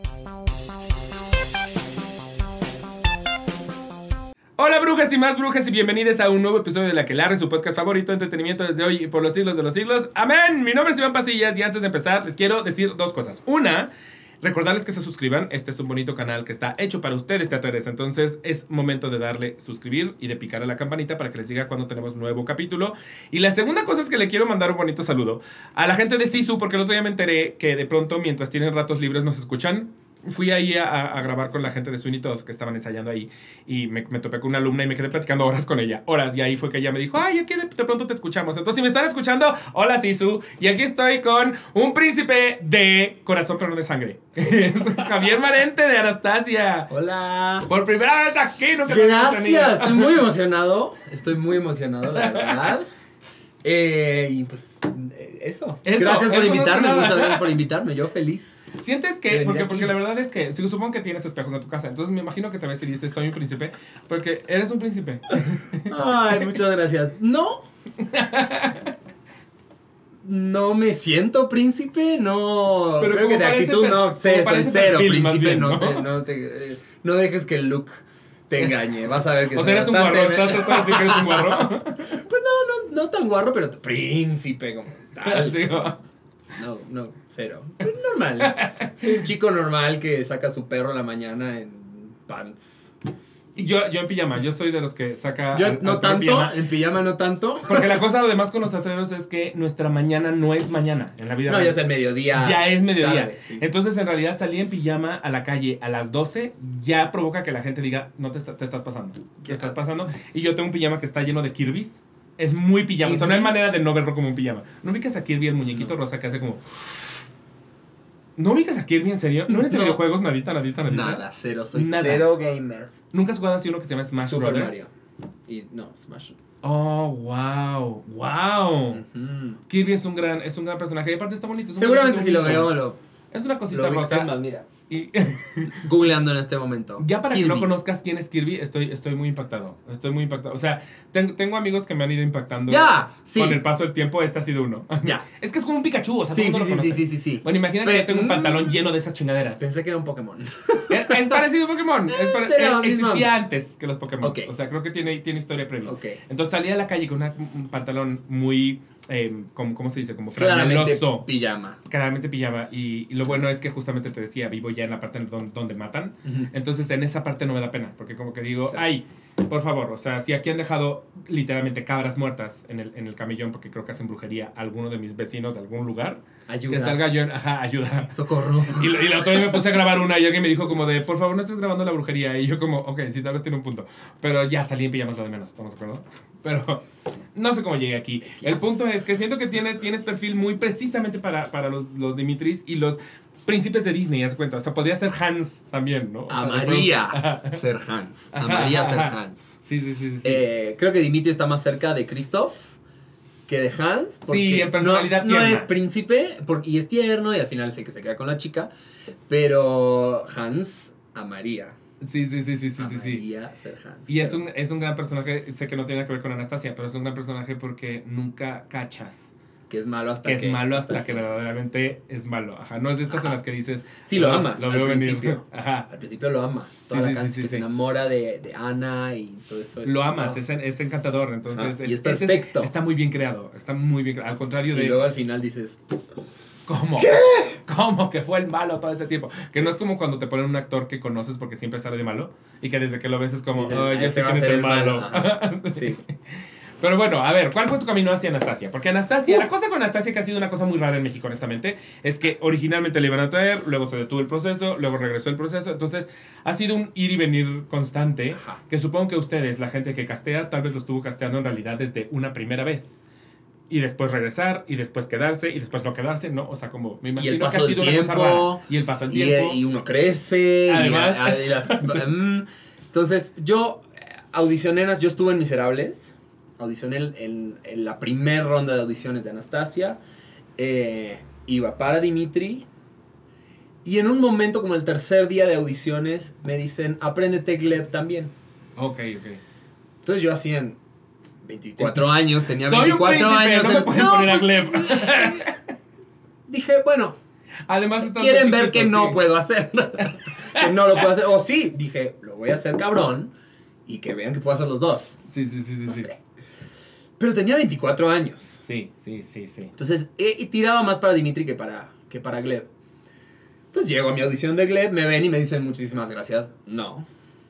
Hola brujas y más brujas y bienvenidos a un nuevo episodio de La Aquelarre, su podcast favorito de entretenimiento desde hoy y por los siglos de los siglos. ¡Amén! Mi nombre es Iván Pasillas y antes de empezar les quiero decir dos cosas. Una, recordarles que se suscriban. Este es un bonito canal que está hecho para ustedes, teatreres. Entonces es momento de darle suscribir y de picar a la campanita para que les diga cuando tenemos nuevo capítulo. Y la segunda cosa es que le quiero mandar un bonito saludo a la gente de Sisu, porque el otro día me enteré que de pronto mientras tienen ratos libres nos escuchan. Fui ahí a grabar con la gente de Sweeney Todd que estaban ensayando ahí y me topé con una alumna y me quedé platicando horas con ella, horas, y ahí fue que ella me dijo, ay, aquí de pronto te escuchamos. Entonces, si me están escuchando, hola Sisu, y aquí estoy con un príncipe de corazón pero no de sangre. Es Javier Marente de Anastasia. Hola. Por primera vez aquí, nunca. Gracias, estoy muy emocionado, la verdad. Y pues eso. Gracias por invitarme, muchas gracias por invitarme, yo feliz. ¿Sientes que? Porque la verdad es que supongo que tienes espejos en tu casa, entonces me imagino que te ves y dices, soy un príncipe, porque eres un príncipe. Ay, muchas gracias. No me siento príncipe, no. Pero creo que de actitud no, soy cero príncipe, bien, no dejes que el look te engañe, vas a ver que... O sea, eres un guarro, ¿estás tratando de decir que eres un guarro? Pues no tan guarro, pero príncipe como tal. No, cero. Normal. Soy un chico normal que saca a su perro en la mañana en pants. Y yo en pijama, yo soy de los que saca... Yo no tanto, en pijama no tanto. Porque la cosa además con los teatreros es que nuestra mañana no es mañana en la vida. No, ya es el mediodía. Ya es mediodía. Tarde, sí. Entonces, en realidad, salir en pijama a la calle a las 12 ya provoca que la gente diga, no te estás pasando. Te estás pasando. Y yo tengo un pijama que está lleno de Kirby's. Es muy pijama. O sea, no hay manera de no verlo como un pijama. ¿No ubicas a Kirby, el muñequito rosa que hace como... ¿No ubicas a Kirby en serio? ¿No eres de videojuegos? Nadita. Nada, cero. Soy Nada. Cero gamer. ¿Nunca has jugado así uno que se llama Smash Super Brothers? Mario. Y no, Smash. Oh, wow. Uh-huh. Kirby es un gran personaje. Y aparte está bonito. Seguramente si lo veo, es una cosita lo rosa. más, mira. Y Googleando en este momento. ya para Kirby. que no conozcas quién es Kirby, estoy muy impactado. O sea, tengo amigos que me han ido impactando. Ya, sí. Con el paso del tiempo, este ha sido uno. Ya. Es que es como un Pikachu, o sea, todo el mundo lo conoce. Sí. Bueno, imagínate que yo tengo un pantalón lleno de esas chingaderas. Pensé que era un Pokémon. Es parecido a Pokémon. Existía antes que los Pokémon. Okay. O sea, creo que tiene historia previa. Okay. Entonces salí a la calle con un pantalón muy... ¿cómo se dice? Como claramente franeloso. pijama. Claramente pijama. Y lo bueno es que justamente te decía, vivo ya en la parte donde matan. Uh-huh. Entonces en esa parte no me da pena. Porque como que digo, sí. Ay, por favor. O sea, si aquí han dejado literalmente cabras muertas en el camellón, porque creo que hacen brujería a alguno de mis vecinos de algún lugar. Ayuda. Que salga yo ayuda. Socorro. Y la otra vez me puse a grabar una y alguien me dijo como de, por favor, no estés grabando la brujería. Y yo como, ok, sí, tal vez tiene un punto. Pero ya salí en pijamas lo de menos, ¿estamos de acuerdo? Pero no sé cómo llegué aquí. El punto es que siento que tienes perfil muy precisamente para los Dimitris y los príncipes de Disney, haz cuenta. O sea, podría ser Hans también, ¿no? Amaría ser Hans. Amaría ser Hans. Sí. Creo que Dimitri está más cerca de Christoph que de Hans. Sí, en personalidad no es príncipe y es tierno y al final sé que se queda con la chica. Pero Hans amaría. Sí. Amaría ser Hans. Y es un gran personaje. Sé que no tiene que ver con Anastasia, pero es un gran personaje porque nunca cachas que es malo hasta que verdaderamente es malo. Ajá, no es de estas en las que dices... Sí, lo amas lo al veo principio. Venir. Ajá. Al principio lo amas. Toda la canción que se enamora de Ana y todo eso. Lo amas, es encantador. Entonces y es perfecto. Está muy bien creado. Está muy bien creado. Al contrario de... Y luego al final dices... ¿Cómo? ¿Qué? ¿Cómo que fue el malo todo este tiempo? Que no es como cuando te ponen un actor que conoces porque siempre sale de malo y que desde que lo ves es como, oh, ya sé quién es el malo. Sí. Pero bueno, a ver, ¿cuál fue tu camino hacia Anastasia? Porque Anastasia, la cosa con Anastasia que ha sido una cosa muy rara en México, honestamente, es que originalmente le iban a traer, luego se detuvo el proceso, luego regresó el proceso, entonces ha sido un ir y venir constante, que supongo que ustedes, la gente que castea, tal vez lo estuvo casteando en realidad desde una primera vez. Y después regresar, y después quedarse, y después no quedarse, ¿no? O sea, como me imagino que ha sido una cosa rara. Y el paso del tiempo. Y uno crece. Además. Entonces, yo audicioné, yo estuve en Miserables. Audicioné en la primera ronda de audiciones de Anastasia. Iba para Dimitri. Y en un momento, como el tercer día de audiciones, me dicen, apréndete Gleb también. Ok. Entonces yo hacía 24 años, tenía Soy 24 un príncipe, años. No me pueden poner a Gleb. Dije, bueno. Además estás quieren muy ver chiquito, que no sí. puedo hacer. Que no Quieren puedo ver hacer. que no puedo hacer. Que no lo puedo hacer. O sí, dije, lo voy a hacer cabrón y que vean que puedo hacer los dos. Sí. No sé. Pero tenía 24 años. Sí. Entonces, y tiraba más para Dimitri que para Gleb. Entonces llego a mi audición de Gleb, me ven y me dicen muchísimas gracias. No.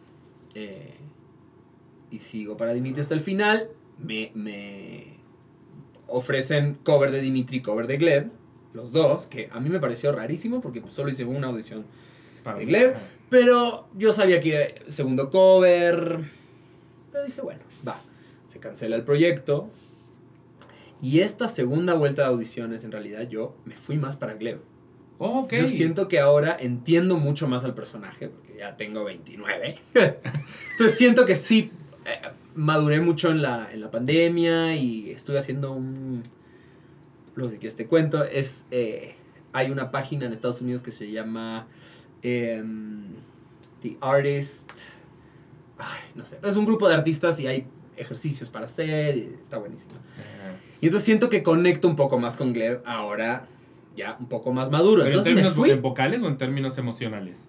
Y sigo para Dimitri hasta el final. Me ofrecen cover de Dimitri, cover de Gleb. Los dos, que a mí me pareció rarísimo porque pues, solo hice una audición de Gleb. Pero yo sabía que era el segundo cover. Pero dije, bueno, va. Se cancela el proyecto. Y esta segunda vuelta de audiciones, en realidad, yo me fui más para Gleb. Oh, ok. Yo siento que ahora entiendo mucho más al personaje, porque ya tengo 29. Entonces siento que sí, maduré mucho en la pandemia y estoy haciendo un... Luego si quieres te cuento, hay una página en Estados Unidos que se llama The Artist... Ay, no sé, es un grupo de artistas y hay ejercicios para hacer y está buenísimo. Y entonces siento que conecto un poco más con Gleb ahora, ya un poco más maduro. ¿Pero entonces en términos vocales o en términos emocionales?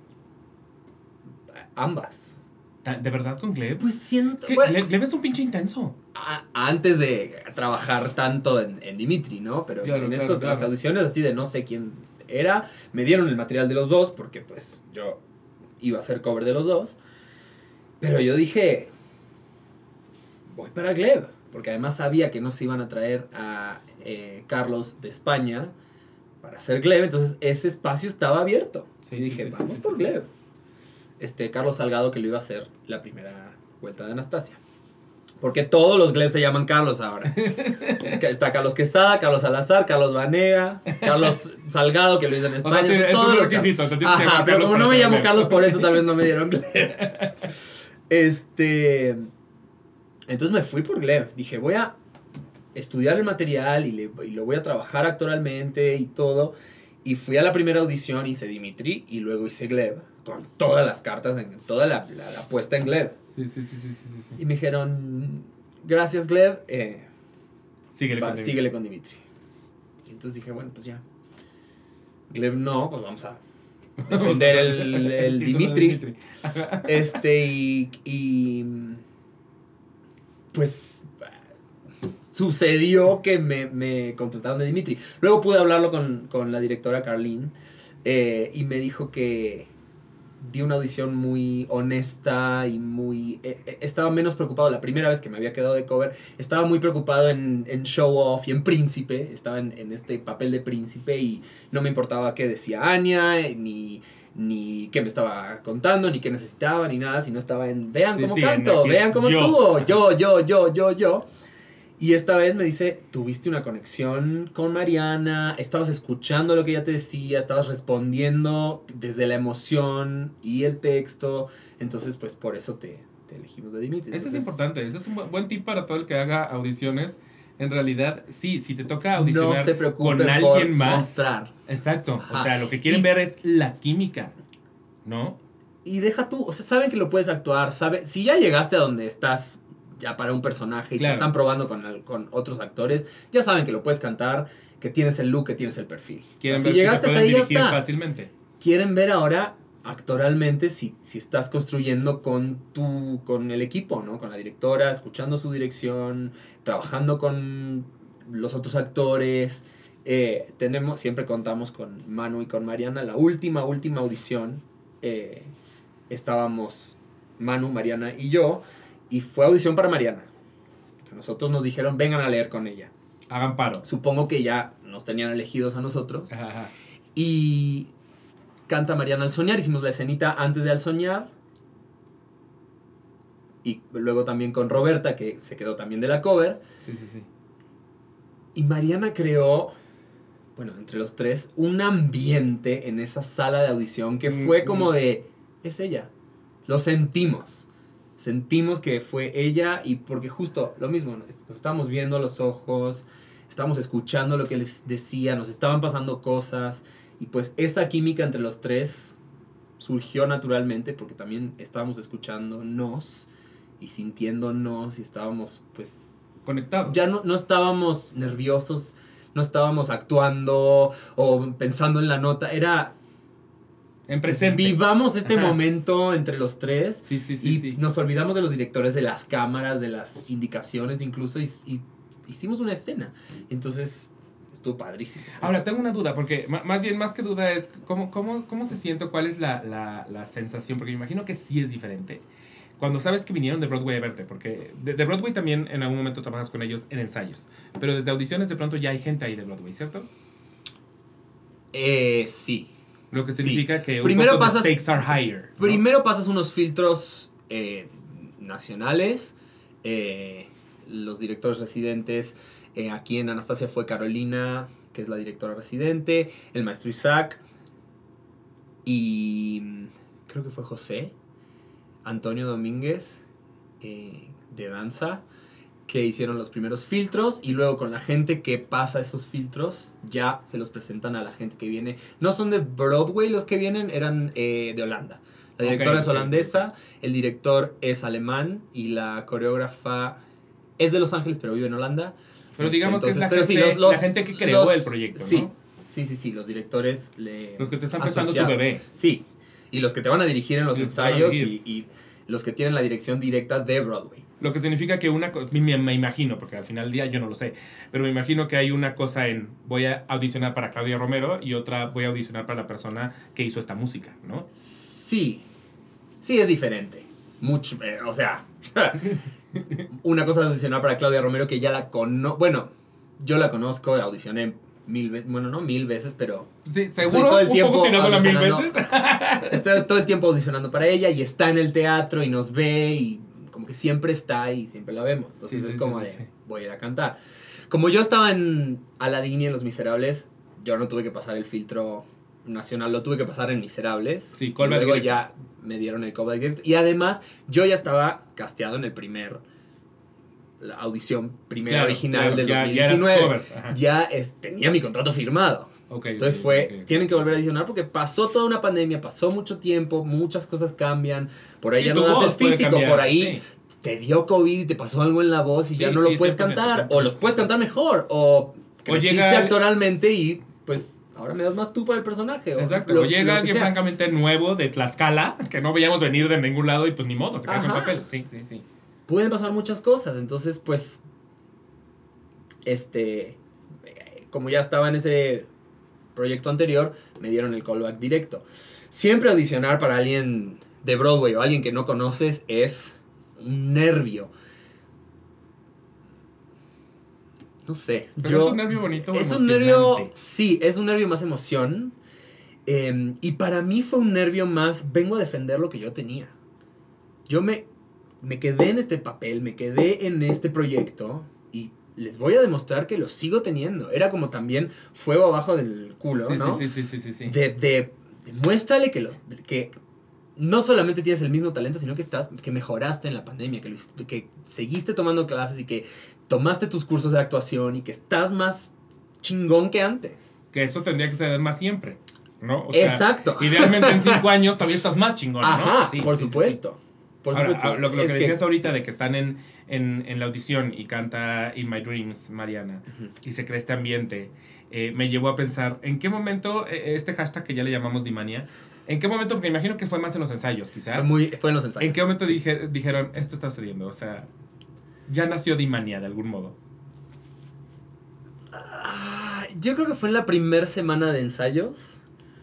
Ambas. ¿De verdad con Gleb? Pues siento... Es que bueno, Gleb es un pinche intenso. antes de trabajar tanto en Dimitri, ¿no? Pero Claro, en las audiciones así de no sé quién era, me dieron el material de los dos porque pues yo iba a hacer cover de los dos. Pero yo dije, voy para Gleb, porque además sabía que no se iban a traer a Carlos de España para hacer Gleb, entonces ese espacio estaba abierto. Y dije, vamos por Gleb. Carlos Salgado que lo iba a hacer la primera vuelta de Anastasia. Porque todos los Gleb se llaman Carlos ahora. Está Carlos Quesada, Carlos Salazar, Carlos Banega, Carlos Salgado, que lo hizo en España. O sea, todos es un los requisito. Ajá, pero como no me llamo Carlos, por eso tal vez no me dieron Gleb. Entonces me fui por Gleb. Dije, voy a estudiar el material y lo voy a trabajar actoralmente y todo. Y fui a la primera audición, hice Dimitri y luego hice Gleb. Con todas las cartas, toda la puesta en Gleb. Sí. Y me dijeron, gracias Gleb, síguele con Dimitri. Y entonces dije, bueno, pues ya. Gleb no, pues vamos a defender el Dimitri. Y pues sucedió que me contrataron de Dimitri. Luego pude hablarlo con la directora Carlene y me dijo que di una audición muy honesta y muy... estaba menos preocupado, la primera vez que me había quedado de cover, estaba muy preocupado en show off y en príncipe, estaba en este papel de príncipe y no me importaba qué decía Anya, ni qué me estaba contando, ni qué necesitaba, ni nada, sino estaba en, vean cómo canto, vean cómo actúo, yo. Y esta vez me dice, tuviste una conexión con Mariana, estabas escuchando lo que ella te decía, estabas respondiendo desde la emoción y el texto, entonces pues por eso te elegimos de Dimitri. Eso es importante, eso es un buen tip para todo el que haga audiciones. En realidad, sí, si te toca audicionar no se preocupen con alguien por más. Mostrar. Exacto, Ajá. O sea, lo que quieren ver es la química, ¿no? Y deja tú, o sea, saben que lo puedes actuar, si ya llegaste a donde estás ya para un personaje y te están probando con otros actores, ya saben que lo puedes cantar, que tienes el look, que tienes el perfil. Quieren o sea, ver si llegaste te hasta ahí ya dirigir está. fácilmente. Quieren ver ahora actoralmente si estás construyendo con el equipo, ¿no? Con la directora, escuchando su dirección, trabajando con los otros actores. Siempre contamos con Manu y con Mariana. La última audición estábamos Manu, Mariana y yo, y fue audición para Mariana. A nosotros nos dijeron, vengan a leer con ella. Hagan paro. Supongo que ya nos tenían elegidos a nosotros. Ajá. Y canta Mariana al soñar, hicimos la escenita antes de al soñar. Y luego también con Roberta, que se quedó también de la cover. Sí. Y Mariana creó, bueno, entre los tres, un ambiente en esa sala de audición que fue como de, es ella. Lo sentimos. Sentimos que fue ella y porque justo lo mismo, nos estábamos viendo a los ojos, estábamos escuchando lo que les decía, nos estaban pasando cosas y pues esa química entre los tres surgió naturalmente porque también estábamos escuchándonos y sintiéndonos y estábamos pues... Conectados. Ya no estábamos nerviosos no estábamos actuando o pensando en la nota, era... En presente. Vivamos este Ajá. momento entre los tres. Sí, sí, y sí. nos olvidamos de los directores, de las cámaras, de las indicaciones incluso, y hicimos una escena. Entonces, estuvo padrísimo. Ahora, tengo una duda, porque más que duda es cómo se siente, cuál es la sensación, porque me imagino que sí es diferente. Cuando sabes que vinieron de Broadway a verte, porque de Broadway también en algún momento trabajas con ellos en ensayos, pero desde audiciones de pronto ya hay gente ahí de Broadway, ¿cierto? Sí. Lo que significa que primero un poco pasas, the stakes are higher, ¿no? Primero pasas unos filtros nacionales. Los directores residentes, aquí en Anastasia fue Carolina, que es la directora residente, el maestro Isaac, y creo que fue José Antonio Domínguez, de danza, que hicieron los primeros filtros, y luego con la gente que pasa esos filtros ya se los presentan a la gente que viene. No son de Broadway los que vienen, eran de Holanda. La directora es holandesa, el director es alemán y la coreógrafa es de Los Ángeles pero vive en Holanda. Pero digamos Entonces, que es la gente que creó el proyecto, sí, ¿no? Sí, los directores los que te están prestando su bebé. Sí, y los que te van a dirigir en los ensayos y los que tienen la dirección directa de Broadway. Lo que significa que me imagino, porque al final del día yo no lo sé, pero me imagino que hay una cosa en voy a audicionar para Claudia Romero y otra voy a audicionar para la persona que hizo esta música, ¿no? Sí es diferente. Mucho, o sea, una cosa es audicionar para Claudia Romero que ya la conozco. Bueno, yo la conozco, audicioné 1000 veces, bueno, no 1000 veces, pero sí, seguro, estoy todo el tiempo poco tirándola 1000 veces. Estoy todo el tiempo audicionando para ella y está en el teatro y nos ve y como que siempre está y siempre la vemos. Entonces es como voy a ir a cantar. Como yo estaba en Aladdin y en Los Miserables, yo no tuve que pasar el filtro nacional, lo tuve que pasar en Miserables. Sí, y luego ya me dieron el callback directo. Y además, yo ya estaba casteado en la audición primera original del 2019. Ya tenía mi contrato firmado. Entonces tienen que volver a audicionar porque pasó toda una pandemia, pasó mucho tiempo, muchas cosas cambian. Por ahí ya no das el físico, por ahí te dio COVID y te pasó algo en la voz y ya no lo puedes cantar. 100%. O lo puedes cantar mejor, o creciste actoralmente y pues ahora me das más tú para el personaje. Exacto, o llega alguien francamente nuevo de Tlaxcala, que no veíamos venir de ningún lado y pues ni modo, se cae con el papel. Sí. Pueden pasar muchas cosas, entonces pues, como ya estaba en ese proyecto anterior, me dieron el callback directo. Siempre audicionar para alguien de Broadway o alguien que no conoces es un nervio. No sé. Pero es un nervio bonito. Es un nervio, sí, es un nervio más emoción. Y para mí fue un nervio más, vengo a defender lo que yo tenía. Yo me quedé en este papel, me quedé en este proyecto y les voy a demostrar que lo sigo teniendo. Era como también fuego abajo del culo, ¿no? Sí. Demuéstrale que no solamente tienes el mismo talento, sino que mejoraste en la pandemia, que seguiste tomando clases y que tomaste tus cursos de actuación y que estás más chingón que antes. Que eso tendría que ser más siempre, ¿no? O sea, exacto. Idealmente en 5 años todavía estás más chingón, ¿no? Ajá, por supuesto. Por supuesto. Lo que decías ahorita de que están en la audición y canta In My Dreams, Mariana, y se crea este ambiente, me llevó a pensar, ¿en qué momento este hashtag que ya le llamamos Dimania, en qué momento, porque me imagino que fue más en los ensayos, quizá? Fue en los ensayos. ¿En qué momento dijeron, esto está sucediendo? O sea, ya nació Dimania de algún modo. Yo creo que fue en la primera semana de ensayos.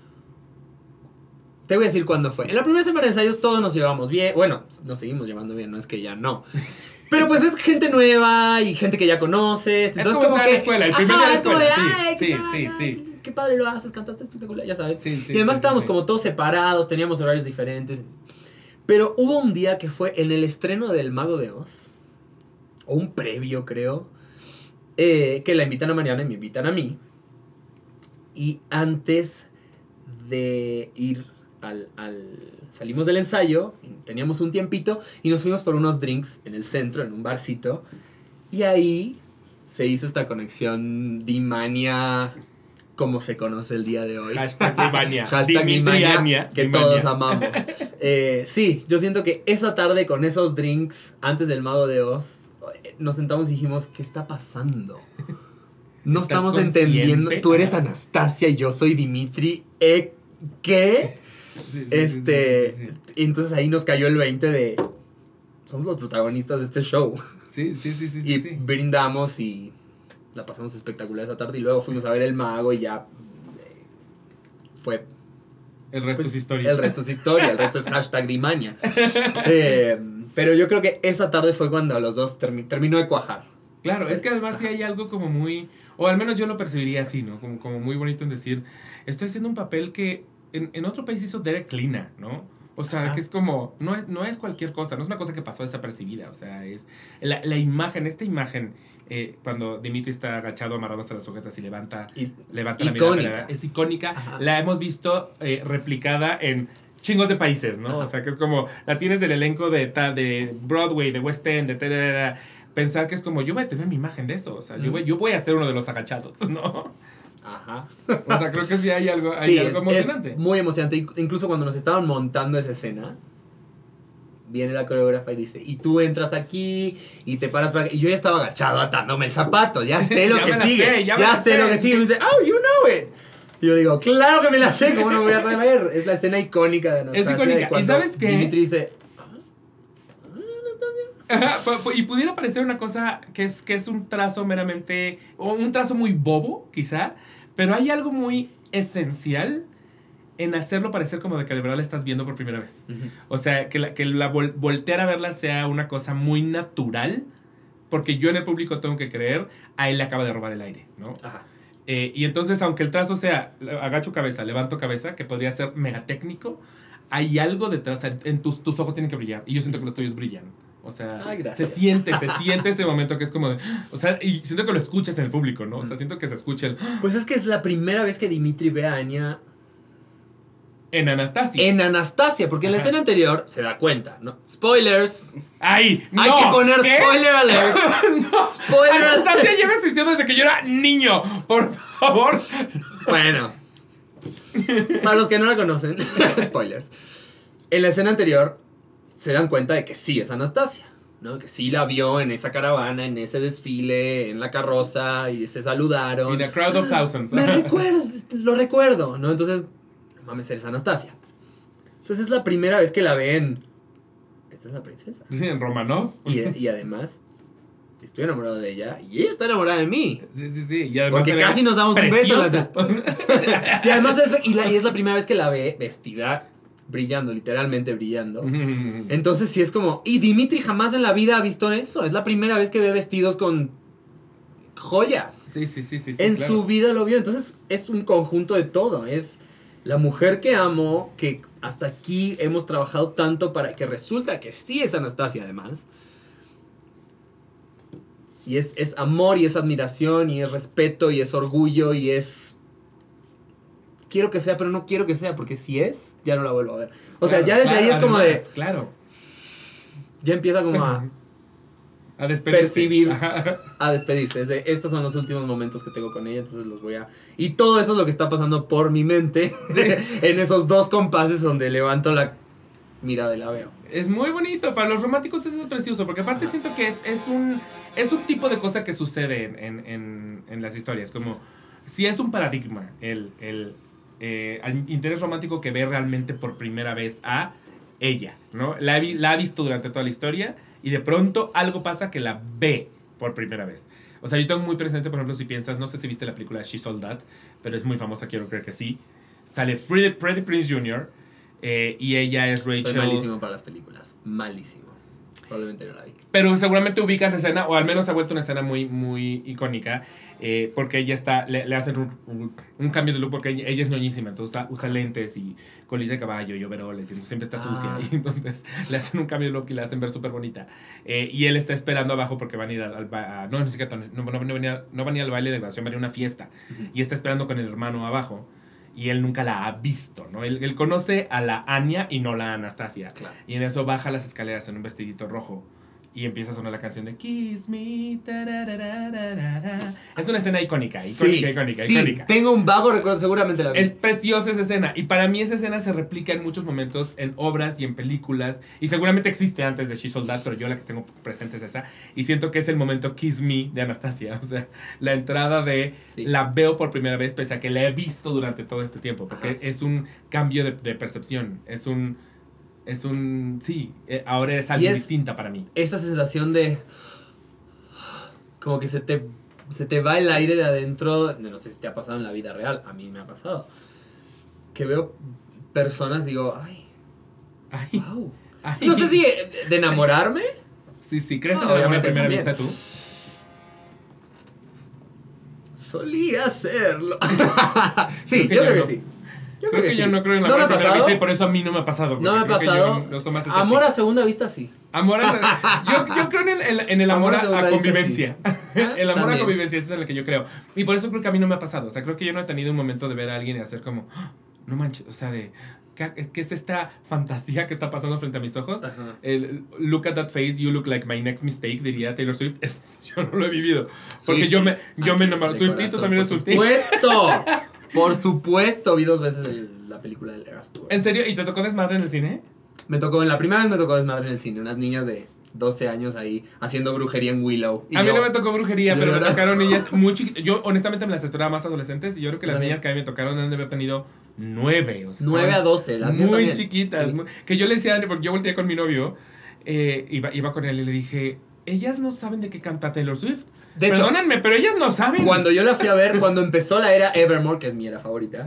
Te voy a decir cuándo fue. En la primera semana de ensayos todos nos llevamos bien. Bueno, nos seguimos llevando bien, no es que ya no. Pero pues es gente nueva y gente que ya conoces. Entonces, es como que... la escuela, el primer día de escuela. Es como de, sí. Qué padre lo haces, cantaste espectacular, ya sabes. Y además estábamos como todos separados, teníamos horarios diferentes. Pero hubo un día que fue en el estreno del Mago de Oz, o un previo creo, que la invitan a Mariana y me invitan a mí. Y antes de ir salimos del ensayo, teníamos un tiempito y nos fuimos por unos drinks en el centro, en un barcito. Y ahí se hizo esta conexión Dimania, como se conoce el día de hoy. Hashtag Dimania. Hashtag Dimania, que todos amamos. Sí, yo siento que esa tarde con esos drinks, antes del Mago de Oz, nos sentamos y dijimos, ¿qué está pasando? No estamos entendiendo. Tú eres Anastasia y yo soy Dimitri. ¿Qué? Sí. Y entonces ahí nos cayó el 20 de... Somos los protagonistas de este show. Sí. Y brindamos y la pasamos espectacular esa tarde. Y luego fuimos a ver El Mago y ya fue... El resto es historia. El resto es historia, el resto es #Dimania. Pero yo creo que esa tarde fue cuando a los dos terminó de cuajar. Claro, es que además sí hay algo como muy... O al menos yo lo percibiría así, ¿no? Como muy bonito en decir, estoy haciendo un papel que en otro país hizo Derek Lina, ¿no? O sea, que es como... No es cualquier cosa, no es una cosa que pasó desapercibida. O sea, es... La imagen, esta imagen... cuando Dimitri está agachado, amarrado hasta las sujetas y levanta la mirada. Es icónica. Ajá. La hemos visto replicada en chingos de países, ¿no? Ajá. O sea, que es como... La tienes del elenco de Broadway, de West End, de... Pensar que es como, yo voy a tener mi imagen de eso. O sea, yo voy a ser uno de los agachados, ¿no? Ajá. O sea, creo que sí hay algo emocionante. Es muy emocionante. Incluso cuando nos estaban montando esa escena, viene la coreógrafa y dice, y tú entras aquí y te paras para... Y yo ya estaba agachado atándome el zapato. Ya sé lo que sigue. Ya sé lo que sigue. Y me dice, oh, you know it. Y yo digo, claro que me la sé. ¿Cómo no me voy a saber? Es la escena icónica de Anastasia. Es icónica. ¿Y sabes qué? Dimitri dice... Ajá, y pudiera parecer una cosa que es un trazo meramente, o un trazo muy bobo, quizá, pero hay algo muy esencial en hacerlo parecer como de que de verdad la estás viendo por primera vez. Uh-huh. O sea, que la voltear a verla sea una cosa muy natural, porque yo en el público tengo que creer, a él le acaba de robar el aire, ¿no? Ajá. Y entonces, aunque el trazo sea, agacho cabeza, levanto cabeza, que podría ser mega técnico, hay algo detrás, o sea, en tus ojos tienen que brillar, y yo siento que los tuyos brillan. O sea, se siente ese momento que es como de... O sea, y siento que lo escuchas en el público, ¿no? O sea, siento que se escucha el... Pues es que es la primera vez que Dimitri ve a Anya... En Anastasia. En Anastasia, porque en la escena anterior se da cuenta, ¿no? Spoilers. ¡Ay! ¡No! Hay que poner spoiler alert. ¡No! Spoiler. Anastasia lleva existiendo desde que yo era niño. Por favor. Bueno. Para los que no la conocen, spoilers. En la escena anterior... se dan cuenta de que sí es Anastasia, ¿no? Que sí la vio en esa caravana, en ese desfile, en la carroza, y se saludaron. In a crowd of thousands. Lo recuerdo, ¿no? Entonces, no mames, eres Anastasia. Entonces es la primera vez que la ven. Esta es la princesa. Sí, en Romanov. Y además, estoy enamorado de ella, y ella está enamorada de mí. Sí. Y además porque casi nos damos preciosa. Un beso después. Y además es la primera vez que la ve vestida... brillando, literalmente brillando. Entonces sí es como... Y Dimitri jamás en la vida ha visto eso. Es la primera vez que ve vestidos con joyas. Sí, en claro. Su vida lo vio. Entonces es un conjunto de todo. Es la mujer que amo, que hasta aquí hemos trabajado tanto para que resulta que sí es Anastasia además. Y es amor y es admiración y es respeto y es orgullo y es... quiero que sea, pero no quiero que sea, porque si es, ya no la vuelvo a ver. O sea, ya desde ahí es como de... Claro. Ya empieza como a despedirse. Percibir, a despedirse. Es de, estos son los últimos momentos que tengo con ella, entonces los voy a... Y todo eso es lo que está pasando por mi mente en esos dos compases donde levanto la mirada y la veo. Es muy bonito. Para los románticos eso es precioso, porque aparte siento que es un tipo de cosa que sucede en las historias. Como, si es un paradigma el interés romántico que ve realmente por primera vez a ella, ¿no? La ha visto durante toda la historia y de pronto algo pasa que la ve por primera vez. O sea, yo tengo muy presente, por ejemplo, si piensas, no sé si viste la película She Sold That, pero es muy famosa, quiero creer que sí. Sale Freddie Prinze Jr. Y ella es Rachel. Soy malísimo para las películas, malísimo. Probablemente no la vi. Pero seguramente ubicas la escena, o al menos se ha vuelto una escena muy, muy icónica, porque ella está, le hacen un cambio de look, porque ella es ñoñísima, entonces usa lentes y colita de caballo y overoles, y entonces siempre está sucia, y entonces le hacen un cambio de look y la hacen ver súper bonita. Y él está esperando abajo porque van a ir no van a ir al baile de graduación, van a ir a una fiesta, y está esperando con el hermano abajo. Y él nunca la ha visto, ¿no? Él conoce a la Anya y no la Anastasia. Claro. Y en eso baja las escaleras en un vestidito rojo. Y empieza a sonar la canción de Kiss Me. Tararararara. Es una escena icónica. Icónica. Tengo un vago recuerdo, seguramente la vi. Es preciosa esa escena. Y para mí esa escena se replica en muchos momentos en obras y en películas. Y seguramente existe antes de She Sold That, pero yo la que tengo presente es esa. Y siento que es el momento Kiss Me de Anastasia. O sea, la entrada de la veo por primera vez, pese a que la he visto durante todo este tiempo. Porque es un cambio de percepción. Sí, ahora es algo distinta para mí. Esa sensación de como que se te va el aire de adentro. No sé si te ha pasado en la vida real. A mí me ha pasado. Que veo personas, digo, wow. No sé si de enamorarme. Sí, ¿crees en el amor a primera vista tú? Solía hacerlo. Sí, yo creo que sí. Yo creo que yo no creo en la amor a primera vista y por eso a mí no me ha pasado. No me ha pasado. Amor a segunda vista, sí. Yo creo en el amor a convivencia. Sí. El amor a convivencia, ese es el que yo creo. Y por eso creo que a mí no me ha pasado. O sea, creo que yo no he tenido un momento de ver a alguien y hacer como, no manches, o sea, ¿qué es esta fantasía que está pasando frente a mis ojos? Look at that face, you look like my next mistake, diría Taylor Swift. Yo no lo he vivido. Porque yo me enamoro. Swiftito también es Swiftito. Por supuesto, vi 2 veces la película del Eras Tour. ¿En serio? ¿Y te tocó desmadre en el cine? La primera vez me tocó desmadre en el cine. Unas niñas de 12 años ahí haciendo brujería en Willow. A mí no me tocó brujería, pero me tocaron niñas muy chiquitas. Yo honestamente me las esperaba más adolescentes y yo creo que las niñas que a mí me tocaron han de haber tenido 9. O sea, 9 a 12, las muy también. Chiquitas. Sí. Que yo le decía, porque yo volteé con mi novio, iba con él y le dije, ellas no saben de qué canta Taylor Swift. De hecho, perdónenme, pero ellas no saben. Cuando yo la fui a ver, cuando empezó la era Evermore, que es mi era favorita,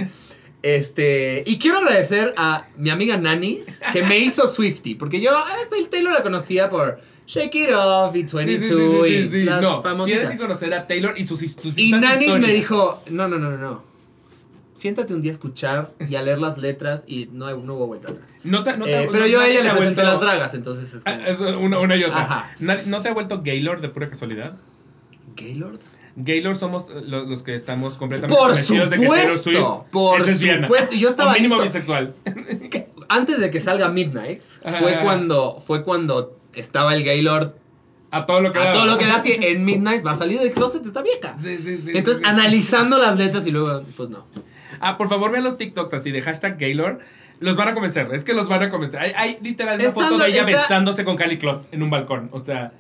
y quiero agradecer a mi amiga Nanis, que me hizo Swiftie, porque yo Taylor la conocía por Shake It Off y 22 y las famositas. Tienes que conocer a Taylor y sus y Nanis historias. Me dijo, no. Siéntate un día a escuchar y a leer las letras y no hubo vuelta atrás. Pero yo a ella le presenté las dragas, entonces es como... Es una y otra. Ajá. ¿No te ha vuelto Gaylord de pura casualidad? Gaylord somos los que estamos completamente convencidos de que Taylor Swift por es lesbiana. Supuesto, yo estaba mínimo bisexual. Antes de que salga Midnights, fue cuando estaba el Gaylord a todo lo que da. Si en Midnights va a salir del closet esta vieja. Sí. Entonces, analizando las letras y luego, pues no. Por favor, vean los TikToks así de #Gaylord. Los van a convencer, es que los van a convencer. Hay literal una foto de ella besándose con Cali Close en un balcón, o sea...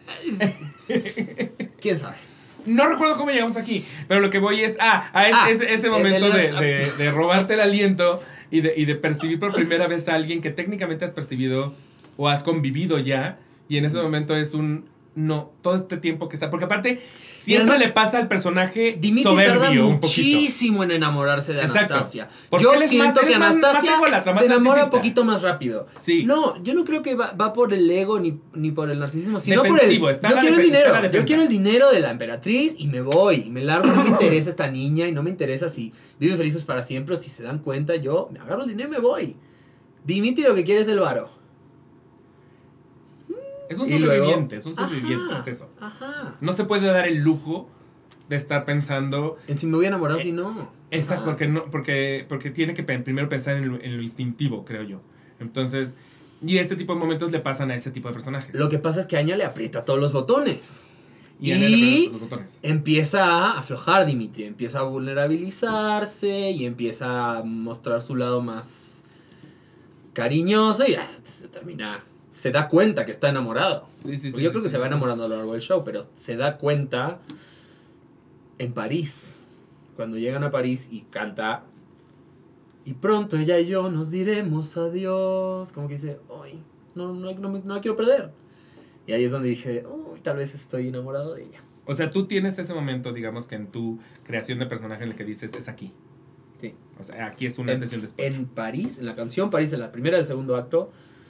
¿Quién sabe? No recuerdo cómo llegamos aquí, pero lo que voy es... ese momento de robarte el aliento y de percibir por primera vez a alguien que técnicamente has percibido o has convivido ya, y en ese momento es un... No, todo este tiempo que está... Porque aparte, siempre le pasa al personaje Dimitri soberbio tarda un muchísimo poquito. En enamorarse de Anastasia. Yo siento que Anastasia se enamora un poquito más rápido. Sí. No, yo no creo que va por el ego ni por el narcisismo, sino defensivo, por el... Yo quiero el dinero. Yo quiero el dinero de la emperatriz y me voy. Y me largo. No me interesa esta niña y no me interesa si viven felices para siempre o si se dan cuenta. Yo me agarro el dinero y me voy. Dimitri lo que quiere es el varo. Es un sobreviviente, es eso. Ajá. No se puede dar el lujo de estar pensando... En si me voy a enamorar, si no. Exacto, porque tiene que primero pensar en lo instintivo, creo yo. Entonces, y este tipo de momentos le pasan a ese tipo de personajes. Lo que pasa es que Anya le aprieta todos los botones. Y empieza a aflojar Dimitri, empieza a vulnerabilizarse y empieza a mostrar su lado más cariñoso y ya se termina... Se da cuenta que está enamorado. Yo creo que se va enamorando a lo largo del show, pero se da cuenta en París. Cuando llegan a París y canta. Y pronto ella y yo nos diremos adiós. Como que dice, ay, no la quiero perder. Y ahí es donde dije, uy, tal vez estoy enamorado de ella. O sea, tú tienes ese momento, digamos, que en tu creación de personaje en el que dices, es aquí. Sí. O sea, aquí es una antes y un después. En París, en la canción París, en la primera y el segundo acto,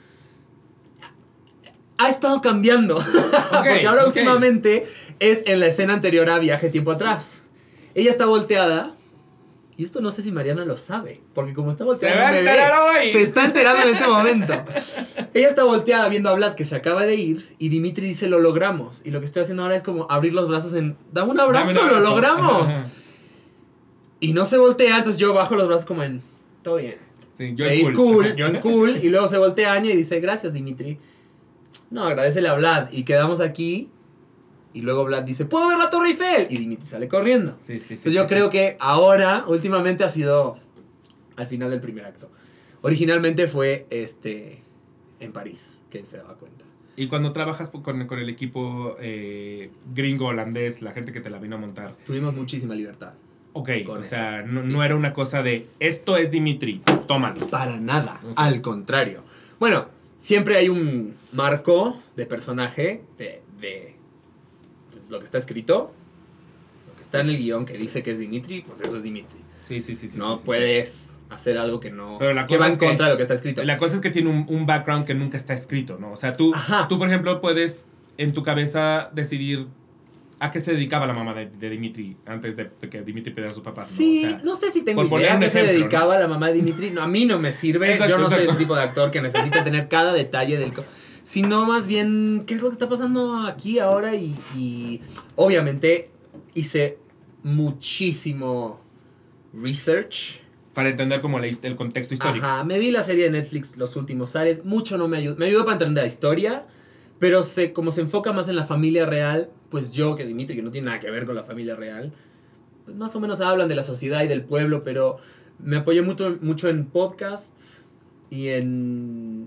ha estado cambiando. Porque ahora últimamente es en la escena anterior a Viaje Tiempo Atrás. Ella está volteada. Y esto no sé si Mariana lo sabe. Porque como está volteada, se está enterando en este momento. Ella está volteada viendo a Vlad que se acaba de ir. Y Dimitri dice, lo logramos. Y lo que estoy haciendo ahora es como abrir los brazos en... Dame un abrazo, lo logramos. Y no se voltea. Entonces yo bajo los brazos como en... Todo bien. Sí, yo en cool. Yo en cool. Y luego se voltea Anya y dice, gracias Dimitri. No, agradecele a Vlad. Y quedamos aquí. Y luego Vlad dice, ¿puedo ver la Torre Eiffel? Y Dimitri sale corriendo. Sí. Entonces yo creo que ahora, últimamente ha sido al final del primer acto. Originalmente fue en París, que él se daba cuenta. Y cuando trabajas con el equipo gringo, holandés, la gente que te la vino a montar. Tuvimos muchísima libertad. Ok, o eso. sea, no era una cosa de, esto es Dimitri, tómalo. Para nada, Okay. al contrario. Bueno, siempre hay un marco de personaje de lo que está escrito, lo que está en el guión que dice que es Dimitri, pues eso es Dimitri. Sí. No sí. puedes hacer algo que no... Pero la que cosa va en es que- contra de lo que está escrito. La cosa es que tiene un background que nunca está escrito, ¿no? O sea, tú, por ejemplo, puedes en tu cabeza decidir a qué se dedicaba la mamá de Dimitri antes de que Dimitri perdiera a sus papás, ¿no? Sí, O sea, no sé si tengo por poner idea a un qué se ejemplo, dedicaba la mamá de Dimitri. No, a mí no me sirve. Exacto, Yo no soy exacto. ese tipo de actor que necesita tener cada detalle del... Sino más bien, ¿qué es lo que está pasando aquí ahora? Y obviamente hice muchísimo research. para entender como el contexto histórico. Ajá, me vi la serie de Netflix Los Últimos Ares. Mucho no me ayudó. Me ayudó para entender la historia. Pero como se enfoca más en la familia real, pues yo, que Dimitri, que no tiene nada que ver con la familia real, pues más o menos hablan de la sociedad y del pueblo, pero me apoyé mucho en podcasts y en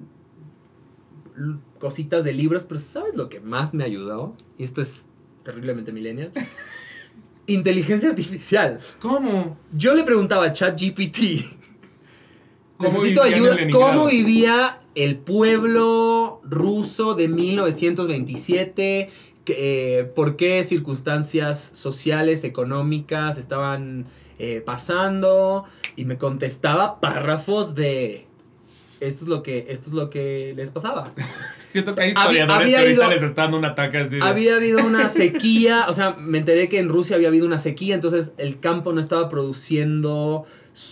cositas de libros, pero ¿sabes lo que más me ayudó? Y esto es terriblemente millennial. Inteligencia artificial. ¿Cómo? Yo le preguntaba a ChatGPT, ¿Cómo necesito vivían en ayuda, Leningrado? ¿cómo vivía el pueblo ruso de 1927? ¿Por qué circunstancias sociales, económicas estaban pasando? Y me contestaba párrafos de... Esto es lo que les pasaba. Siento que hay historiadores que ahorita les están dando un ataque así de... Había habido una sequía, o sea, me enteré que en Rusia había habido una sequía, entonces el campo no estaba produciendo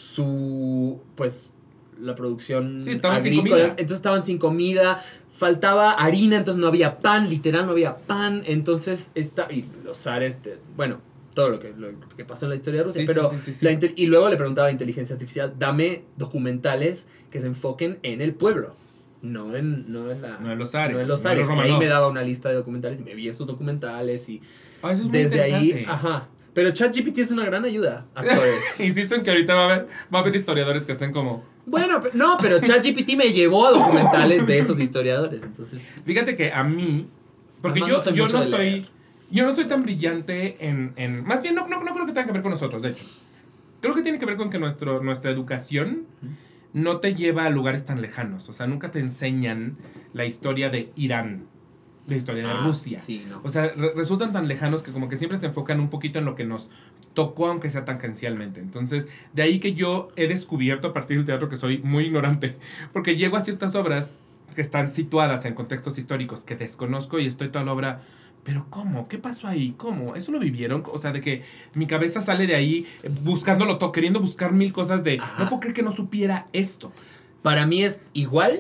la producción Sí, estaban sin agrícola, comida. entonces estaban sin comida, faltaba harina, entonces no había pan, literal no había pan, entonces y los zares, todo lo que pasó en la historia de Rusia, Sí, pero sí. y luego le preguntaba a inteligencia artificial, dame documentales que se enfoquen en el pueblo. No en los zares. No en los no en zares. los Y ahí Romanov. me daba una lista de documentales y me vi estos documentales y Ah, eso es muy desde ahí, interesante. ajá. Pero ChatGPT es una gran ayuda, actores. Insisto en que ahorita va a haber historiadores que estén como... Bueno, no, pero ChatGPT me llevó a documentales de esos historiadores, entonces... Fíjate que a mí... Porque Además, yo mucho no de soy... leer. Yo no soy tan brillante en... Más bien, no creo que tenga que ver con nosotros, de hecho. Creo que tiene que ver con que nuestra educación no te lleva a lugares tan lejanos. O sea, nunca te enseñan la historia de Irán, la historia de Rusia. Sí, no. O sea, resultan tan lejanos que como que siempre se enfocan un poquito en lo que nos tocó, aunque sea tangencialmente. Entonces, de ahí que yo he descubierto a partir del teatro que soy muy ignorante. Porque llego a ciertas obras que están situadas en contextos históricos que desconozco y estoy toda la obra... ¿Pero cómo? ¿Qué pasó ahí? ¿Cómo? ¿Eso lo vivieron? O sea, de que mi cabeza sale de ahí buscándolo todo, queriendo buscar mil cosas de... Ajá. No puedo creer que no supiera esto. Para mí es igual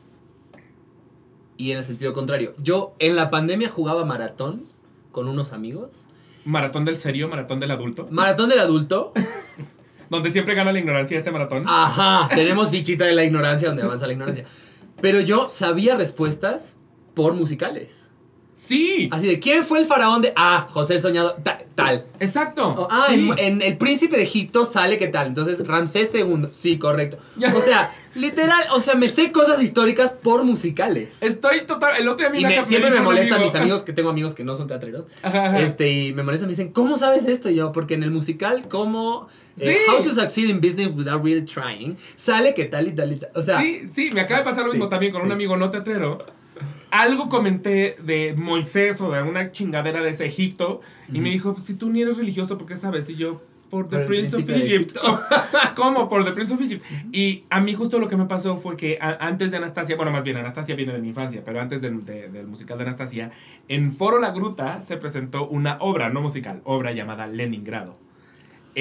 y en el sentido contrario. Yo en la pandemia jugaba maratón con unos amigos. Maratón del serio, maratón del adulto. Maratón del adulto. Donde siempre gana la ignorancia ese maratón. Ajá, tenemos fichita de la ignorancia donde avanza la ignorancia. Pero yo sabía respuestas por musicales. ¡Sí! Así de, ¿quién fue el faraón de... José el Soñado, tal. ¡Exacto! Sí. Sí. en El Príncipe de Egipto sale que tal. Entonces, Ramsés II. Sí, correcto. O sea, literal, me sé cosas históricas por musicales. Estoy total... El otro día Y siempre me molestan mis amigos, que tengo amigos que no son teatreros. Ajá. Y me molestan, me dicen, ¿cómo sabes esto? Y yo, porque en el musical, Sí. How to Succeed in Business Without Really Trying, sale que tal y tal y tal. O sea, Sí, me acaba de pasar lo mismo también con un amigo no teatrero. Algo comenté de Moisés o de una chingadera de ese Egipto y me dijo, si tú ni eres religioso, ¿por qué sabes? Y yo, por The Por el Prince of Príncipe de Egypt. ¿Cómo? Por The Prince of Egypt. Y a mí justo lo que me pasó fue que antes de Anastasia, bueno, más bien Anastasia viene de mi infancia, pero antes del musical de Anastasia, en Foro La Gruta se presentó una obra, no musical, obra llamada Leningrado.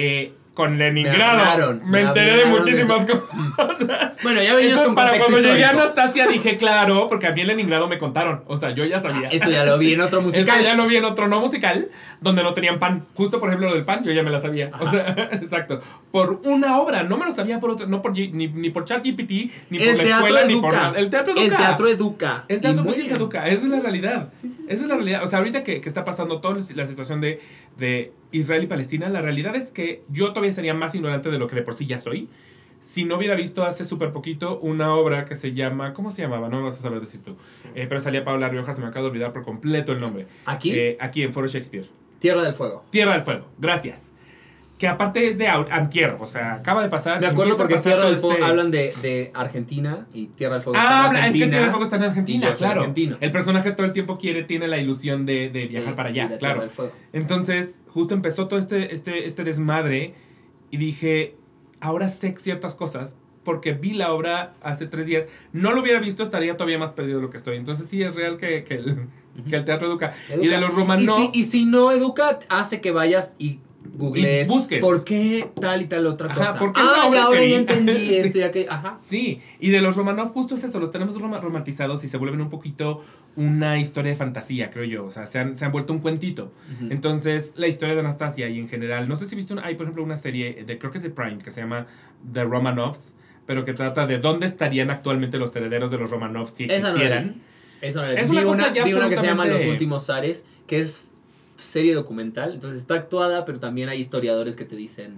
con Leningrado. Me enteré de muchísimas cosas. Bueno, ya venías con para contexto cuando llegué a histórico. Anastasia dije, claro, porque a mí en Leningrado me contaron. O sea, yo ya sabía. Esto ya lo vi en otro musical. Esto ya lo vi en otro no musical, donde no tenían pan. Justo, por ejemplo, lo del pan, yo ya me la sabía. Ajá. O sea, exacto. Por una obra, no me lo sabía por otra, no por ni por ChatGPT, ni por la escuela, ni por nada. El teatro educa. El teatro educa. El teatro Y muy muchis bien. educa, esa es la realidad. Sí, sí, Esa es la realidad. O sea, ahorita que está pasando toda la situación de Israel y Palestina, la realidad es que yo todavía sería más ignorante de lo que de por sí ya soy. Si no hubiera visto hace súper poquito una obra que se llama... ¿Cómo se llamaba? No me vas a saber decir tú. Pero salía Paula Rioja, se me acaba de olvidar por completo el nombre. ¿Aquí? Aquí en Foro Shakespeare. Tierra del Fuego. Tierra del Fuego, gracias. Que aparte es de antier, o sea, acaba de pasar. Me acuerdo empieza a porque pasar Tierra todo del Fuego hablan de Argentina y Tierra del Fuego está en Argentina. Es que Tierra del Fuego está en y Argentina, yo soy claro. argentino. El personaje todo el tiempo tiene la ilusión de viajar para Y allá, de claro. Tierra del Fuego. Entonces, justo empezó todo este desmadre y dije, ahora sé ciertas cosas porque vi la obra hace 3 días. No lo hubiera visto, estaría todavía más perdido de lo que estoy. Entonces sí es real que el teatro educa. Y de los Romanov... Y si no educa, hace que vayas y googlees. Y busques. ¿Por qué tal y tal otra cosa? ¿por qué una obra ya ahora que ya vi? entendí esto y aquello. Ajá. Sí, y de los Romanov justo es eso, los tenemos romantizados y se vuelven un poquito una historia de fantasía, creo yo. O sea, se han vuelto un cuentito. Ujú. Entonces, la historia de Anastasia y en general, no sé si viste, hay por ejemplo una serie creo que es de Prime, que se llama The Romanovs, pero que trata de dónde estarían actualmente los herederos de los Romanovs si Esa no la existieran. vi. Esa no la vi. Es una cosa ya vi una que se llama Los absolutamente- Últimos Zares, que es serie documental. Entonces está actuada, pero también hay historiadores que te dicen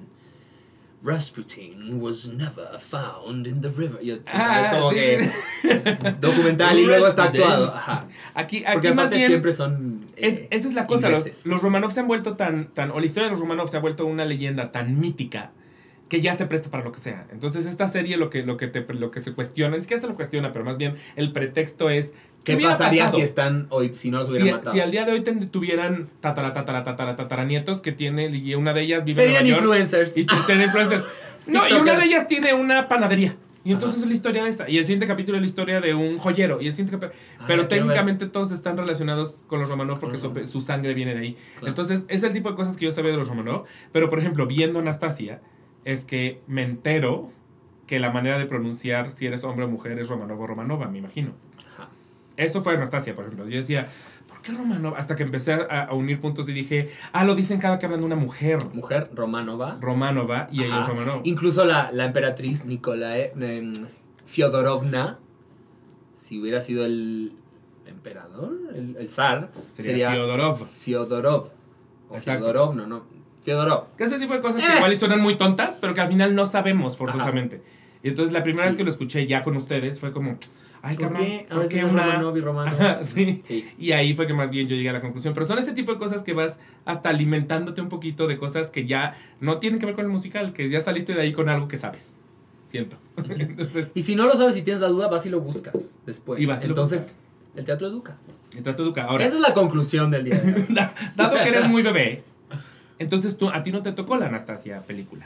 Rasputin was never found in the river. Y, ¿sabes? Como sí, que sí. documental y luego está Rasputin. actuado. Ajá. Aquí Porque más aparte bien... siempre son esa es la cosa, ingleses. los Romanov se han vuelto o la historia de los Romanov se ha vuelto una leyenda tan mítica que ya se presta para lo que sea. Entonces esta serie lo que se cuestiona, es que se lo cuestiona, pero más bien el pretexto es ¿Qué hubiera pasaría pasado si están hoy, si no los hubieran matado? si al día de hoy tuvieran tataranietos que tiene, y una de ellas vive en Serían Nueva York influencers. y serían influencers. No, y una TikTokers. de ellas tiene una panadería. Y entonces Ajá. es la historia de esta. Y el siguiente capítulo es la historia de un joyero. Y el siguiente pero la quiero técnicamente todos están relacionados con los Romanov porque Con los su sangre viene de ahí. Claro. Entonces es el tipo de cosas que yo sabía de los Romanov. Pero por ejemplo, viendo Anastasia, es que me entero que la manera de pronunciar si eres hombre o mujer es Romanov o Romanova, me imagino. Ajá. Eso fue Anastasia, por ejemplo. Yo decía, ¿por qué Romanov? Hasta que empecé a unir puntos y dije, lo dicen cada que hablan de una mujer. Mujer Romanova. Romanova y ellos Ajá. Romanov. Incluso la emperatriz Nikolae Fyodorovna, si hubiera sido el emperador, el zar, Sería Fyodorov. Fyodorov. O Exacto. Fyodorov, no. Fyodorov. Que ese tipo de cosas que igual y suenan muy tontas, pero que al final no sabemos forzosamente. Y entonces la primera vez que lo escuché ya con ustedes fue como, ay, ¿Por cabrón, qué? A ¿por veces qué es una...? Romanov y Romanov. Ajá, sí. Sí. Y ahí fue que más bien yo llegué a la conclusión. Pero son ese tipo de cosas que vas hasta alimentándote un poquito de cosas que ya no tienen que ver con el musical, que ya saliste de ahí con algo que sabes. Siento. Entonces, Y si no lo sabes y tienes la duda, vas y lo buscas después. Y vas y lo Entonces, el teatro educa. el trato educa. Ahora, Esa es la conclusión del día de hoy. dado que eres muy bebé, entonces a ti no te tocó la Anastasia película.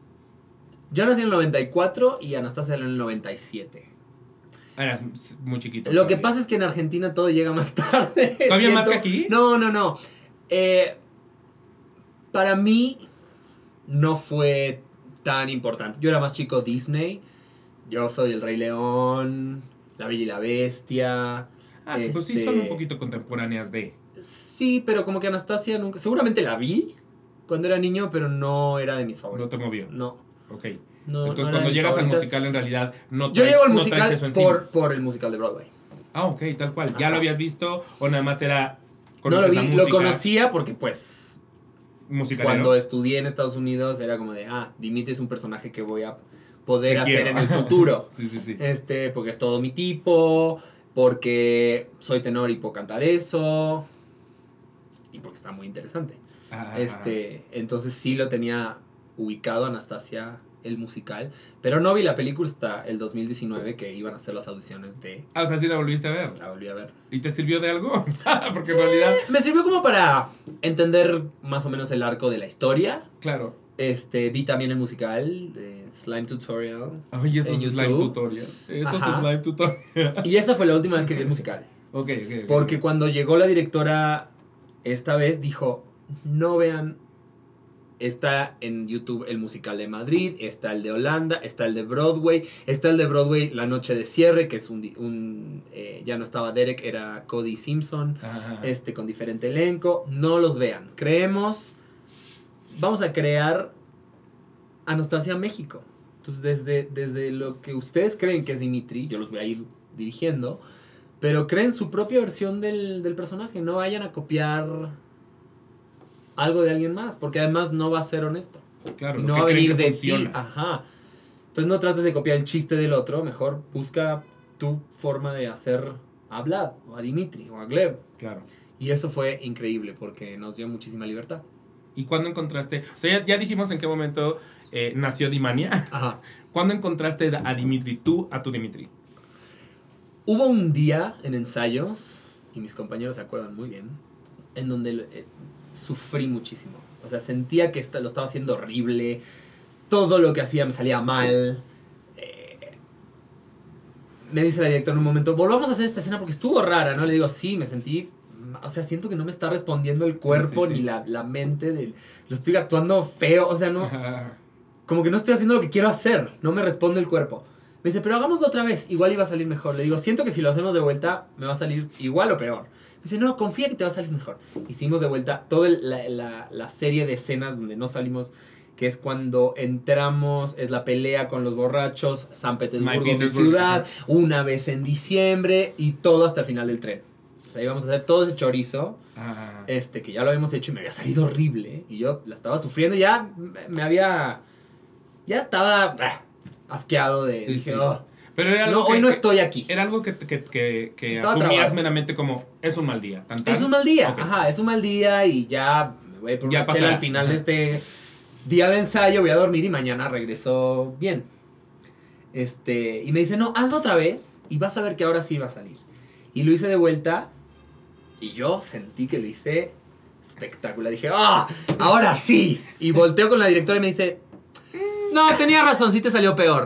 Yo nací en el 94 y Anastasia en el 97. Eras muy chiquito. Lo que todavía. pasa es que en Argentina todo llega más tarde. ¿Todavía más que aquí? No. Para mí no fue tan importante. Yo era más chico Disney. Yo soy el Rey León, La Bella y la Bestia. Pues sí son un poquito contemporáneas de... Sí, pero como que Anastasia nunca... Seguramente la vi cuando era niño, pero no era de mis favoritos. No te movió. No. Ok. No, Entonces no era cuando de mis llegas al favoritas. musical en realidad no Yo traes, llego al no musical traes eso encima. por el musical de Broadway. Ok, tal cual. ¿Ya Ajá. lo habías visto o nada más era... No lo conoces vi, la lo música conocía porque pues musicalero? cuando estudié en Estados Unidos era como de, Dimitri es un personaje que voy a poder Que hacer quiero. en el futuro. Sí. Porque es todo mi tipo, porque soy tenor y puedo cantar eso, y porque está muy interesante. Ajá. Entonces sí lo tenía ubicado Anastasia, el musical, pero no vi la película hasta el 2019 que iban a hacer las audiciones de... O sea, sí la volviste a ver. La volví a ver. ¿Y te sirvió de algo? Porque en realidad... Me sirvió como para entender más o menos el arco de la historia. Claro. Vi también el musical, Slime Tutorial. Oye, eso En es slime YouTube. tutorial. Eso es Ajá. slime tutorial. Y esa fue la última vez que vi el musical. Ok. Porque cuando llegó la directora esta vez dijo, no vean Está en YouTube el musical de Madrid, está el de Holanda, está el de Broadway, está el de Broadway La Noche de Cierre, que es ya no estaba Derek, era Cody Simpson, Ajá. con diferente elenco. No los vean. Vamos a crear Anastasia México. Entonces, desde lo que ustedes creen que es Dimitri, yo los voy a ir dirigiendo, pero creen su propia versión del personaje. No vayan a copiar algo de alguien más, porque además no va a ser honesto. Claro, Y lo no que va a creen venir que de funciona. ti. Ajá. Entonces no trates de copiar el chiste del otro, mejor busca tu forma de hacer a Vlad, o a Dimitri, o a Gleb. Claro. Y eso fue increíble, porque nos dio muchísima libertad. ¿Y cuándo encontraste? O sea, ya dijimos en qué momento nació Dimania. Ajá. ¿Cuándo encontraste a Dimitri? Tú a tu Dimitri. Hubo un día en ensayos, y mis compañeros se acuerdan muy bien, en donde sufrí muchísimo. O sea, sentía que lo estaba haciendo horrible, todo lo que hacía me salía mal. Me dice la directora en un momento, volvamos a hacer esta escena porque estuvo rara, ¿no? Le digo, sí, me sentí... O sea, siento que no me está respondiendo el cuerpo Sí. ni la mente. Lo estoy actuando feo, o sea, no... Como que no estoy haciendo lo que quiero hacer, no me responde el cuerpo. Me dice, pero hagámoslo otra vez, igual iba a salir mejor. Le digo, siento que si lo hacemos de vuelta me va a salir igual o peor. Me dice, no, confía que te va a salir mejor. Hicimos de vuelta toda la serie de escenas donde no salimos, que es cuando entramos, es la pelea con los borrachos, San Petersburgo, mi ciudad, una vez en diciembre y todo hasta el final del tren. O sea, íbamos a hacer todo ese chorizo, que ya lo habíamos hecho y me había salido horrible. Y yo la estaba sufriendo, ya ya estaba asqueado de... Sí, dije, sí. oh, Pero era algo hoy no estoy aquí. Era algo que Estaba asumías trabado. meramente como, es un mal día. Tan, tan. Es un mal día, Okay. ajá, es un mal día y ya me voy por Ya una chela pasará. al final de este día de ensayo, voy a dormir y mañana regreso bien. Y me dice, no, hazlo otra vez y vas a ver que ahora sí va a salir. Y lo hice de vuelta y yo sentí que lo hice espectacular. Dije, ¡ah! ¡Ahora sí! Y volteo con la directora y me dice, no, tenía razón, sí te salió peor.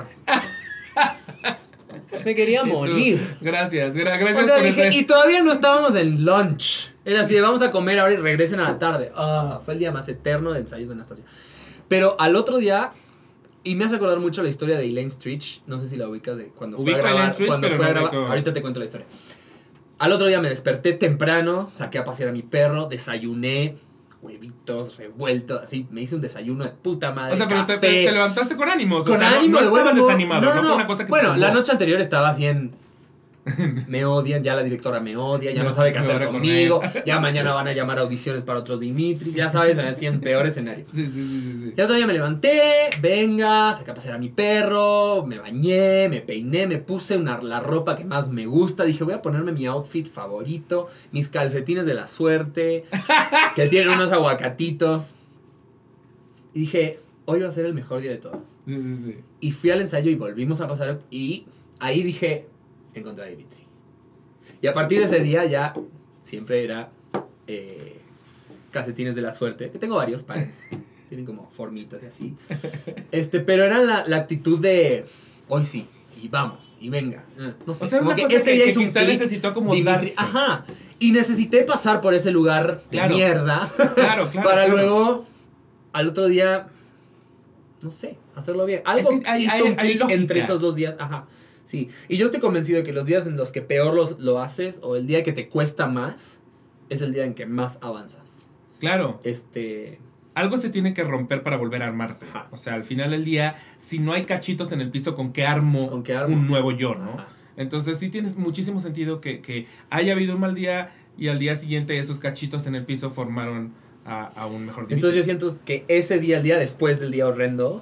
Me quería morir. Gracias O sea, por dije, ese... y todavía no estábamos en lunch. Era así, de, vamos a comer ahora y regresen a la tarde. Fue el día más eterno de ensayos de Anastasia. Pero al otro día, y me hace acordar mucho la historia de Elaine Stritch. No sé si la ubicas de cuando fue a grabar. Ahorita te cuento la historia. Al otro día me desperté temprano, saqué a pasear a mi perro, desayuné, huevitos revueltos, así, me hice un desayuno de puta madre. O sea, pero café. te levantaste con ánimos. Con o sea, ánimo, no de buen estabas humor. desanimado, no fue una cosa que bueno, te la tumbó. noche anterior estaba así en... Me odian, ya la directora me odia, ya no sabe qué hacer conmigo, ya mañana van a llamar a audiciones para otros Dimitri, ya sabes, así en peor escenario. Sí. Y otro día me levanté, venga, saqué a pasear a mi perro, me bañé, me peiné, me puse la ropa que más me gusta, dije voy a ponerme mi outfit favorito, mis calcetines de la suerte, que tienen unos aguacatitos. Y dije, hoy va a ser el mejor día de todos. Sí. Y fui al ensayo y volvimos a pasar y ahí dije, encontré a Dimitri. Y a partir de ese día ya siempre era calcetines de la suerte, que tengo varios pares, tienen como formitas y así. Pero era la actitud de hoy sí, y vamos, y venga. No sé, O sea, como una que cosa ese que día hizo un quizá clic, necesitó acomodarse. Ajá. Y necesité pasar por ese lugar de Claro. mierda Claro, para luego al otro día, no sé, hacerlo bien. Algo Es que hay hizo un clic lógica. entre esos 2 días, ajá. Sí, y yo estoy convencido de que los días en los que peor lo haces o el día que te cuesta más es el día en que más avanzas. Claro. Este, Algo se tiene que romper para volver a armarse. Ajá. O sea, al final del día, si no hay cachitos en el piso, ¿con qué armo, un nuevo yo, no? Ajá. Entonces sí tienes muchísimo sentido que haya habido un mal día y al día siguiente esos cachitos en el piso formaron a un mejor día. Entonces yo siento que ese día, el día después del día horrendo,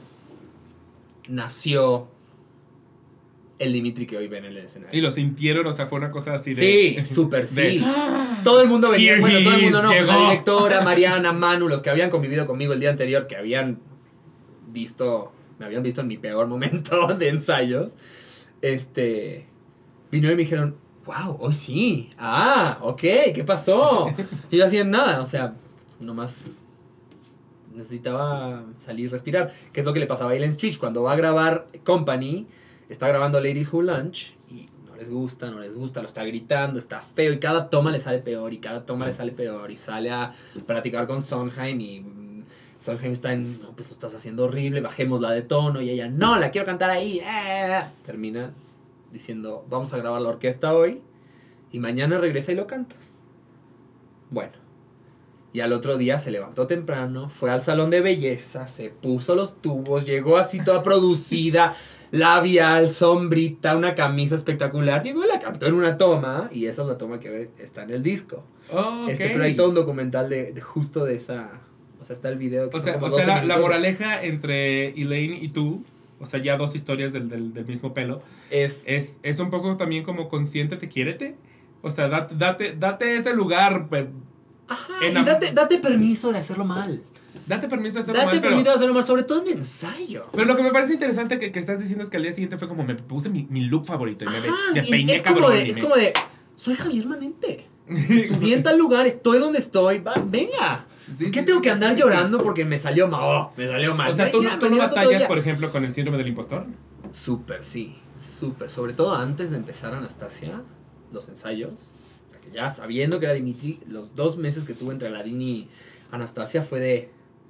nació el Dimitri que hoy ven en el escenario. Y lo sintieron, o sea, fue una cosa así de... Sí, súper sí. de- Todo el mundo venía, Here bueno, he todo el is, mundo no, llegó. la directora, Mariana, Manu, los que habían convivido conmigo el día anterior, que me habían visto en mi peor momento de ensayos, vinieron y me dijeron, wow, hoy sí, ok, ¿qué pasó? Y yo hacía nada, o sea, nomás necesitaba salir, respirar, que es lo que le pasaba a Ellen Stritch cuando va a grabar Company, está grabando Ladies Who Lunch y no les gusta, lo está gritando, está feo y cada toma le sale peor y cada toma le sale peor y sale a practicar con Sondheim y Solheim está en, no, pues lo estás haciendo horrible, bajémosla de tono. Y ella, no, la quiero cantar ahí. Termina diciendo, vamos a grabar la orquesta hoy y mañana regresa y lo cantas. Bueno, y al otro día se levantó temprano, fue al salón de belleza, se puso los tubos, llegó así toda producida, labial, sombrita, una camisa espectacular. Llegó y la cantó en una toma, y esa es la toma que está en el disco. Oh, okay. Pero hay todo un documental de justo de esa... O sea, está el video que o son sea, como o 12 sea la minutos. moraleja entre Elaine y tú, o sea, ya dos historias del mismo pelo, es un poco también como consciéntete, quiérete. O sea, date ese lugar. Ajá, y date permiso de hacerlo mal. Date permiso de hacerlo mal. Date permiso de hacerlo mal, sobre todo en ensayo. Pero lo que me parece interesante que estás diciendo es que al día siguiente fue como me puse mi look favorito y me y peiné es cabrón. Es como de, soy Javier Manente. Estudié en tal lugar, estoy donde estoy. Venga. Sí, ¿Qué sí, tengo sí, que andar sí, llorando porque me salió mal? Oh, me salió mal. O sea, ¿tú no batallas, por ejemplo, con el síndrome del impostor? Súper, sí. Súper. Sobre todo antes de empezar Anastasia, los ensayos. O sea, que ya sabiendo que era Dimitri, los 2 meses que tuve entre Aladín y Anastasia fue de...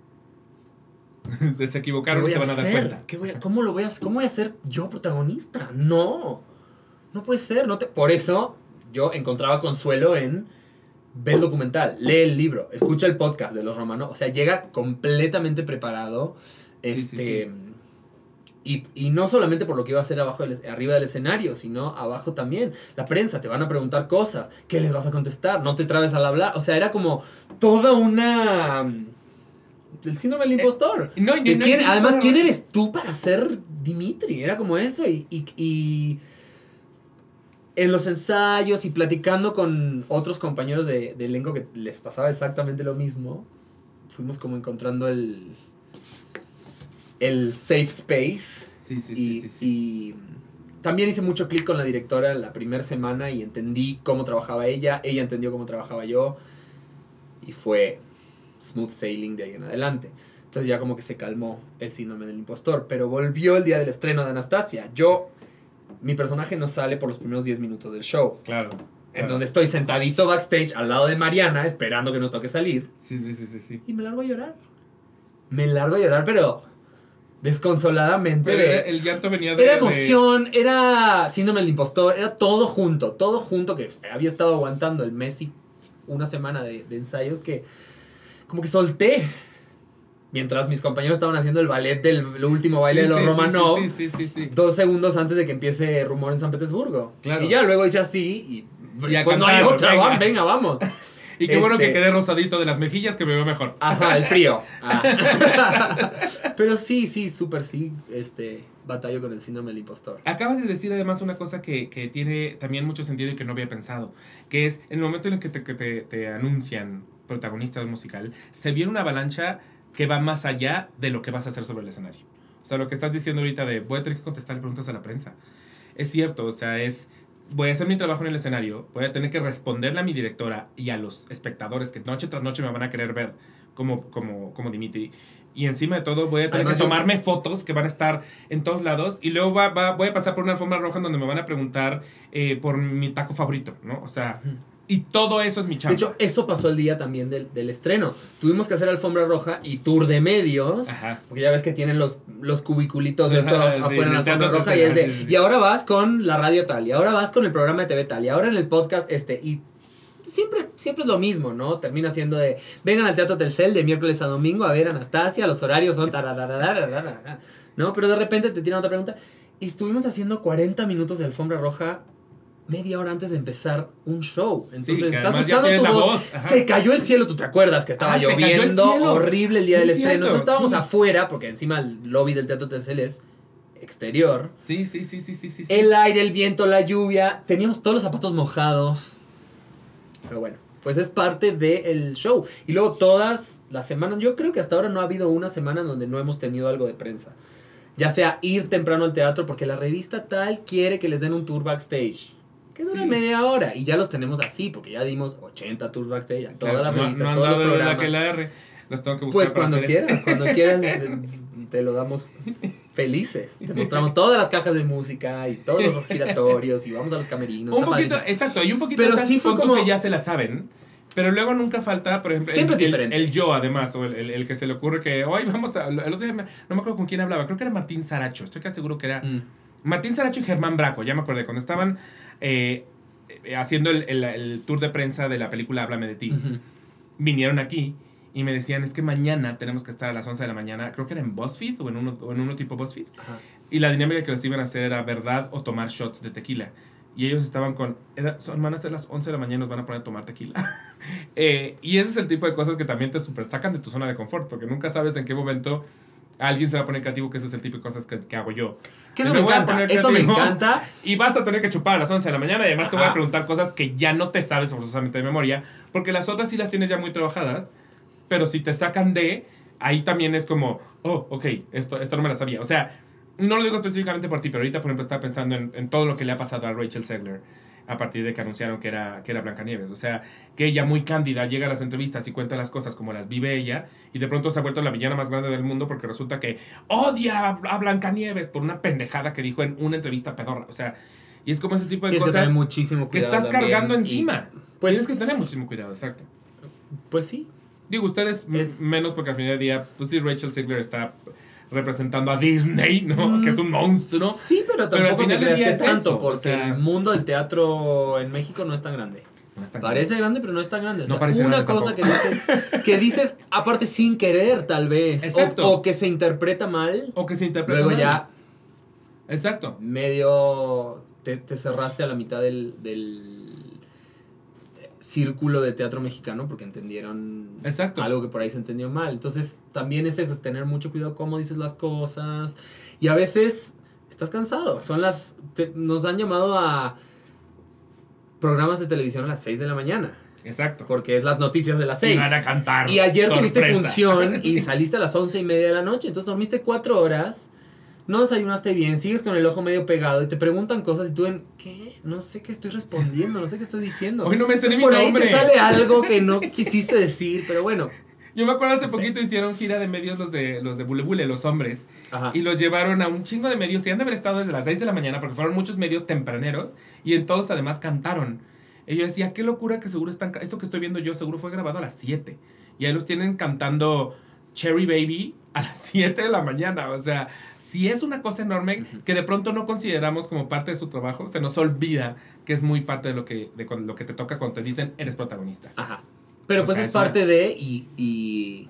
Se equivocaron, se van a dar cuenta. ¿Cómo voy a ser yo protagonista? No puede ser. Por eso yo encontraba consuelo en ver el documental, lee el libro, escucha el podcast de los Romanov. O sea, llega completamente preparado. Sí. Y no solamente por lo que iba a hacer arriba del escenario, sino abajo también. La prensa, te van a preguntar cosas. ¿Qué les vas a contestar? No te trabes al hablar. O sea, era como toda una... El síndrome del impostor. Además, ¿quién eres tú para ser Dimitri? Era como eso. Y en los ensayos y platicando con otros compañeros de elenco que les pasaba exactamente lo mismo, fuimos como encontrando el safe space. Sí. Y también hice mucho clic con la directora la primera semana y entendí cómo trabajaba ella entendió cómo trabajaba yo, y fue smooth sailing de ahí en adelante. Entonces ya como que se calmó el síndrome del impostor, pero volvió el día del estreno de Anastasia. Mi personaje no sale por los primeros 10 minutos del show. Claro. En donde estoy sentadito backstage al lado de Mariana esperando que nos toque salir. Sí. Y me largo a llorar. Pero desconsoladamente. Pero el llanto venía de... Era emoción, era síndrome del impostor, era todo junto que había estado aguantando el mes y una semana de ensayos que como que solté. Mientras mis compañeros estaban haciendo el ballet del último baile de los Romanov. Sí. 2 segundos antes de que empiece Rumor en San Petersburgo. Claro. Y ya luego hice así y a pues no hay otra, venga, vamos. Y qué bueno que quedé rosadito de las mejillas, que me veo mejor. Ajá, el frío. Pero sí, súper sí, batallo con el síndrome del impostor. Acabas de decir además una cosa que tiene también mucho sentido y que no había pensado, que es en el momento en el que te anuncian protagonista de un musical, se viene una avalancha que va más allá de lo que vas a hacer sobre el escenario. O sea, lo que estás diciendo ahorita de voy a tener que contestar preguntas a la prensa. Es cierto, o sea, voy a hacer mi trabajo en el escenario, voy a tener que responderle a mi directora y a los espectadores que noche tras noche me van a querer ver como Dimitri. Y encima de todo voy a tener que tomarme fotos que van a estar en todos lados. Y luego voy a pasar por una alfombra roja en donde me van a preguntar por mi taco favorito, ¿no? O sea... Y todo eso es mi chamba. De hecho, eso pasó el día también del estreno. Tuvimos que hacer alfombra roja y tour de medios. Ajá. Porque ya ves que tienen los cubiculitos estos afuera en la alfombra roja. Sí, y es de, y ahora vas con la radio tal, y ahora vas con el programa de TV tal, y ahora en el podcast y siempre es lo mismo, ¿no? Termina siendo de, vengan al Teatro Telcel de miércoles a domingo a ver Anastasia, los horarios son ¿no? Pero de repente te tiran otra pregunta. Y estuvimos haciendo 40 minutos de alfombra roja media hora antes de empezar un show. Entonces estás usando tu voz. Se cayó el cielo, tú te acuerdas que estaba lloviendo horrible el día del estreno. Entonces estábamos afuera, porque encima el lobby del Teatro Telcel es exterior. Sí. El aire, el viento, la lluvia. Teníamos todos los zapatos mojados. Pero bueno, pues es parte del show. Y luego todas las semanas, yo creo que hasta ahora no ha habido una semana donde no hemos tenido algo de prensa. Ya sea ir temprano al teatro, porque la revista tal quiere que les den un tour backstage. Que dura media hora. Y ya los tenemos así, porque ya dimos 80 tours backstage a toda la revista, no todos los programas. Los tengo que buscar. Pues cuando quieras, te lo damos felices. Te mostramos todas las cajas de música y todos los giratorios y vamos a los camerinos. Un poquito, exacto, hay un poquito pero de sí fue como que ya se la saben. Pero luego nunca falta, por ejemplo, Siempre es diferente. el yo, además, o el que se le ocurre que hoy vamos a... El otro día, no me acuerdo con quién hablaba, creo que era Martín Saracho, estoy casi seguro que era... Martín Saracho y Germán Braco, ya me acordé, cuando estaban haciendo el tour de prensa de la película Háblame de ti, vinieron aquí y me decían, es que mañana tenemos que estar a las 11 de la mañana, creo que era en BuzzFeed o en uno tipo BuzzFeed, y la dinámica que los iban a hacer era verdad o tomar shots de tequila. Y ellos estaban con... van a ser las 11 de la mañana y nos van a poner a tomar tequila. Y ese es el tipo de cosas que también te super sacan de tu zona de confort, porque nunca sabes en qué momento alguien se va a poner creativo, que ese es el tipo de cosas que hago yo. Que eso me encanta, eso me encanta. Y vas a tener que chupar a las 11 de la mañana y además te voy a preguntar cosas que ya no te sabes forzosamente de memoria, porque las otras sí las tienes ya muy trabajadas, pero si te sacan de... Ahí también es como, oh, ok, esto no me la sabía. O sea... No lo digo específicamente por ti, pero ahorita, por ejemplo, estaba pensando en todo lo que le ha pasado a Rachel Zegler a partir de que anunciaron que era Blancanieves. O sea, que ella muy cándida llega a las entrevistas y cuenta las cosas como las vive ella, y de pronto se ha vuelto la villana más grande del mundo porque resulta que odia a Blancanieves por una pendejada que dijo en una entrevista pedorra. O sea, y es como ese tipo de cosas muchísimo que estás cargando encima. Pues, tienes que tener muchísimo cuidado, exacto. Pues sí. Digo, ustedes menos porque al final del día, pues sí, Rachel Zegler está... representando a Disney, ¿no? Que es un monstruo. Sí, pero tampoco me creas que tanto, eso, porque o sea, el mundo del teatro en México no es tan grande. No es tan parece grande, pero no es tan grande. O sea, no parece una grande cosa que dices, aparte sin querer, tal vez. Exacto. O que se interpreta mal. O que se interpreta luego mal. ya. Exacto. Medio te cerraste a la mitad del círculo de teatro mexicano porque entendieron Exacto. algo que por ahí se entendió mal. Entonces también es eso, es tener mucho cuidado cómo dices las cosas, y a veces estás cansado. Nos han llamado a programas de televisión a las 6 de la mañana. Exacto. Porque es las noticias de las 6. Y van a cantar. Y ayer sorpresa. tuviste función y saliste a las 11:30 de la noche. Entonces dormiste 4 horas, no desayunaste bien, sigues con el ojo medio pegado y te preguntan cosas y tú ¿qué? No sé qué estoy respondiendo, no sé qué estoy diciendo. Hoy no me sé ni mi por ahí nombre. te sale algo que no quisiste decir, pero bueno. Yo me acuerdo hace poquito hicieron gira de medios los de Bule Bule, los hombres. Ajá. Y los llevaron a un chingo de medios. Y han de haber estado desde las 6 de la mañana porque fueron muchos medios tempraneros. Y en todos además cantaron. Y yo decía, qué locura que seguro están... Esto que estoy viendo yo seguro fue grabado a las 7. Y ahí los tienen cantando Cherry Baby a las 7 de la mañana. O sea, si es una cosa enorme que de pronto no consideramos como parte de su trabajo, se nos olvida que es muy parte de lo que te toca cuando te dicen, eres protagonista. Ajá. Pero pues sea, es parte de... Y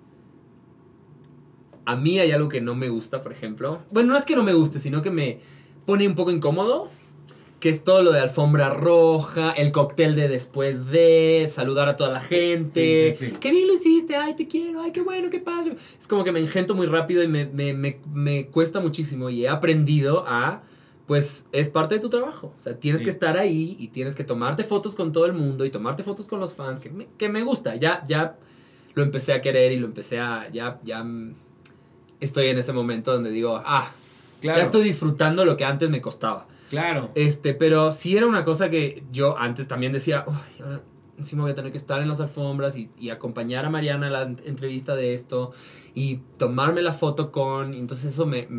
a mí hay algo que no me gusta, por ejemplo. Bueno, no es que no me guste, sino que me pone un poco incómodo. Que es todo lo de alfombra roja, el cóctel de después de, saludar a toda la gente. Sí. ¡Qué bien lo hiciste! ¡Ay, te quiero! ¡Ay, qué bueno, qué padre! Es como que me engento muy rápido y me cuesta muchísimo. Y he aprendido pues, es parte de tu trabajo. O sea, tienes que estar ahí y tienes que tomarte fotos con todo el mundo y tomarte fotos con los fans, que me gusta. Ya lo empecé a querer y lo empecé a... Ya estoy en ese momento donde digo, claro, ya estoy disfrutando lo que antes me costaba. Claro. Pero sí era una cosa que yo antes también decía, uy, ahora encima voy a tener que estar en las alfombras y acompañar a Mariana a la entrevista de esto y tomarme la foto con... Entonces eso me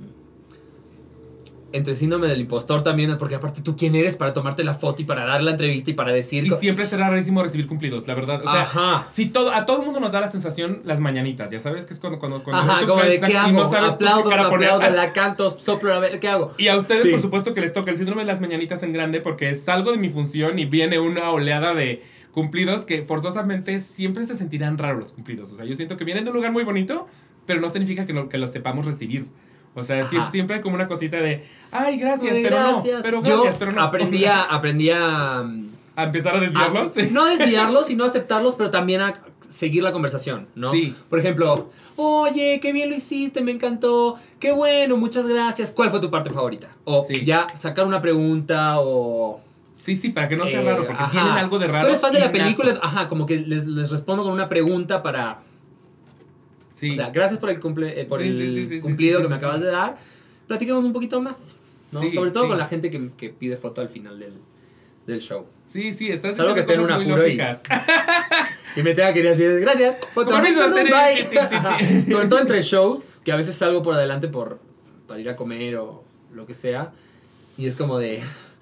entre síndrome del impostor también, porque aparte tú quién eres para tomarte la foto y para dar la entrevista y para decir... Y siempre será rarísimo recibir cumplidos, la verdad. O sea, si a todo el mundo nos da la sensación las mañanitas, ya sabes que es cuando ajá, como de ¿qué hago? Y no sabes aplaudo, la canto, soplo, a ver, ¿qué hago? Y a ustedes, por supuesto, que les toca el síndrome de las mañanitas en grande porque salgo de mi función y viene una oleada de cumplidos que forzosamente siempre se sentirán raros los cumplidos. O sea, yo siento que vienen de un lugar muy bonito, pero no significa que los sepamos recibir. O sea, siempre hay como una cosita de, ay, gracias, pero gracias. No, pero gracias, pero no. Aprendí a empezar a desviarlos. No desviarlos, sino aceptarlos, pero también a seguir la conversación, ¿no? Sí. Por ejemplo, oye, qué bien lo hiciste, me encantó, qué bueno, muchas gracias. ¿Cuál fue tu parte favorita? O ya sacar una pregunta o... Sí, para que no sea raro, porque tienen algo de raro. Tú eres fan de la película, como que les respondo con una pregunta para... Sí. O sea, gracias por el cumplido que me acabas de dar. Platiquemos un poquito más, ¿no? Sobre todo con la gente que pide foto al final del show. Sí, estás diciendo que esté en un apuro y me tenga que ir así, gracias, foto. Bye. Sobre todo entre shows, que a veces salgo por adelante para ir a comer o lo que sea. Y es como de...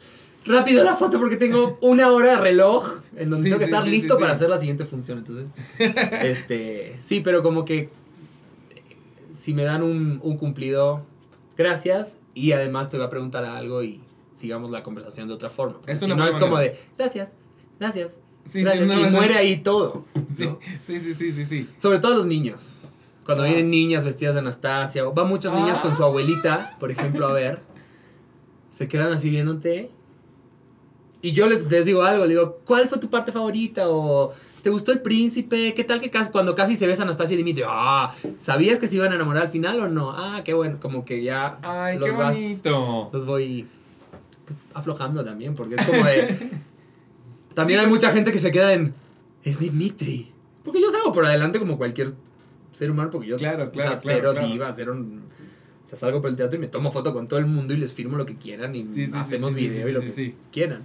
rápido la foto porque tengo 1 hora de reloj en donde tengo que estar listo para sí. hacer la siguiente función. Entonces, sí, pero como que si me dan un cumplido, gracias. Y además te voy a preguntar algo y sigamos la conversación de otra forma. Es Si una no buena es como manera. de, gracias. Sí, gracias. no, Y no, muere ahí todo. Sí, ¿no? sí. Sobre todo los niños. Cuando vienen niñas vestidas de Anastasia. O van muchas niñas con su abuelita, por ejemplo, a ver. Se quedan así viéndote. Y yo les digo algo. Le digo, ¿cuál fue tu parte favorita? O, ¿te gustó el príncipe? ¿Qué tal que cuando casi se besan Anastasia y Dimitri? ¿Sabías que se iban a enamorar al final o no? Qué bueno. Como que ya Ay, qué bonito. los voy pues, aflojando también. Porque es como de... También hay mucha gente que se queda en... Es Dimitri. Porque yo salgo por adelante como cualquier ser humano. Porque yo Claro, cero diva, cero... O sea, salgo por el teatro y me tomo foto con todo el mundo y les firmo lo que quieran y hacemos video y lo que quieran.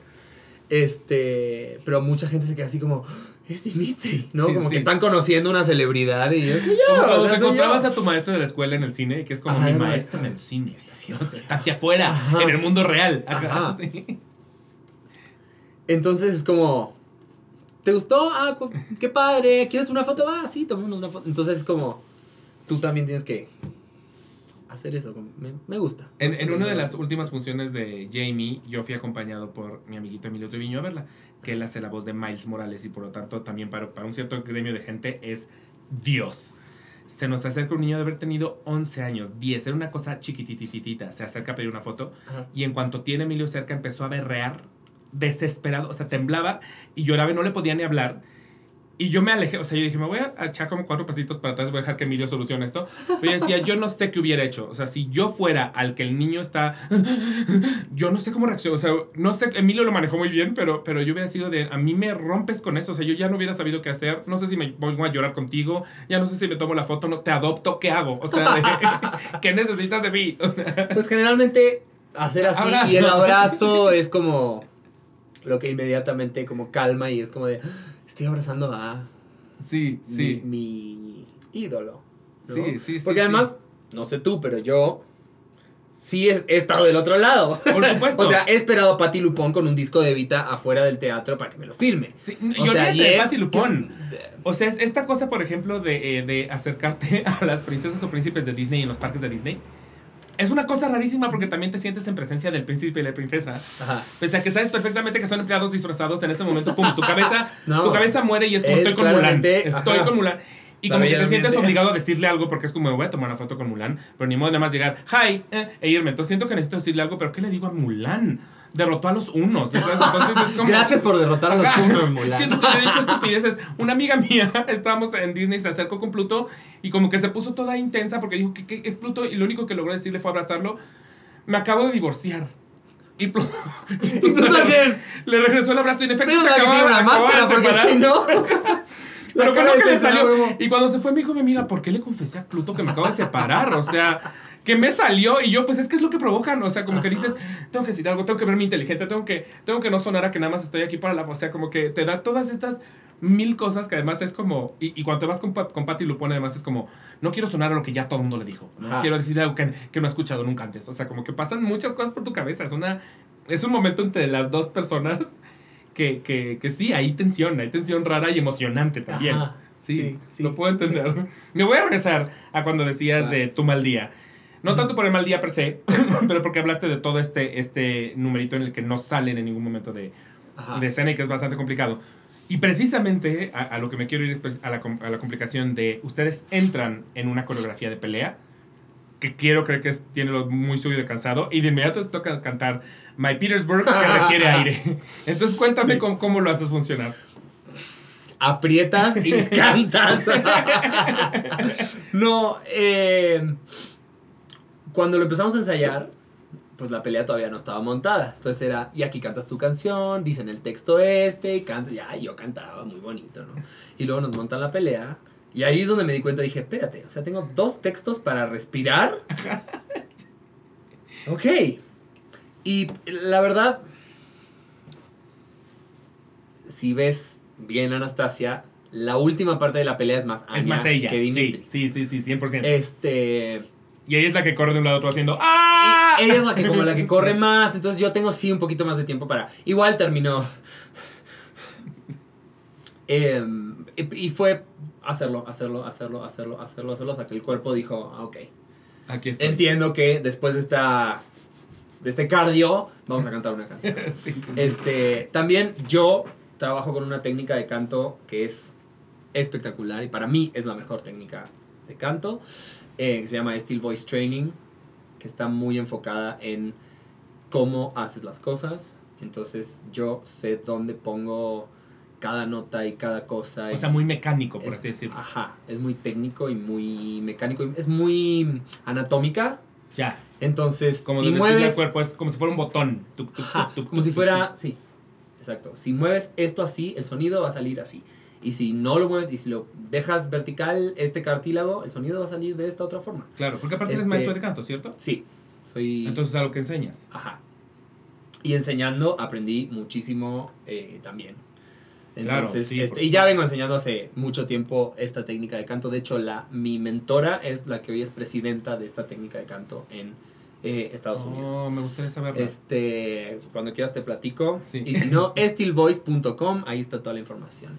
Pero mucha gente se queda así como... Es Dimitri, ¿no? como que están conociendo una celebridad y yo... Como cuando te encontrabas a tu maestro de la escuela en el cine, que es como mi maestro en el cine. Está aquí afuera, en el mundo real. Ajá. Sí. Entonces es como, ¿te gustó? Qué padre. ¿Quieres una foto? Sí, tomémonos una foto. Entonces es como, tú también tienes que hacer eso. Me gusta. En una de las últimas funciones de Jamie, yo fui acompañado por mi amiguito Emilio Treviño a verla, que él hace la voz de Miles Morales y por lo tanto también para un cierto gremio de gente es Dios. Se nos acerca un niño de haber tenido 11 años, 10, era una cosa chiquitititita, se acerca a pedir una foto. Ajá. Y en cuanto tiene a Emilio cerca empezó a berrear desesperado, o sea, temblaba y lloraba y no le podía ni hablar. Y yo me alejé, o sea, yo dije, me voy a echar como 4 pasitos para atrás, voy a dejar que Emilio solucione esto. Pero yo decía, yo no sé qué hubiera hecho. O sea, si yo fuera al que el niño está... Yo no sé cómo reaccionar. O sea, no sé, Emilio lo manejó muy bien, pero yo hubiera sido de... A mí me rompes con eso. O sea, yo ya no hubiera sabido qué hacer. No sé si me pongo a llorar contigo. Ya no sé si me tomo la foto. No, te adopto. ¿Qué hago? O sea, ¿qué necesitas de mí? O sea, pues generalmente hacer así abrazo. Y el abrazo es como... Lo que inmediatamente como calma y es como de... Estoy abrazando a... Sí. Mi ídolo, ¿no? Sí. Porque además, no sé tú, pero yo... Sí he estado del otro lado. Por supuesto. O sea, he esperado a Patti Lupón con un disco de Evita afuera del teatro para que me lo firme. Sí, y olvídate de Patti Lupón. O sea, es esta cosa, por ejemplo, de acercarte a las princesas o príncipes de Disney en los parques de Disney. Es una cosa rarísima porque también te sientes en presencia del príncipe y la princesa. Ajá. Pese a que sabes perfectamente que son empleados disfrazados, en ese momento, pum, tu cabeza muere y es como estoy con Mulan. Estoy con Mulan. Y como que te sientes obligado a decirle algo porque es como, me voy a tomar una foto con Mulan, pero ni modo de nada más llegar, hi, e irme. Entonces siento que necesito decirle algo, pero ¿qué le digo a Mulan? Derrotó a los unos, ¿sabes? Entonces es como... Gracias por derrotar a los unos, Mulan. Siento que he dicho estupideces. Una amiga mía, estábamos en Disney, se acercó con Pluto y como que se puso toda intensa porque dijo que es Pluto y lo único que logró decirle fue abrazarlo. Me acabo de divorciar. Y Pluto le regresó el abrazo y en efecto se acababa la máscara porque si no... Pero creo que le salió. Y cuando se fue me dijo mi amiga, ¿por qué le confesé a Pluto que me acabo de separar? O sea, que me salió. Y yo, pues es que es lo que provocan. O sea, como que dices, tengo que decir algo, tengo que verme inteligente, tengo que no sonar a que nada más estoy aquí para la... O sea, como que te da todas estas 1000 cosas que además es como... Y cuando te vas con Patti Lupón, además es como, no quiero sonar a lo que ya todo el mundo le dijo. ¿No? Quiero decir algo que no he escuchado nunca antes. O sea, como que pasan muchas cosas por tu cabeza. Es un momento entre las dos personas... Que sí, hay tensión rara y emocionante también. Ajá, sí, lo puedo entender. Me voy a regresar a cuando decías de tu mal día. No tanto por el mal día per se, pero porque hablaste de todo este numerito en el que no salen en ningún momento de escena y que es bastante complicado. Y precisamente a lo que me quiero ir es a la complicación de ustedes entran en una coreografía de pelea que quiero creer que tiene lo muy subido de cansado y de inmediato te toca cantar My Petersburg que requiere aire. Entonces cuéntame cómo lo haces funcionar. Aprietas y cantas. No, cuando lo empezamos a ensayar, pues la pelea todavía no estaba montada. Entonces era, y aquí cantas tu canción, dicen el texto y cantas. Ya, yo cantaba muy bonito, ¿no? Y luego nos montan la pelea. Y ahí es donde me di cuenta, dije, espérate, o sea, tengo 2 textos para respirar. Ok. Y la verdad, si ves bien Anastasia, la última parte de la pelea es más Anya es más ella que Dimitri. Sí, 100%. Y ella es la que corre de un lado a otro haciendo ¡ah! Ella es la que corre más, entonces yo tengo sí un poquito más de tiempo para... Igual terminó. Y fue hacerlo, hasta que el cuerpo dijo, ok. Aquí estoy. Entiendo que después de este cardio, vamos a cantar una canción. Sí. También yo trabajo con una técnica de canto que es espectacular y para mí es la mejor técnica de canto, que se llama Still Voice Training, que está muy enfocada en cómo haces las cosas. Entonces yo sé dónde pongo cada nota y cada cosa. O sea, muy mecánico, por así decirlo. Ajá, es muy técnico y muy mecánico. Es muy anatómica. Ya. Entonces, como si mueves... el cuerpo, es como si fuera un botón. Como si fuera... Sí, exacto. Si mueves esto así, el sonido va a salir así. Y si no lo mueves y si lo dejas vertical, este cartílago, el sonido va a salir de esta otra forma. Claro, porque aparte eres maestro de canto, ¿cierto? Sí, soy... Entonces es algo que enseñas. Ajá. Y enseñando aprendí muchísimo también. Entonces, claro, sí, y ya vengo enseñando hace mucho tiempo esta técnica de canto. De hecho, mi mentora es la que hoy es presidenta de esta técnica de canto en Estados Unidos. Oh, me gustaría saberlo. Cuando quieras te platico. Sí. Y si no, stillvoice.com, ahí está toda la información.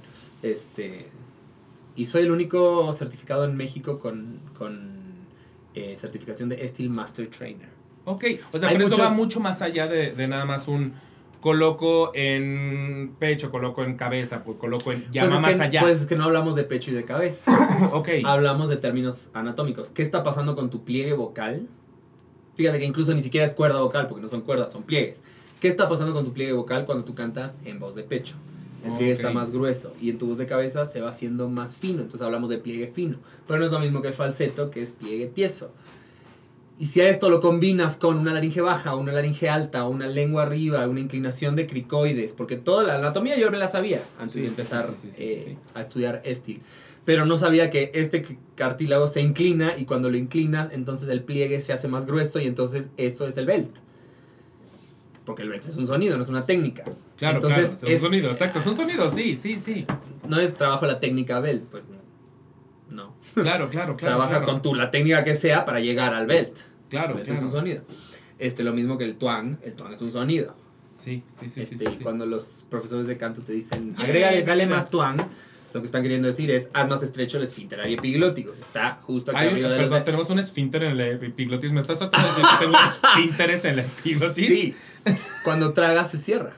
Y soy el único certificado en México con certificación de Still Master Trainer. Ok, o sea, pero eso va mucho más allá de nada más un coloco en pecho, coloco en cabeza, coloco en... Ya va más allá. Pues es que no hablamos de pecho y de cabeza. Ok. Hablamos de términos anatómicos. ¿Qué está pasando con tu pliegue vocal? Fíjate que incluso ni siquiera es cuerda vocal, porque no son cuerdas, son pliegues. ¿Qué está pasando con tu pliegue vocal cuando tú cantas en voz de pecho? El pliegue está más grueso y en tu voz de cabeza se va haciendo más fino. Entonces hablamos de pliegue fino. Pero no es lo mismo que el falseto, que es pliegue tieso. Y si a esto lo combinas con una laringe baja, una laringe alta, una lengua arriba, una inclinación de cricoides, porque toda la anatomía yo me la sabía antes de empezar a estudiar Still. Pero no sabía que este cartílago se inclina y cuando lo inclinas, entonces el pliegue se hace más grueso y entonces eso es el belt. Porque el belt es un sonido, no es una técnica. Claro, entonces, claro, es un sonido, exacto, es un sonido, sí. No es trabajo la técnica belt, pues no. Claro. Trabajas con la técnica que sea para llegar al belt. Claro, Es un sonido. Lo mismo que el twang es un sonido. Sí. Y cuando los profesores de canto te dicen, agrégale más twang, lo que están queriendo decir es, haz más estrecho el esfínter epiglótico. Está justo aquí arriba de Perdón, tenemos un esfínter en el epiglotis. ¿Me estás tratando de decir que tengo esfínteres en el epiglotis? Sí. Cuando tragas se cierra.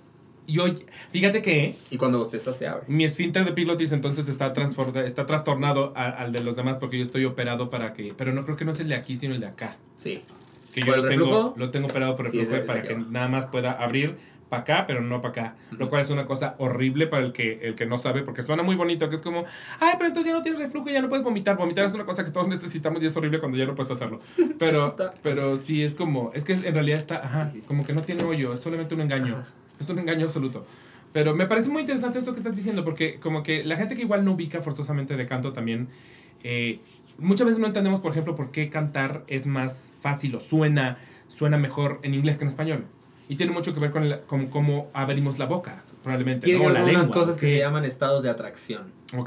Fíjate que... Y cuando bostezas se abre. Mi esfínter de epiglotis entonces está trastornado al de los demás porque yo estoy operado para que... Pero no creo que no es el de aquí, sino el de acá. Sí. Que yo lo tengo operado por reflujo para que nada más pueda abrir para acá, pero no para acá. Lo cual es una cosa horrible para el que no sabe, porque suena muy bonito, que es como, ay, pero entonces ya no tienes reflujo y ya no puedes vomitar. Vomitar es una cosa que todos necesitamos y es horrible cuando ya no puedes hacerlo. Pero sí, es como, es que en realidad está, como que no tiene hoyo, es solamente un engaño. Ajá. Es un engaño absoluto. Pero me parece muy interesante esto que estás diciendo, porque como que la gente que igual no ubica forzosamente de canto también, muchas veces no entendemos, por ejemplo, por qué cantar es más fácil o suena mejor en inglés que en español. Y tiene mucho que ver con cómo abrimos la boca, probablemente. Tiene algunas cosas que se llaman estados de atracción. Ok.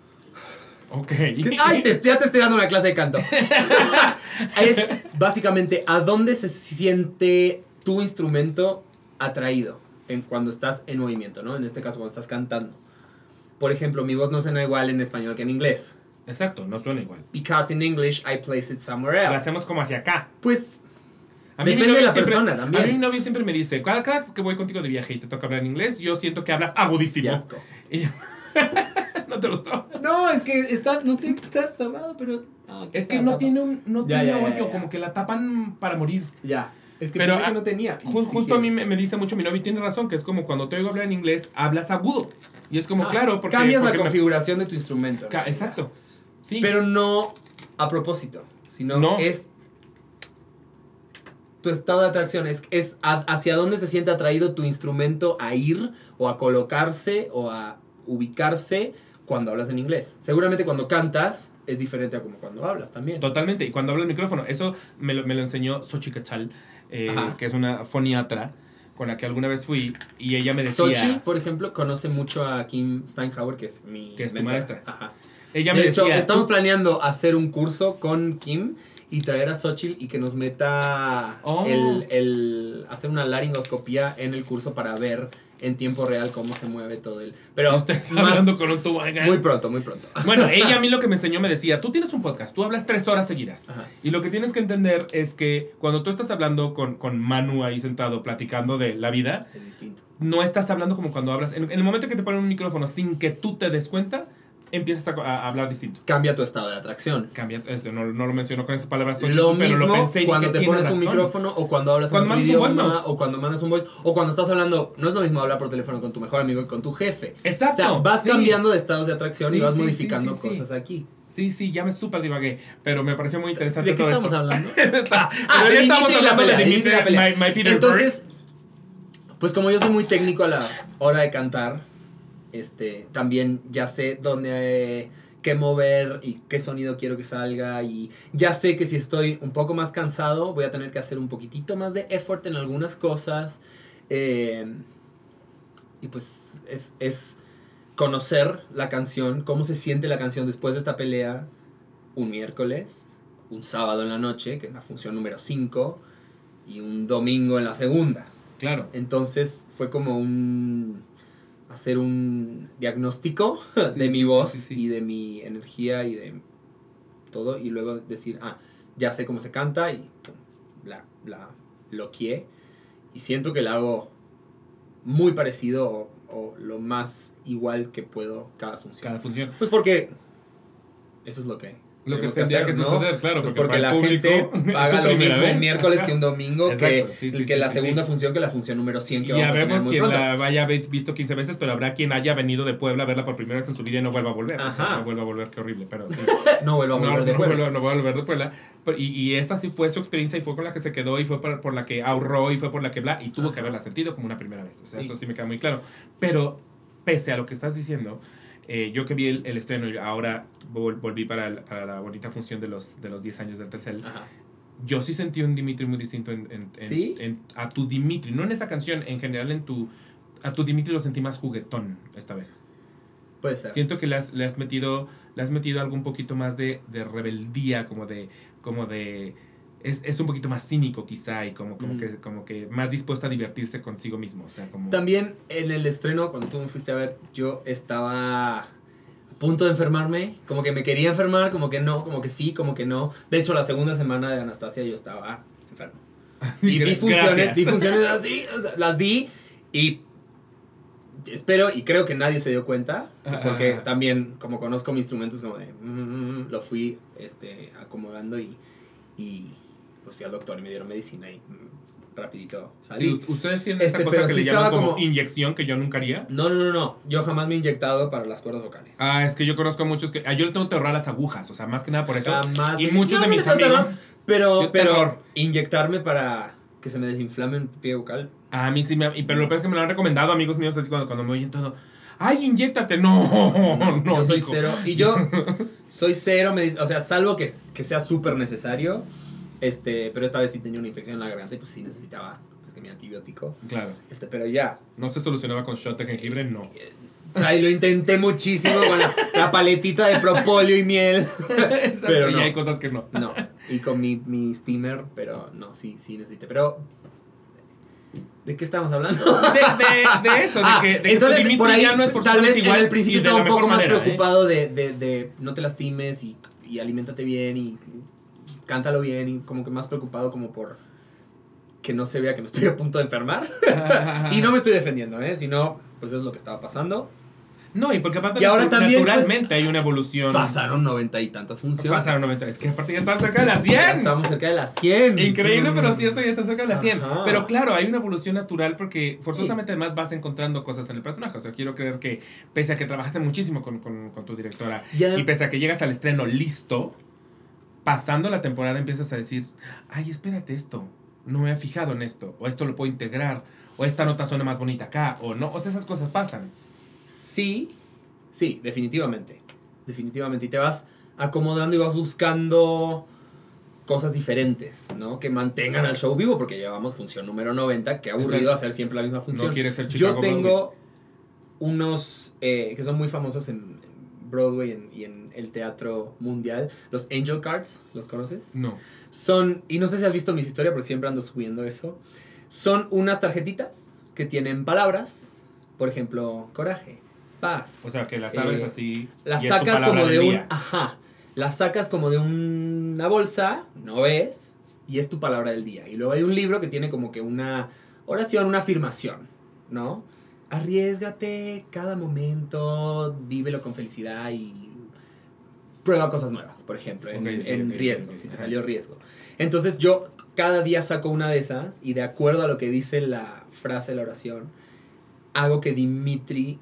Ay, ya te estoy dando una clase de canto. Es básicamente a dónde se siente tu instrumento atraído cuando estás en movimiento, ¿no? En este caso, cuando estás cantando. Por ejemplo, mi voz no suena igual en español que en inglés. Exacto, no suena igual. Because in English I place it somewhere else. Lo hacemos como hacia acá. Pues... Depende de la persona también. A mí mi novio siempre me dice, cada que voy contigo de viaje y te toca hablar en inglés, yo siento que hablas agudísimo. Qué asco. ¿No te gustó? No, es que está, no sé, está cerrado, pero... es que no tiene hoyo, como que la tapan para morir. Ya, es que pensé que no tenía. Justo a mí me dice mucho mi novio y tiene razón, que es como cuando te oigo hablar en inglés, hablas agudo. Y es como, claro, porque... Cambias la configuración de tu instrumento. ¿No? Exacto, sí. Pero no a propósito, sino es... Tu estado de atracción es hacia dónde se siente atraído tu instrumento a ir o a colocarse o a ubicarse cuando hablas en inglés. Seguramente cuando cantas es diferente a como cuando hablas también. Totalmente. Y cuando habla el micrófono, eso me lo enseñó Xochitl Quetzal, que es una foniatra con la que alguna vez fui y ella me decía... Xochitl, por ejemplo, conoce mucho a Kim Steinhauer, que es mi tu maestra. Ajá. Ella me De hecho, decía, estamos tú- planeando hacer un curso con Kim y traer a Xochitl y que nos meta Oh. hacer una laringoscopía en el curso para ver en tiempo real cómo se mueve todo el... Pero estás más- hablando con un tobogán. muy pronto, muy pronto. Bueno, ella a mí lo que me enseñó me decía, tú tienes un podcast, tú hablas 3 horas seguidas. Ajá. Y lo que tienes que entender es que cuando tú estás hablando con Manu ahí sentado platicando de la vida, Es distinto. no estás hablando como cuando hablas. En el momento que te ponen un micrófono sin que tú te des cuenta, empiezas a hablar distinto. Cambia tu estado de atracción. Cambia, no lo menciono con esas palabras, Lo pero mismo lo pensé y cuando dije, te "Tienes pones un razón". micrófono o cuando hablas Cuando en otro mandas un voice idioma note. o cuando mandas un voice o cuando estás hablando, no es lo mismo hablar por teléfono con tu mejor amigo que con tu jefe. Exacto. O sea, vas sí. cambiando de estados de atracción Sí, y vas sí, modificando sí, sí, sí. cosas aquí. Sí, ya me súper divagué, pero me pareció muy interesante ¿De qué todo estamos esto. hablando? Pero de ya Dimitri estamos y la hablando pelea, de Dimitri, Dimitri y la pelea. my Peter Entonces, pues como yo soy muy técnico a la hora de cantar, también ya sé dónde qué mover y qué sonido quiero que salga y ya sé que si estoy un poco más cansado voy a tener que hacer un poquitito más de effort en algunas cosas y pues es conocer la canción, cómo se siente la canción después de esta pelea un miércoles, un sábado en la noche, que es la función número 5 y un domingo en la segunda. Claro. Entonces fue como hacer un diagnóstico Sí, de mi sí, voz sí, sí. y de mi energía y de todo y luego decir, ya sé cómo se canta y pum, la loqueé y siento que la hago muy parecido o lo más igual que puedo cada función. Cada función. Pues porque eso es lo que tenemos tendría que hacer, ¿no? suceder, claro, Pues porque porque para la el gente público es paga su lo primera mismo vez. un miércoles que un domingo Exacto, sí, que la sí, segunda sí. función que la función número 100 que Y vamos ya a tener vemos muy quien pronto. la haya visto 15 veces, pero habrá quien haya venido de Puebla a verla por primera vez en su vida y no vuelva a volver. O sea, Ajá. no vuelva a volver, qué horrible, pero sí. No vuelvo a volver de Puebla. No vuelva a volver de Puebla. Y esta sí fue su experiencia y fue con la que se quedó y fue por la que ahorró y fue por la que bla, y tuvo que haberla sentido como una primera vez. O sea, Sí. eso sí me queda muy claro. Pero, pese a lo que estás diciendo, yo que vi el estreno y ahora volví para la bonita función de los 10 años del Telcel, Ajá. yo sí sentí un Dimitri muy distinto ¿Sí? a tu Dimitri, no en esa canción, en general a tu Dimitri lo sentí más juguetón esta vez. Puede ser. Siento que le has metido algo un poquito más de rebeldía, como de es un poquito más cínico quizá y como que más dispuesto a divertirse consigo mismo, o sea, como También en el estreno, cuando tú me fuiste a ver, yo estaba a punto de enfermarme, como que me quería enfermar, como que no, como que sí, como que no. De hecho, la segunda semana de Anastasia yo estaba enfermo. Y di funciones así, o sea, las di y espero y creo que nadie se dio cuenta, pues porque también como conozco mi instrumento es como de lo fui acomodando y pues fui al doctor y me dieron medicina y rapidito salí. Sí, ustedes tienen esa cosa pero que sí le llaman estaba como inyección que yo nunca haría. No, yo jamás me he inyectado para las cuerdas vocales. Es que yo conozco a muchos que yo le tengo terror a las agujas, o sea, más que nada por eso. Jamás Y me- muchos no, de no mis les da amigos. terror, pero terror. inyectarme para que se me desinflame un pie vocal. A mí sí pero lo peor es que me lo han recomendado amigos míos así cuando me oyen todo. ¡Ay, inyéctate! No, yo soy hijo. cero. Y yo soy cero, o sea, salvo que sea súper necesario. Pero esta vez sí tenía una infección en la garganta y pues sí necesitaba pues, que mi antibiótico. Claro. Pero ya. No se solucionaba con shot de jengibre, no. Ay, lo intenté muchísimo con la paletita de propóleo y miel. Pero y no. hay cosas que no. No. Y con mi steamer, pero no, sí necesité. Pero, ¿de qué estamos hablando? De eso, de que entonces, tu Dimitri por ahí, ya no es tal forzosamente vez igual. en el principio y de estaba la un poco mejor más manera, preocupado de no te lastimes y aliméntate bien y cántalo bien y como que más preocupado como por que no se vea que me estoy a punto de enfermar. Y no me estoy defendiendo, sino pues es lo que estaba pasando. No, y porque aparte Y ahora también, naturalmente pues, hay una evolución. Pasaron 90 y tantas funciones. Pasaron 90. Es que aparte ya están cerca de las 100. Ya estamos cerca de las 100. Increíble, pero cierto, ya está cerca de las 100. Ajá. Pero claro, hay una evolución natural porque forzosamente además vas encontrando cosas en el personaje. O sea, quiero creer que pese a que trabajaste muchísimo con tu directora y pese a que llegas al estreno listo, pasando la temporada empiezas a decir, ay, espérate esto, no me he fijado en esto, o esto lo puedo integrar, o esta nota suena más bonita acá, o no, o sea, esas cosas pasan. Sí, definitivamente. Definitivamente. Y te vas acomodando y vas buscando cosas diferentes, ¿no? Que mantengan al show vivo, porque llevamos función número 90, que aburrido Exacto. hacer siempre la misma función. No quieres ser Chicago Yo tengo unos que son muy famosos en Broadway y en el teatro mundial. Los Angel Cards, ¿los conoces? No. Son, y no sé si has visto mis historias porque siempre ando subiendo eso. Son unas tarjetitas que tienen palabras. Por ejemplo, coraje, paz. O sea, que las sabes así. Las y es tu sacas palabra como de del un... día. Ajá. Las sacas como de una bolsa, no ves, y es tu palabra del día. Y luego hay un libro que tiene como que una oración, una afirmación, ¿no? Arriésgate cada momento, vívelo con felicidad y prueba cosas nuevas, por ejemplo, en riesgo, si te salió riesgo. Entonces yo cada día saco una de esas y de acuerdo a lo que dice la frase, la oración, hago que Dimitri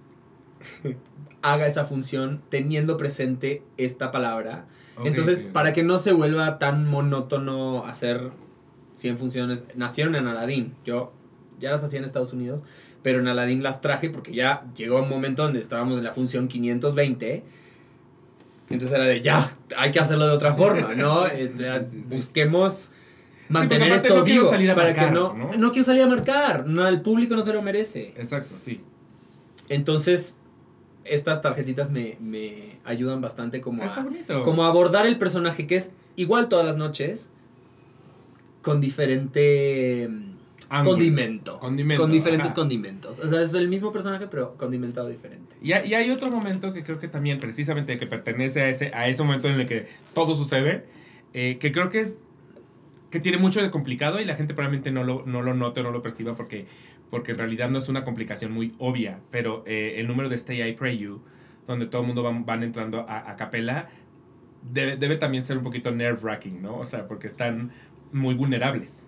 haga esa función teniendo presente esta palabra. Entonces, para que no se vuelva tan monótono hacer 100 funciones, nacieron en Aladdin. Yo ya las hacía en Estados Unidos, pero en Aladdin las traje porque ya llegó un momento donde estábamos en la función 520. Entonces era de, ya, hay que hacerlo de otra forma, ¿no? Busquemos mantener esto no vivo. Salir a para marcar, que no quiero salir a marcar. No, el público no se lo merece. Exacto, sí. Entonces, estas tarjetitas me ayudan bastante como como a abordar el personaje, que es igual todas las noches, con diferente condimento. Con diferentes condimentos. O sea, es el mismo personaje, pero condimentado diferente. Y hay otro momento que creo que también, precisamente, que pertenece a ese momento en el que todo sucede, que creo que tiene mucho de complicado y la gente probablemente no lo note o no lo perciba porque en realidad no es una complicación muy obvia, pero el número de Stay I Pray You, donde todo el mundo van entrando a capela, debe también ser un poquito nerve-wracking, ¿no? O sea, porque están muy vulnerables.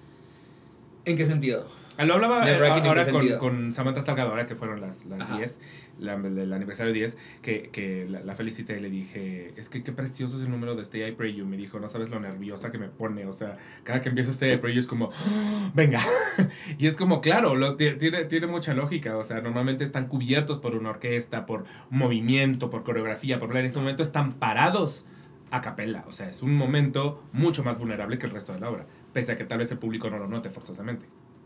¿En qué sentido? Lo hablaba ahora con Samantha Salgado, ahora que fueron las 10, el aniversario 10, que la felicité y le dije, es que qué precioso es el número de Stay I Pray You. Me dijo, no sabes lo nerviosa que me pone, o sea, cada que empieza Stay I Pray You es como, ¡oh, venga! Y es como, claro, tiene mucha lógica, o sea, normalmente están cubiertos por una orquesta, por movimiento, por coreografía, en ese momento están parados a capella, o sea, es un momento mucho más vulnerable que el resto de la obra, pese a que tal vez el público no lo note forzosamente.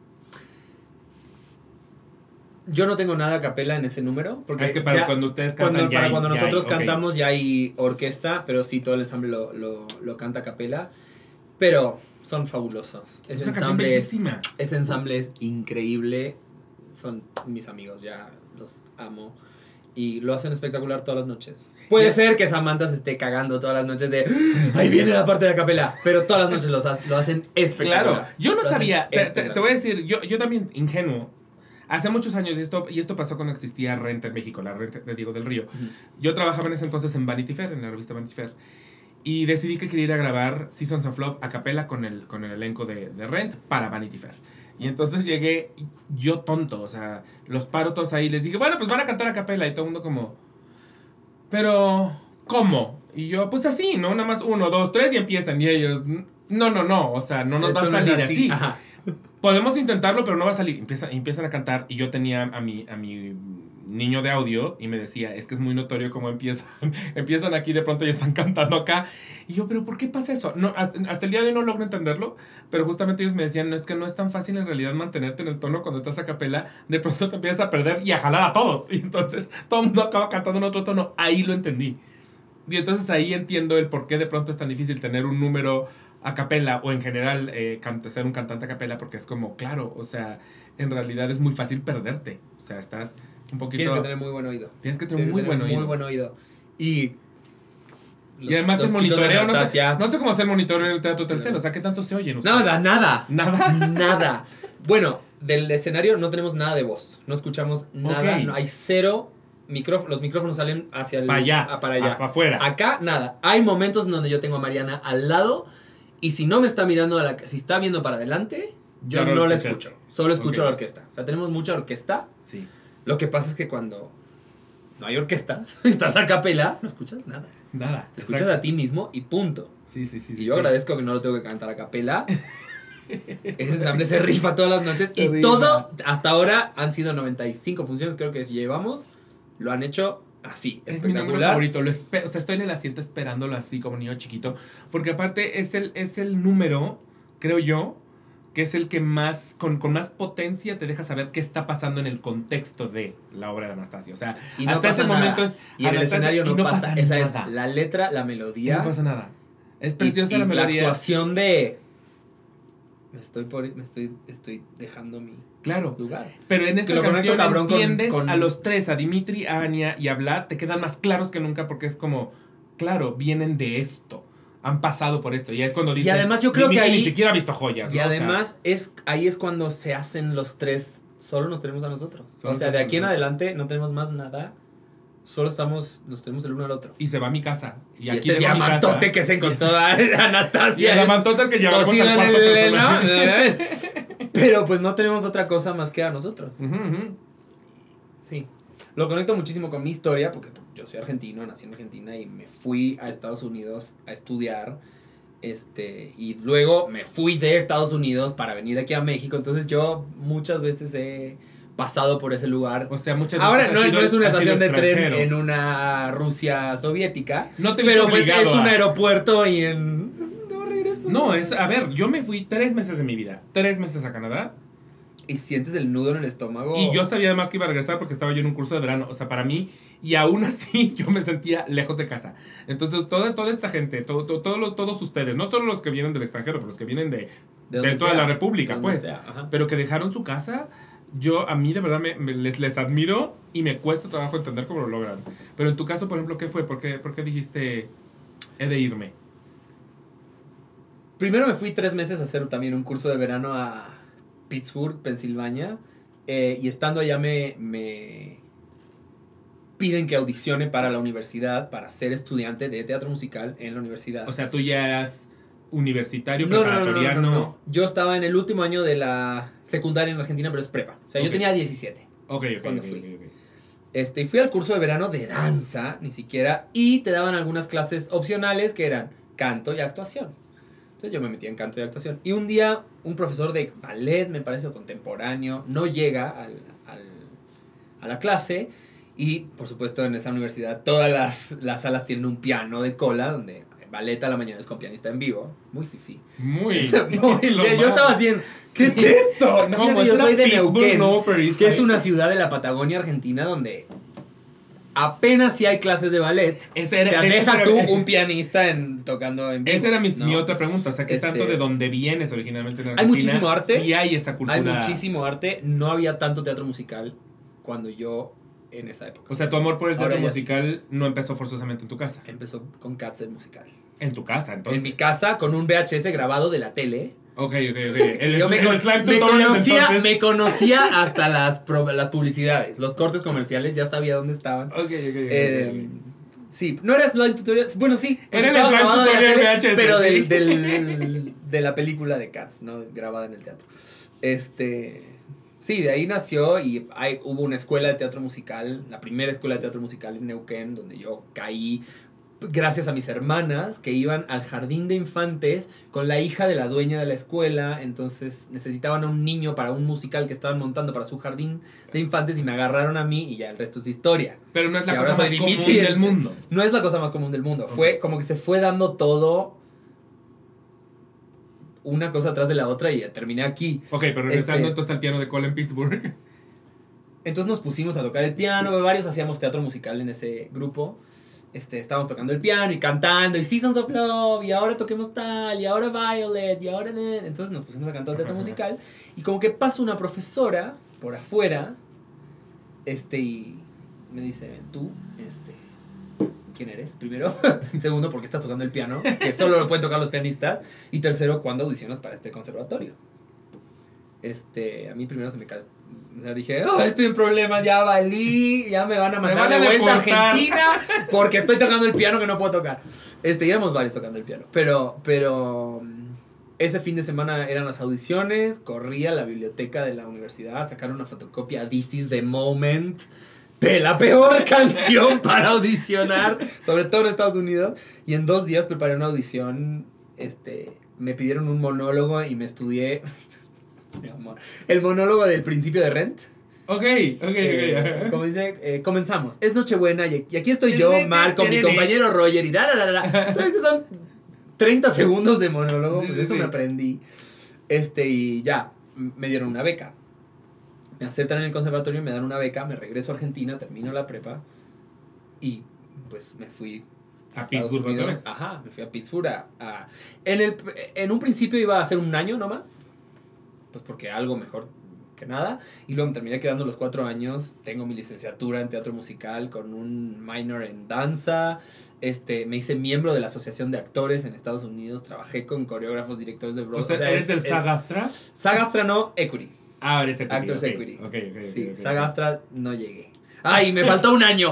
Yo no tengo nada a capela en ese número. Porque es que cuando ustedes cantan cuando nosotros cantamos ya hay orquesta, pero sí todo el ensamble lo canta a capela. Pero son fabulosos. Es una canción bellísima. Ese ensamble es increíble. Son mis amigos, ya los amo. Y lo hacen espectacular todas las noches. Puede ser que Samantha se esté cagando todas las noches de ahí viene la parte de la capela. Pero todas las noches lo hacen espectacular. Claro, yo no sabía. Te voy a decir, yo también ingenuo. Hace muchos años, y esto pasó cuando existía Rent en México, la Rent de Diego del Río. Uh-huh. Yo trabajaba en ese entonces en Vanity Fair, en la revista Vanity Fair. Y decidí que quería ir a grabar Seasons of Love a capela con el elenco de Rent para Vanity Fair. Y entonces llegué, yo tonto, o sea, los paro todos ahí. Les dije, bueno, pues van a cantar a capela. Y todo el mundo como, pero, ¿cómo? Y yo, pues así, ¿no? Nada más 1, 2, 3 y empiezan. Y ellos, no, o sea, no nos va a salir así. Ajá. Podemos intentarlo, pero no va a salir. Empiezan a cantar y yo tenía a mi niño de audio y me decía, es que es muy notorio cómo empiezan aquí de pronto y están cantando acá. Y yo, ¿pero por qué pasa eso? No, hasta el día de hoy no logro entenderlo, pero justamente ellos me decían, no, es que no es tan fácil en realidad mantenerte en el tono cuando estás a capela, de pronto te empiezas a perder y a jalar a todos. Y entonces todo el mundo acaba cantando en otro tono. Ahí lo entendí. Y entonces ahí entiendo el por qué de pronto es tan difícil tener un número a capela o en general ser un cantante a capela, porque es como, claro, o sea, en realidad es muy fácil perderte. O sea, estás un poquito... Tienes que tener muy buen oído. Tienes que tener muy buen oído. Muy buen oído. Y además el monitoreo, no sé cómo hacer monitoreo en el Teatro Telcel, o sea, ¿qué tanto se oyen ustedes? Nada. Bueno, del escenario no tenemos nada de voz, no escuchamos nada, okay. No, hay cero... los micrófonos salen hacia el... Para allá. Para afuera. Acá, nada. Hay momentos donde yo tengo a Mariana al lado y si no me está mirando, si está viendo para adelante, yo no la escucho. Solo escucho la orquesta. O sea, tenemos mucha orquesta. Sí. Lo que pasa es que cuando no hay orquesta, estás a capela, no escuchas nada. Nada. Te escuchas a ti mismo y punto. Sí. Y yo agradezco que no lo tengo que cantar a capela. Ese ensamble se rifa todas las noches. Y todo, hasta ahora, han sido 95 funciones, creo que llevamos. Lo han hecho así, es mi número favorito. O sea, estoy en el asiento esperándolo así como niño chiquito. Porque aparte es el número, creo yo, que es el que más, con más potencia te deja saber qué está pasando en el contexto de la obra de Anastasia. O sea, Y no hasta ese pasa nada. momento es... Y en el Anastasia, escenario y no pasa. Esa es nada. la letra, la Y melodía. no pasa nada. Es preciosa y la melodía. La actuación de... Estoy dejando mi Claro. lugar. Pero en esta lo conecto canción cabrón entiendes con... a los tres, a Dimitri, a Anya y a Vlad, te quedan más claros que nunca porque es como, claro, vienen de esto. Han pasado por esto. Y es cuando dices, y además yo creo que Dimitri ahí... ni siquiera ha visto joyas. Y ¿no? además ahí es cuando se hacen los tres. Solo nos tenemos a nosotros. Solo O sea, de aquí en nosotros. adelante no tenemos más nada. Solo nos tenemos el uno al otro. Y se va a mi casa. Y aquí este dejo mi diamantote casa. que se encontró a Y Anastasia. el diamantote que llevamos cocido al en cuarto el personaje. ¿no? Pero pues no tenemos otra cosa más que a nosotros. Ujú. Sí. Lo conecto muchísimo con mi historia, porque yo soy argentino, nací en Argentina y me fui a Estados Unidos a estudiar. Y luego me fui de Estados Unidos para venir aquí a México. Entonces yo muchas veces he pasado por ese lugar. O sea, muchas veces Ahora has no sido- es una has sido estación de tren extranjero. en una Rusia soviética. No te pero viste pues obligado es un a- aeropuerto y en... No regreso. No, a ver, yo me fui 3 meses de mi vida. 3 meses a Canadá. Y sientes el nudo en el estómago. Y yo sabía además que iba a regresar porque estaba yo en un curso de verano. O sea, para mí, y aún así yo me sentía lejos de casa. Entonces, toda esta gente, todos ustedes, no solo los que vienen del extranjero, pero los que vienen de donde toda sea, la república, donde pues. sea, ajá. Pero que dejaron su casa, a mí de verdad les admiro y me cuesta trabajo entender cómo lo logran. Pero en tu caso, por ejemplo, ¿qué fue? ¿Por qué dijiste, he de irme? Primero me fui 3 meses a hacer también un curso de verano a Pittsburgh, Pensilvania. Y estando allá me piden que audicione para la universidad, para ser estudiante de teatro musical en la universidad. O sea, tú ya eras universitario, preparatoriano. No. Yo estaba en el último año de la secundaria en Argentina, pero es prepa. O sea, Ok. yo tenía 17. Ok. ¿Cuándo fui? Y fui al curso de verano de danza, ni siquiera, y te daban algunas clases opcionales que eran canto y actuación. Entonces yo me metí en canto y actuación. Y un día, un profesor de ballet, me parece, o contemporáneo, no llega a la clase. Y, por supuesto, en esa universidad todas las salas tienen un piano de cola, donde ballet a la mañana es con pianista en vivo. Muy fifí. Muy. Yo estaba así en, ¿qué es esto? ¿Cómo? Imagínate, Es yo la soy de Pittsburgh, Neuquén, no Upper East que es Side. una ciudad de la Patagonia Argentina donde apenas si hay clases de ballet. Ese era- o sea, de hecho, deja esa tú era- un pianista tocando en vivo. Esa era mi ¿no? otra pregunta. O sea, ¿qué tanto de donde vienes originalmente en Argentina? Hay muchísimo arte. Sí hay esa cultura. Hay muchísimo arte. No había tanto teatro musical cuando yo en esa época. O sea, tu amor por el teatro Ahora ya musical no empezó forzosamente en tu casa. Empezó con Cats el musical. En tu casa, entonces. En mi casa, con un VHS grabado de la tele. Ok. El, Yo me slime tutorial, entonces. me conocía hasta las publicidades. Los cortes comerciales, ya sabía dónde estaban. Ok. Sí, no era slime tutorial. Bueno, sí. Era el estaba slime grabado de la tutorial tele, VHS, pero sí. de la película de Cats, ¿no? Grabada en el teatro. Sí, de ahí nació y hubo una escuela de teatro musical, la primera escuela de teatro musical en Neuquén, donde yo caí gracias a mis hermanas que iban al jardín de infantes con la hija de la dueña de la escuela. Entonces necesitaban a un niño para un musical que estaban montando para su jardín de infantes y me agarraron a mí y ya el resto es historia. Pero no es la Y ahora cosa más soy común Dimitri, del mundo. No es la cosa más común del mundo. Fue como que se fue dando todo una cosa atrás de la otra y ya terminé aquí. Ok, pero regresando entonces al piano de cola en Pittsburgh. Entonces nos pusimos a tocar el piano, varios hacíamos teatro musical en ese grupo. Estábamos tocando el piano y cantando, y Seasons of Love, y ahora toquemos tal, y ahora Violet, y ahora... Entonces nos pusimos a cantar teatro musical, y como que pasa una profesora por afuera, y me dice, tú, ¿quién eres? Primero. Segundo, ¿por qué estás tocando el piano? Que solo lo pueden tocar los pianistas. Y tercero, ¿cuándo audicionas para este conservatorio? A mí primero se me cayó. O sea, dije, estoy en problemas, ya valí, ya me van a mandar de vuelta a Argentina porque estoy tocando el piano que no puedo tocar. Éramos varios tocando el piano. Pero ese fin de semana eran las audiciones, corrí a la biblioteca de la universidad a sacar una fotocopia This is the Moment de la peor canción para audicionar, sobre todo en Estados Unidos. Y en 2 días preparé una audición, me pidieron un monólogo y me estudié... Mi amor. El monólogo del principio de Rent. Ok. Como dice, comenzamos. Es Nochebuena y aquí estoy yo, Marco, mi compañero Roger y ¿Sabes que son 30 segundos de monólogo? Sí, Pues sí, eso sí. me aprendí. Y ya, me dieron una beca. Me aceptan en el conservatorio, me dan una beca, me regreso a Argentina, termino la prepa y pues me fui a Pittsburgh otra vez. Ajá, me fui a Pittsburgh en un principio iba a ser un año nomás, pues porque algo mejor que nada, y luego me terminé quedando los 4 años. Tengo mi licenciatura en teatro musical con un minor en danza. Me hice miembro de la Asociación de Actores en Estados Unidos, trabajé con coreógrafos, directores de Broadway. O sea, ¿eres del SAG-AFTRA? SAG-AFTRA no, Equity. Ah, eres Equity. Actors okay. Equity. Okay. Sí, SAG-AFTRA no llegué. ¡Ay, me faltó un año!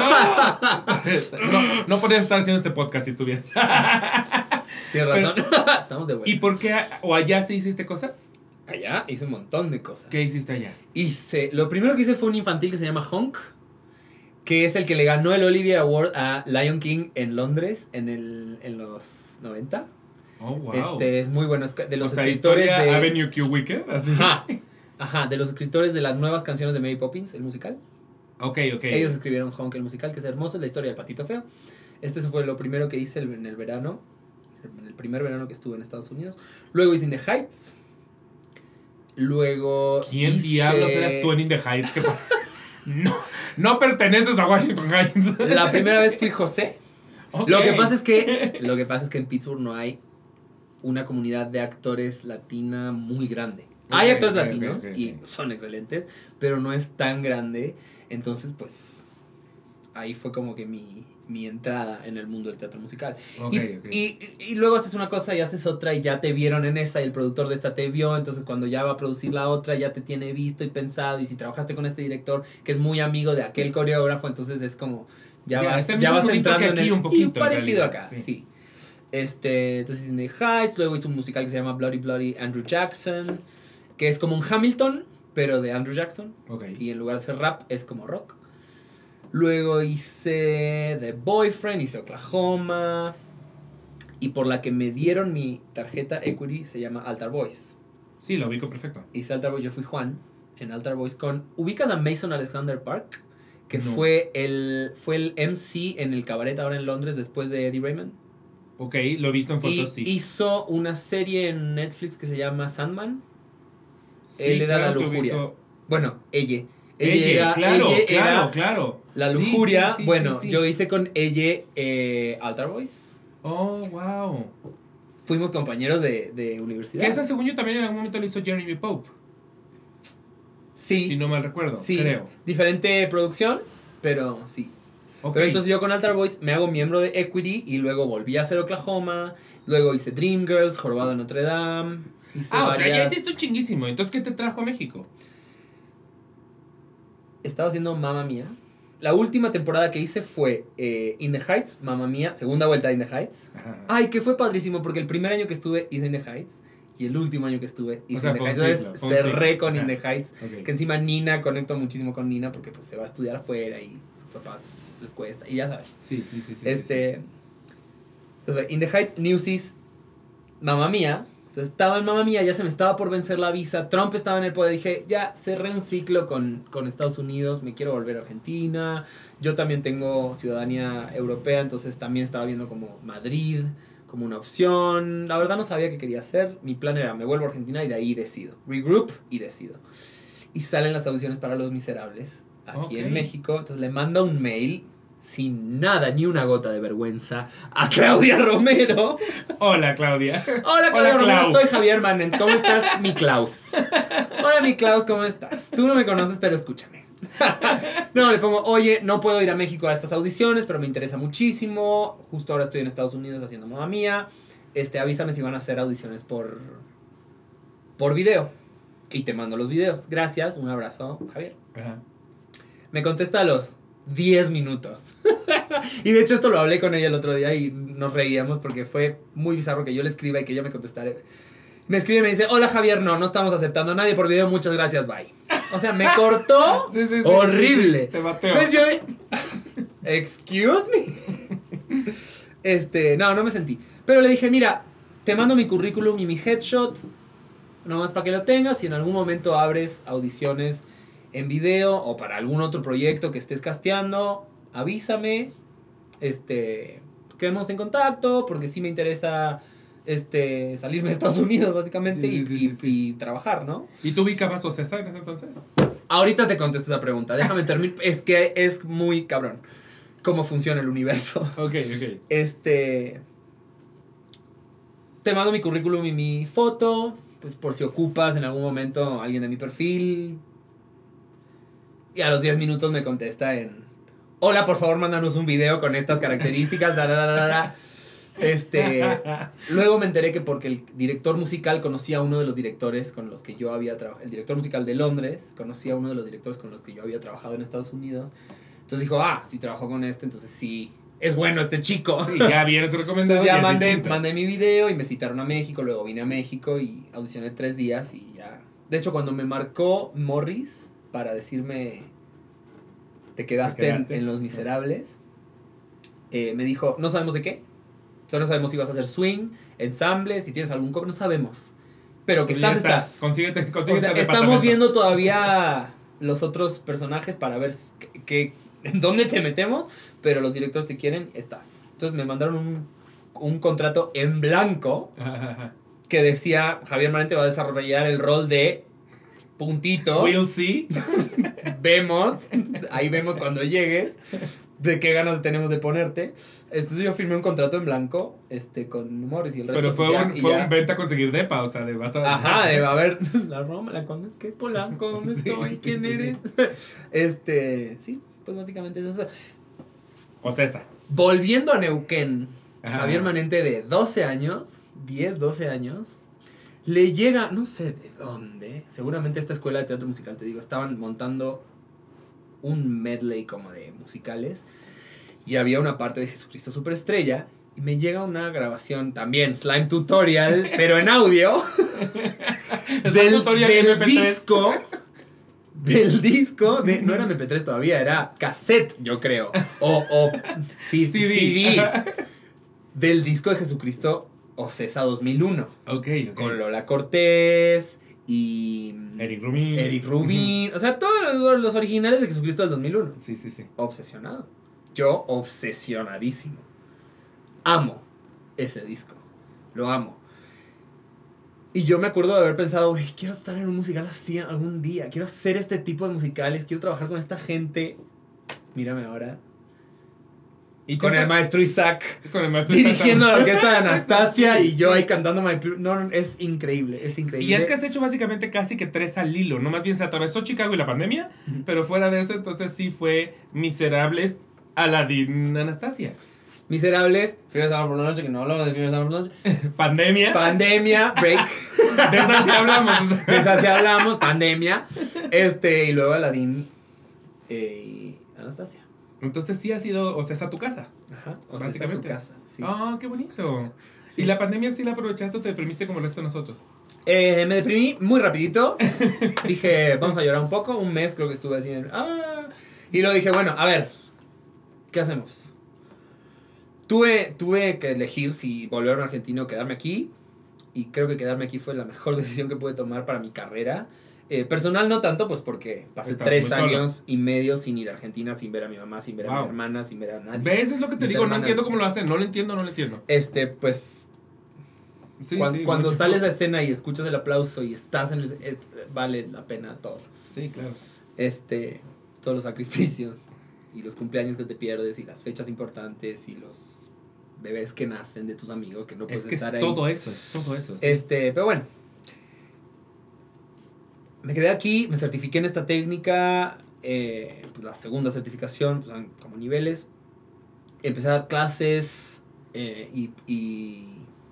No podrías estar haciendo este podcast si estuvieras. Tienes razón. Estamos de vuelta. ¿Y por qué? ¿O allá sí hiciste cosas? Allá hice un montón de cosas. ¿Qué hiciste allá? Lo primero que hice fue un infantil que se llama Honk, que es el que le ganó el Olivier Award a Lion King en Londres en los 90. Oh, wow. Es muy bueno. Es de los escritores de Avenue Q Wicked, así. Ajá, de los escritores de las nuevas canciones de Mary Poppins, el musical. Ok. Ellos escribieron Honk, el musical, que es hermoso, es la historia del patito feo. Fue lo primero que hice en el verano, en el primer verano que estuve en Estados Unidos. Luego hice In the Heights. Luego ¿Quién diablos eras tú en In the Heights? No perteneces a Washington Heights. La primera vez fui José. Okay. Lo que pasa es que en Pittsburgh no hay una comunidad de actores latina muy grande. Hay actores latinos y son excelentes, pero no es tan grande. Entonces, pues, ahí fue como que mi entrada en el mundo del teatro musical. Y luego haces una cosa y haces otra y ya te vieron en esa y el productor de esta te vio. Entonces, cuando ya va a producir la otra, ya te tiene visto y pensado. Y si trabajaste con este director que es muy amigo de aquel coreógrafo, entonces es como... Ya vas entrando en el... Un poquito, y parecido realidad, acá, sí. Entonces In the Heights, luego hizo un musical que se llama Bloody Andrew Jackson, que es como un Hamilton, pero de Andrew Jackson. Okay. Y en lugar de ser rap, es como rock. Luego hice The Boyfriend, hice Oklahoma. Y por la que me dieron mi tarjeta Equity se llama Altar Boys. Sí, lo ubico perfecto. Hice Altar Boys, yo fui Juan en Altar Boys con... ¿Ubicas a Mason Alexander Park? Que no. fue el MC en el cabaret ahora en Londres después de Eddie Raymond. Ok, lo he visto en fotos, sí. Hizo una serie en Netflix que se llama Sandman. Sí, él era claro, la lujuria. Bueno, ella era claro. La lujuria. Sí, sí. Yo hice con ella Altar Boys. Oh, wow. Fuimos compañeros de universidad. Que esa, según yo, también en algún momento lo hizo Jeremy Pope. Sí. Si no mal recuerdo, sí. creo. Diferente producción, pero sí. Okay. Pero entonces yo con Altar Boys me hago miembro de Equity y luego volví a hacer Oklahoma. Luego hice Dreamgirls, Jorobado de Notre Dame. O sea, ya hiciste chinguísimo. Entonces, ¿qué te trajo a México? Estaba haciendo Mamma Mía. La última temporada que hice fue In the Heights, Mamma Mía, segunda vuelta de In the Heights. Ajá. Ay, que fue padrísimo porque el primer año que estuve hice In the Heights. Y el último año que estuve hice In the Heights. Entonces cerré con In the Heights. Okay. Que encima Nina, conecto muchísimo con Nina porque pues se va a estudiar afuera y sus papás les cuesta. Y ya sabes. Sí. Entonces, In the Heights, Newsies, Mamma Mía. Entonces estaba en Mamma Mía, ya se me estaba por vencer la visa. Trump estaba en el poder. Dije, ya cerré un ciclo con Estados Unidos. Me quiero volver a Argentina. Yo también tengo ciudadanía europea. Entonces también estaba viendo como Madrid como una opción. La verdad no sabía qué quería hacer. Mi plan era, me vuelvo a Argentina y de ahí decido. Regroup y decido. Y salen las audiciones para Los Miserables aquí en México. Entonces le mando un mail sin nada, ni una gota de vergüenza, a Claudia Romero. Hola, Claudia. Hola, Claudia Romero. Soy Javier Manent. ¿Cómo estás, mi Klaus? Hola, mi Klaus, ¿cómo estás? Tú no me conoces, pero escúchame. No, le pongo, oye, no puedo ir a México a estas audiciones, pero me interesa muchísimo. Justo ahora estoy en Estados Unidos haciendo Mamma Mía. Avísame si van a hacer audiciones por video. Y te mando los videos. Gracias, un abrazo, Javier. Ajá. Me contesta a los 10 minutos. Y de hecho esto lo hablé con ella el otro día y nos reíamos porque fue muy bizarro que yo le escriba y que ella me contestara. Me escribe y me dice, hola Javier, no estamos aceptando a nadie por video, muchas gracias, bye. O sea, me cortó horrible. Te bateó. Entonces yo excuse me. No me sentí. Pero le dije, mira, te mando mi currículum y mi headshot, nomás para que lo tengas, y en algún momento abres audiciones en video o para algún otro proyecto que estés casteando, avísame, quedemos en contacto, porque sí me interesa salirme de Estados Unidos, básicamente, Sí. y trabajar, ¿no? ¿Y tú ubicabas Ocesa en ese entonces? Ahorita te contesto esa pregunta, déjame terminar, es que es muy cabrón cómo funciona el universo. Ok. Te mando mi currículum y mi foto, pues por si ocupas en algún momento a alguien de mi perfil. Y a los 10 minutos me contesta en: hola, por favor, mándanos un video con estas características. Luego me enteré que porque el director musical conocía a uno de los directores con los que yo había trabajado. El director musical de Londres conocía a uno de los directores con los que yo había trabajado en Estados Unidos. Entonces dijo: si trabajó con entonces sí, es bueno este chico. Sí, ya vienes recomendado. Entonces ya mandé mi video y me citaron a México. Luego vine a México y audicioné 3 días y ya. De hecho, cuando me marcó Morris para decirme: te quedaste en Los Miserables, me dijo: no sabemos de qué. Solo sabemos si vas a hacer swing, ensamble, si tienes algún no sabemos. Pero que Pues estás. Consíguete Estamos viendo todavía los otros personajes para ver en dónde te metemos, pero los directores te quieren, estás. Entonces me mandaron un contrato en blanco que decía: Javier Manente va a desarrollar el rol de puntitos. We'll see. Ahí vemos cuando llegues de qué ganas tenemos de ponerte. Entonces yo firmé un contrato en blanco con Morris y el resto. Pero fue un venta a conseguir depa, o sea, de vas a... Ajá, a ver, la Roma, la Condes, ¿qué es Polanco? ¿Dónde estoy? ¿Quién eres? Sí, pues básicamente eso. Ocesa. Volviendo a Neuquén, Ajá. Javier Manente de 12 años, 12 años, le llega, no sé de dónde, seguramente esta escuela de teatro musical, te digo, estaban montando un medley como de musicales y había una parte de Jesucristo Superestrella y me llega una grabación también, Slime Tutorial, pero en audio, del disco, no era MP3 todavía, era cassette, yo creo, o CD, del disco de Jesucristo Ocesa 2001. Ok. Con Lola Cortés y Eric Rubin. O sea, todos los originales de Jesucristo del 2001. Sí. Obsesionado. Yo obsesionadísimo. Amo ese disco. Lo amo. Y yo me acuerdo de haber pensado: quiero estar en un musical así algún día. Quiero hacer este tipo de musicales. Quiero trabajar con esta gente. Mírame ahora. Y con el maestro Isaac. Dirigiendo la orquesta de Anastasia y yo ahí cantando No, es increíble, es increíble. Y es que has hecho básicamente casi que 3 al hilo, ¿no? Más bien se atravesó Chicago y la pandemia, pero fuera de eso, entonces sí fue Miserables, Aladdin, Anastasia. Miserables, Fines de Sábado por la Noche, que no hablamos de Fines de Sábado por la Noche. Pandemia, Break. De esas sí hablamos. Pandemia. Y luego Aladdin y Anastasia. Entonces sí ha sido Ocesa tu casa. Ajá, básicamente. Tu casa, sí. Qué bonito. Sí. ¿Y la pandemia sí la aprovechaste o te deprimiste como el resto de nosotros? Me deprimí muy rapidito. Dije, vamos a llorar un poco. Un mes creo que estuve así. Y luego dije, bueno, a ver, ¿qué hacemos? Tuve que elegir si volver a un argentino o quedarme aquí. Y creo que quedarme aquí fue la mejor decisión que pude tomar para mi carrera. Personal no tanto, pues porque pasé 3 años y medio sin ir a Argentina, sin ver a mi mamá, sin ver a mi hermana, sin ver a nadie. ¿Ves? Es lo que te digo, hermanas. No entiendo cómo lo hacen, no lo entiendo. Pues sí, cuando sales a escena y escuchas el aplauso y estás en vale la pena todo. Sí, claro. Todos los sacrificios y los cumpleaños que te pierdes y las fechas importantes y los bebés que nacen de tus amigos que no puedes estar ahí. Es todo eso. Sí. Pero bueno. Me quedé aquí, me certifiqué en esta técnica, pues la segunda certificación, pues como niveles. Empecé a dar clases y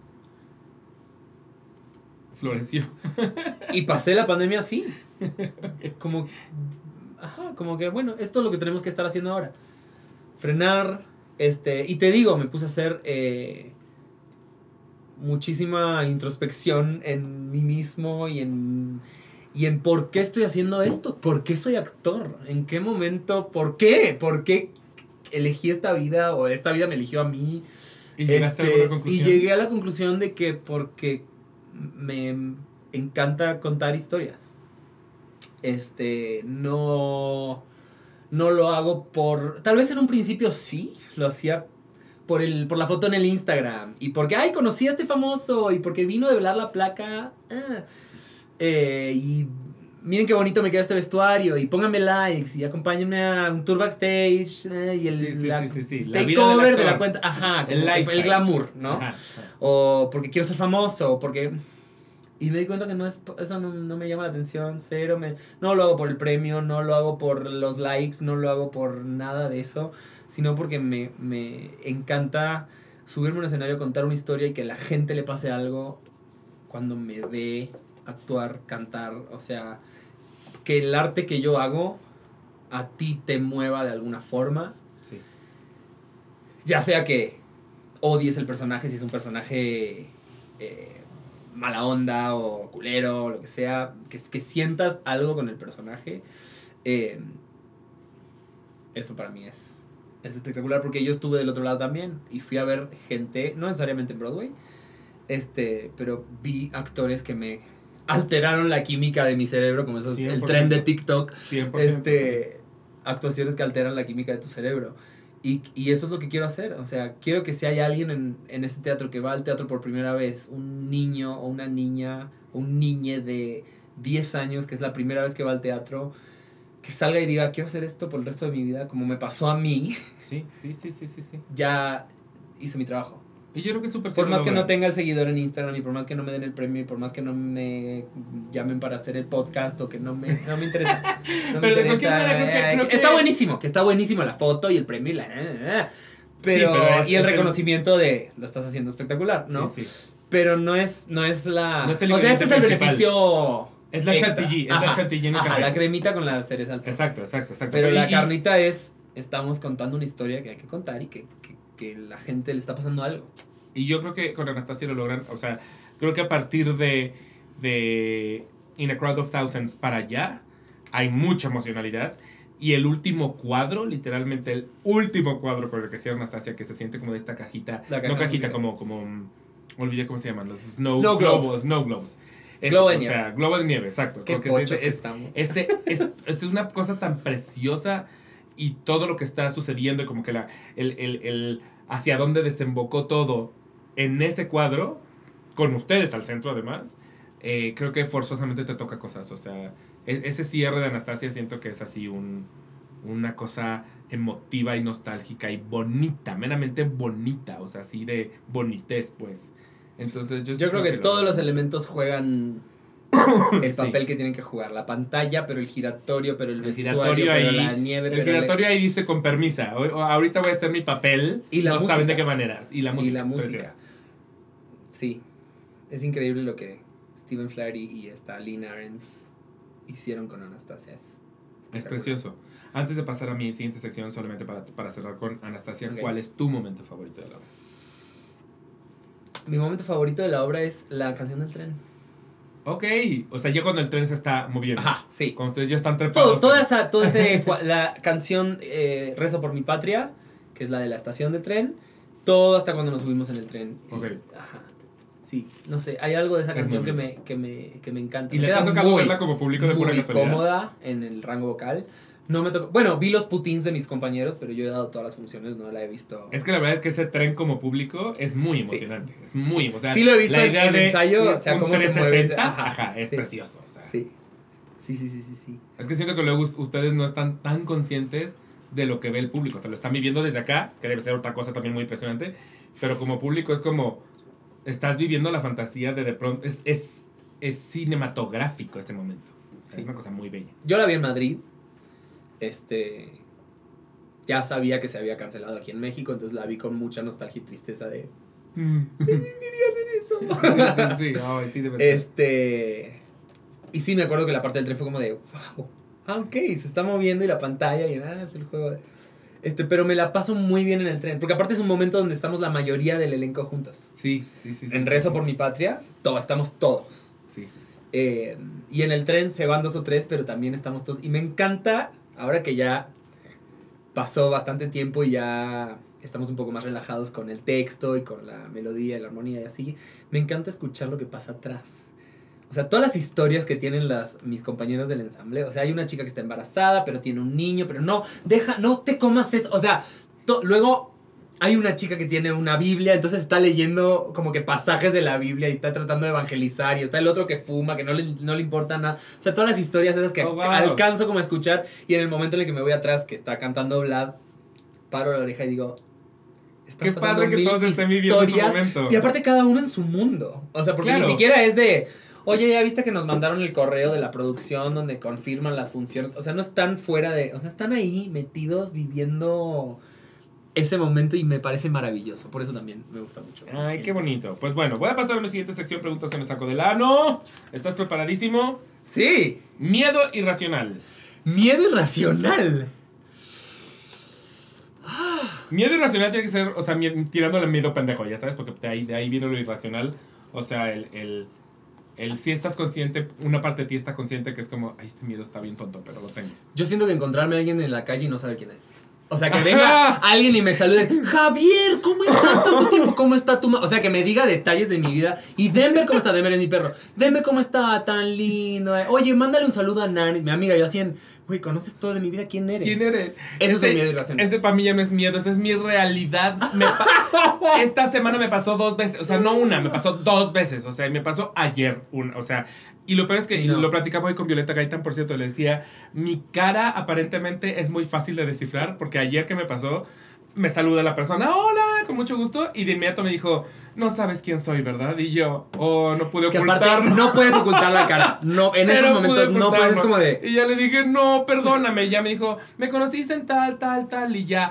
floreció. Y pasé la pandemia así. Como que bueno, esto es lo que tenemos que estar haciendo ahora. Frenar, y te digo, me puse a hacer muchísima introspección en mí mismo y en por qué estoy haciendo esto, por qué soy actor, en qué momento, por qué elegí esta vida o esta vida me eligió a mí. Y llegaste a alguna conclusión. Y llegué a la conclusión de que porque me encanta contar historias. No lo hago por... Tal vez en un principio sí, lo hacía por la foto en el Instagram. Y porque, ay, conocí a este famoso. Y porque vino de velar la placa. Y miren qué bonito me queda este vestuario. Y pónganme likes. Y acompáñenme a un tour backstage. Y el takeover de la cuenta. Ajá, el glamour, ¿no? Ajá. O porque quiero ser famoso. O porque... Y me di cuenta que eso no me llama la atención, cero. No lo hago por el premio, no lo hago por los likes, no lo hago por nada de eso, sino porque me encanta subirme a un escenario, contar una historia y que a la gente le pase algo cuando me ve actuar, cantar. O sea, que el arte que yo hago a ti te mueva de alguna forma. Sí. Ya sea que odies el personaje, si es un personaje... mala onda o culero o lo que sea, que sientas algo con el personaje, eso para mí es espectacular, porque yo estuve del otro lado también y fui a ver gente, no necesariamente en Broadway, pero vi actores que me alteraron la química de mi cerebro, como esos, el tren de TikTok, 100%, sí. Actuaciones que alteran la química de tu cerebro. Y eso es lo que quiero hacer. O sea, quiero que si hay alguien en ese teatro que va al teatro por primera vez, un niño o una niña, un niñe de 10 años que es la primera vez que va al teatro, que salga y diga, quiero hacer esto por el resto de mi vida, como me pasó a mí. Sí. Ya hice mi trabajo. Y yo creo que es súper... Por más que no tenga el seguidor en Instagram y por más que no me den el premio y por más que no me llamen para hacer el podcast o que no me interesa. No me interesa. Creo que está buenísimo, que está buenísimo la foto y el premio y pero y el reconocimiento de lo estás haciendo espectacular, ¿no? Sí. Pero no es la... No es el o sea, ese es el beneficio... Es la chantilly, la chantilly. La cremita con la cereza al postre. Exacto. Pero la carnita estamos contando una historia que hay que contar y que la gente le está pasando algo. Y yo creo que con Anastasia lo logran, o sea, creo que a partir de In a Crowd of Thousands para allá hay mucha emocionalidad. Y el último cuadro, literalmente el último cuadro con el que cierra Anastasia, que se siente como de esta cajita, no cajita, como olvidé cómo se llaman, los snow globes. Globo de nieve, exacto. Qué pochos que estamos. Es una cosa tan preciosa y todo lo que está sucediendo y como que el hacia dónde desembocó todo en ese cuadro, con ustedes al centro además, creo que forzosamente te toca cosas. O sea, ese cierre de Anastasia siento que es así una cosa emotiva y nostálgica y bonita, meramente bonita, o sea, así de bonitez, pues. Entonces yo creo que todos los elementos juegan el papel que tienen que jugar. La pantalla, pero el giratorio, pero el vestuario, pero la nieve. El giratorio ahí dice con permisa. Ahorita voy a hacer mi papel. Y la música. Saben de qué maneras. Y la música. Sí. Es increíble lo que Stephen Flaherty y Lynn Ahrens hicieron con Anastasia. Es precioso. Antes de pasar a mi siguiente sección, solamente para cerrar con Anastasia, okay. ¿Cuál es tu momento favorito de la obra? Mi momento favorito de la obra es la canción del tren. Ok, o sea, ya cuando el tren se está moviendo. Ajá, sí. Cuando ustedes ya están trepados. La canción Rezo por mi patria, que es la de la estación del tren, todo hasta cuando nos subimos en el tren. Ok. Ajá. Sí, no sé, hay algo de esa canción que me encanta. ¿Y le ha tocado verla como público de pura casualidad? Muy cómoda en el rango vocal. No me tocó. Bueno, vi los putins de mis compañeros, pero yo he dado todas las funciones, no la he visto. Es que la verdad es que ese tren como público es muy emocionante. Sí. Es muy emocionante. Sí, lo he visto en el ensayo, o sea, cómo se mueve. Ajá, es precioso. O sea. Sí. Es que siento que luego ustedes no están tan conscientes de lo que ve el público. O sea, lo están viviendo desde acá, que debe ser otra cosa también muy impresionante. Pero como público es como. Estás viviendo la fantasía de pronto. Es cinematográfico ese momento. O sea, es una cosa muy bella. Yo la vi en Madrid. Ya sabía que se había cancelado aquí en México, entonces la vi con mucha nostalgia y tristeza de quería hacer eso. Sí, debe ser. Y sí me acuerdo que la parte del tren fue como de wow, ok, se está moviendo y la pantalla y es el juego de... pero me la paso muy bien en el tren, porque aparte es un momento donde estamos la mayoría del elenco juntos. Sí. En Rezo por mi patria, estamos todos. Sí. Y en el tren se van 2 o 3, pero también estamos todos. Y me encanta, ahora que ya pasó bastante tiempo y ya estamos un poco más relajados con el texto y con la melodía y la armonía y así, me encanta escuchar lo que pasa atrás. O sea, todas las historias que tienen mis compañeros del ensamble. O sea, hay una chica que está embarazada, pero tiene un niño, pero no te comas eso. O sea, luego hay una chica que tiene una Biblia, entonces está leyendo como que pasajes de la Biblia y está tratando de evangelizar, y está el otro que fuma, que no le importa nada. O sea, todas las historias esas que alcanzo como a escuchar, y en el momento en el que me voy atrás, que está cantando Vlad, paro la oreja y digo... Qué padre que todos estén viviendo su momento. Y aparte cada uno en su mundo. O sea, porque ni siquiera es de... Oye, ¿ya viste que nos mandaron el correo de la producción donde confirman las funciones? O sea, no están fuera de... O sea, están ahí metidos viviendo ese momento y me parece maravilloso. Por eso también me gusta mucho. Ay, qué bonito. Pues bueno, voy a pasar a mi siguiente sección, preguntas que me saco del ano. ¿Estás preparadísimo? Sí. Miedo irracional. Miedo irracional. Miedo irracional tiene que ser, o sea, tirándole miedo pendejo, ya sabes, porque de ahí viene lo irracional. O sea, el si estás consciente, una parte de ti está consciente que es como, ay, este miedo está bien tonto, pero lo tengo. Yo siento que encontrarme a alguien en la calle y no saber quién es. O sea, que venga alguien y me salude. Javier, ¿cómo estás? Tanto tiempo, ¿cómo está tu O sea, que me diga detalles de mi vida. Y Denver, ¿cómo está? Denver es mi perro. Denver, ¿cómo está? Tan lindo. Oye, mándale un saludo a Nani, mi amiga. Yo así güey, ¿conoces todo de mi vida? ¿Quién eres? ¿Quién eres? Eso es miedo irracional. Ese para mí ya no es miedo, esa es mi realidad. Esta semana me pasó 2 veces. O sea, no una, me pasó 2 veces. O sea, me pasó ayer una. O sea, y lo peor es que lo platicaba hoy con Violeta Gaitán, por cierto, le decía, mi cara aparentemente es muy fácil de descifrar, porque ayer que me pasó, me saluda la persona, hola, con mucho gusto, y de inmediato me dijo, no sabes quién soy, ¿verdad? Y yo, no pude ocultarlo. No puedes ocultar la cara. No, en esos momentos no puedes como de... Y ya le dije, no, perdóname. Y ya me dijo, me conociste en tal, y ya...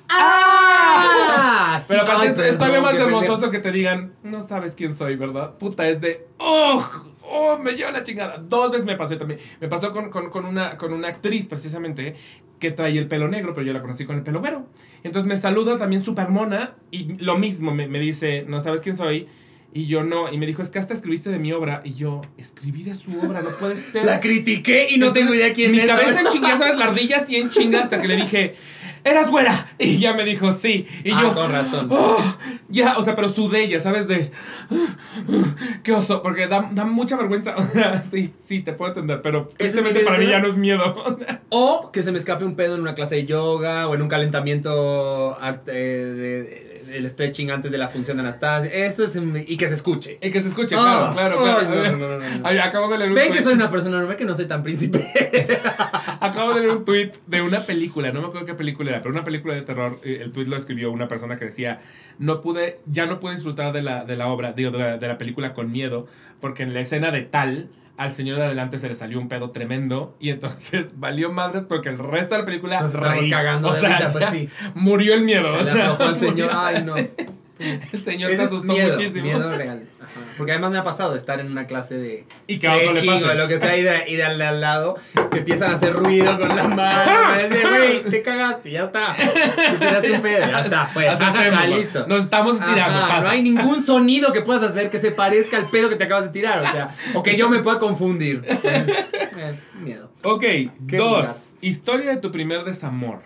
¡Ah! Pero aparte es todavía más vergonzoso que te digan, no sabes quién soy, ¿verdad? Puta, es de, me lleva la chingada. 2 veces me pasó también. Me pasó con una actriz, precisamente, que traía el pelo negro, pero yo la conocí con el pelo güero. Entonces me saluda también súper mona, y lo mismo, me dice, no sabes quién soy. Y yo no, y me dijo, es que hasta escribiste de mi obra. Y yo, escribí de su obra, no puede ser. La critiqué y no tengo idea quién es. Mi cabeza en chinga, ¿sabes? La ardilla así en chinga hasta que le dije, ¿eras güera? Y ya me dijo, sí. Y yo, con razón. Ya, o sea, pero sudé, ya sabes, de... qué oso, porque da mucha vergüenza. O sea, sí, te puedo entender, pero tristemente para mí ya no es miedo. O que se me escape un pedo en una clase de yoga o en un calentamiento el stretching antes de la función de Anastasia. Eso es... Y que se escuche. Y que se escuche, claro. No. Ay, acabo de leer un Ven tweet. que soy una persona normal, que no soy tan príncipe. Acabo de leer un tweet de una película, no me acuerdo qué película era, pero una película de terror. El tweet lo escribió una persona que decía, ya no pude disfrutar de la obra, digo, de la película con miedo, porque en la escena de tal, al señor de adelante se le salió un pedo tremendo, y entonces valió madres porque el resto de la película nos estamos cagando. O sea, pues sí. Murió el miedo. Se le aflojó al señor. Ay, no. El señor se asustó muchísimo. Miedo real. Ajá. Porque además me ha pasado de estar en una clase de y que a otro le pase. O lo que sea, y de al lado, que empiezan a hacer ruido con las manos. Me dicen, güey, te cagaste, ya está. Te tiraste un pedo, ya está. Fue. Listo. Nos estamos estirando. No hay ningún sonido que puedas hacer que se parezca al pedo que te acabas de tirar. O sea, o que yo me pueda confundir. Miedo. Ok, 2. Historia de tu primer desamor.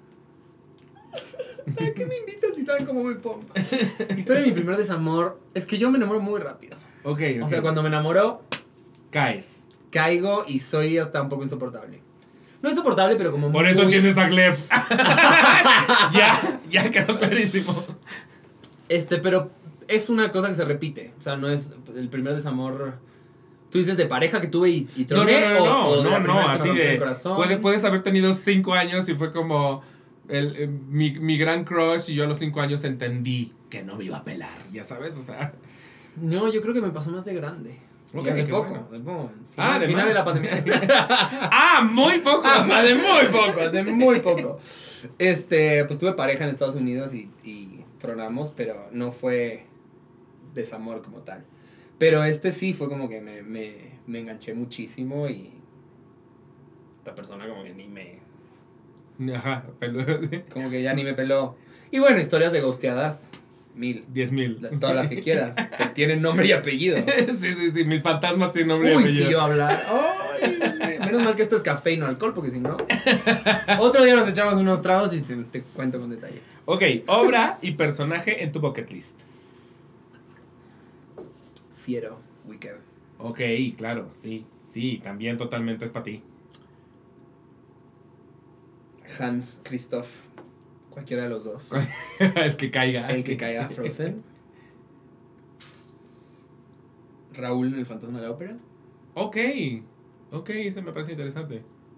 ¿Qué me invitan si saben cómo me pongo? Historia de mi primer desamor. Es que yo me enamoro muy rápido. Ok. O sea, cuando me enamoro, caigo y soy hasta un poco insoportable. No insoportable, pero como por eso entiendes a Gleb. ya quedó clarísimo. Pero es una cosa que se repite. O sea, no es el primer desamor. ¿Tú dices de pareja que tuve y troné? No, así de... Puedes haber tenido 5 años y fue como... mi gran crush, y yo a los 5 años entendí que no me iba a pelar, ya sabes, o sea. No, yo creo que me pasó más de grande. Okay, hace poco. Final de la pandemia. Muy poco. Hace muy poco. Pues tuve pareja en Estados Unidos y tronamos, pero no fue desamor como tal. Pero sí fue como que me enganché muchísimo, y esta persona como que ni me... Ajá, peló. Como que ya ni me peló. Y bueno, historias de ghosteadas, 10,000. Todas las que quieras, que tienen nombre y apellido. Sí, mis fantasmas tienen nombre y apellido. Uy, si yo hablar. Menos mal que esto es café y no alcohol, porque si no... Otro día nos echamos unos tragos y te cuento con detalle. Ok, obra y personaje en tu bucket list. Fiero, Wicked. Ok, claro, sí, también totalmente es para ti. Hans Christoph Cualquiera de los dos. El que caiga. El que caiga, Frozen. Raúl en El fantasma de la ópera. Ok, ese me parece interesante.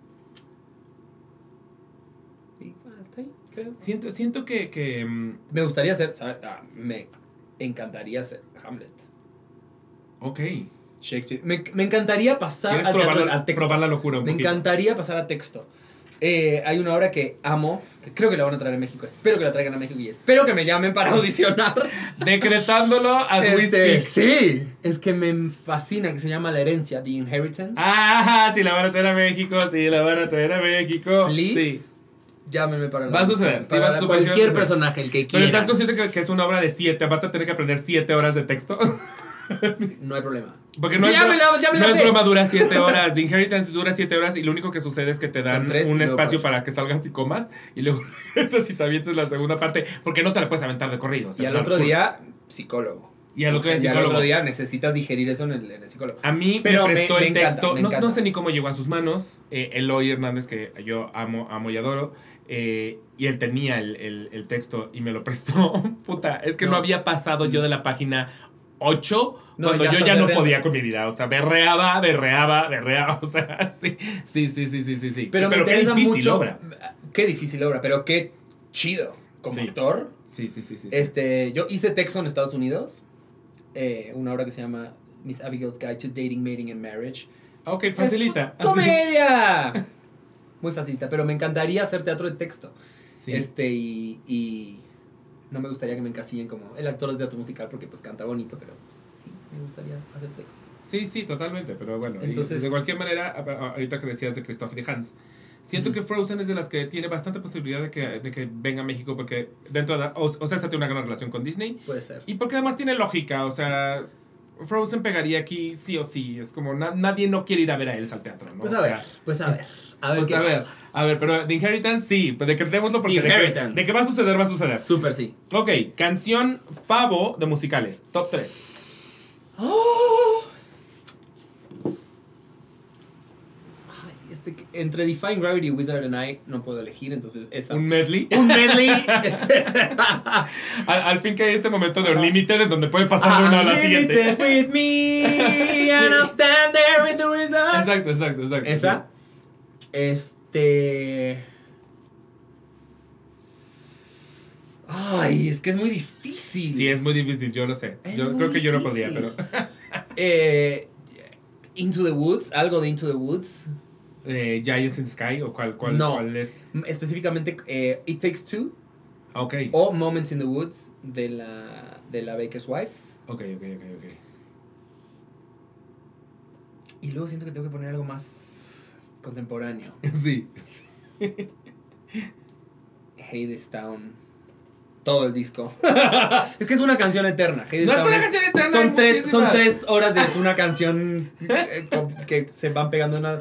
Y hasta ahí, creo. Siento que Me gustaría hacer, ¿sabes? Me encantaría hacer Hamlet. ok. Shakespeare. Me encantaría pasar ¿Quieres al texto. probar la locura un Me poquito? encantaría pasar a texto. Hay una obra que amo, que creo que la van a traer a México. Espero que la traigan a México y espero que me llamen para audicionar. Decretándolo as we speak. Sí, es que me fascina, que se llama La Herencia, The Inheritance. Ah, sí la van a traer a México, sí la van a traer a México. Please, Sí. llámenme para la Va a audición. suceder, sí, Para va a suceder. cualquier personaje, el que Pero quiera. estás consciente que es una obra de 7, vas a tener que aprender 7 horas de texto. No hay problema. Porque no, Ya me la es sé. broma, dura 7 horas. The Inheritance dura 7 horas y lo único que sucede es que te dan Son 3 un y luego espacio 4. para que salgas y comas y luego regresas y te avientes la segunda parte porque no te la puedes aventar de corrido. O sea, Y al es otro una día, psicólogo. Y al otro día Y al psicólogo. otro día necesitas digerir eso en el psicólogo. A mí Pero me prestó me el encanta, texto, me no encanta. sé ni cómo llegó a sus manos, Eloy Hernández, que yo amo y adoro, y él tenía el texto y me lo prestó. Puta, es que no había pasado yo de la página 8 No, cuando ya yo estás ya no berreando. podía con mi vida. O sea, berreaba, o sea, sí. Pero me qué interesa difícil mucho. obra. Qué difícil obra, pero qué chido como Sí. actor. Sí. Yo hice texto en Estados Unidos. Una obra que se llama Miss Abigail's Guide to Dating, Mating and Marriage. Ok, facilita. ¡Es ¡Comedia! Muy facilita, pero me encantaría hacer teatro de texto. Sí. Y no me gustaría que me encasillen como el actor de teatro musical porque pues canta bonito, pero pues, sí, me gustaría hacer texto. Sí, totalmente, pero bueno, Entonces, de cualquier manera, ahorita que decías de Christophe de Hans, siento que Frozen es de las que tiene bastante posibilidad de que venga a México porque dentro de, o sea, esta tiene una gran relación con Disney Puede ser. y porque además tiene lógica, o sea, Frozen pegaría aquí sí o sí, es como nadie no quiere ir a ver a Elsa al teatro, ¿no? Pues O a sea, ver. Pues a ver pues qué a ver, pero The Inheritance sí, pues decretémoslo porque The Inheritance. de que va a suceder, va a suceder. Súper sí. Ok, canción favo de musicales, top 3. ¡Oh! Ay, entre Defying Gravity, Wizard and I no puedo elegir, entonces esa. Un medley. Un medley. Al fin que hay este momento de Unlimited en donde puede pasar de una a la siguiente. Unlimited with me and I'll stand there with the wizard. Exacto. Esa. Ay, es que es muy difícil. Sí, es muy difícil, yo lo sé. Es Yo muy creo que yo no podía, difícil. pero. Into the Woods, algo de Into the Woods. Giants in the Sky, o cuál No. cuál es. Específicamente It Takes Two Ok. o Moments in the Woods de la Baker's Wife. Ok. Y luego siento que tengo que poner algo más contemporáneo. Sí. Hadestown. Todo el disco. Es que es una canción eterna. No es una canción eterna. Son hay muchísimas. 3 horas de una canción que se van pegando una.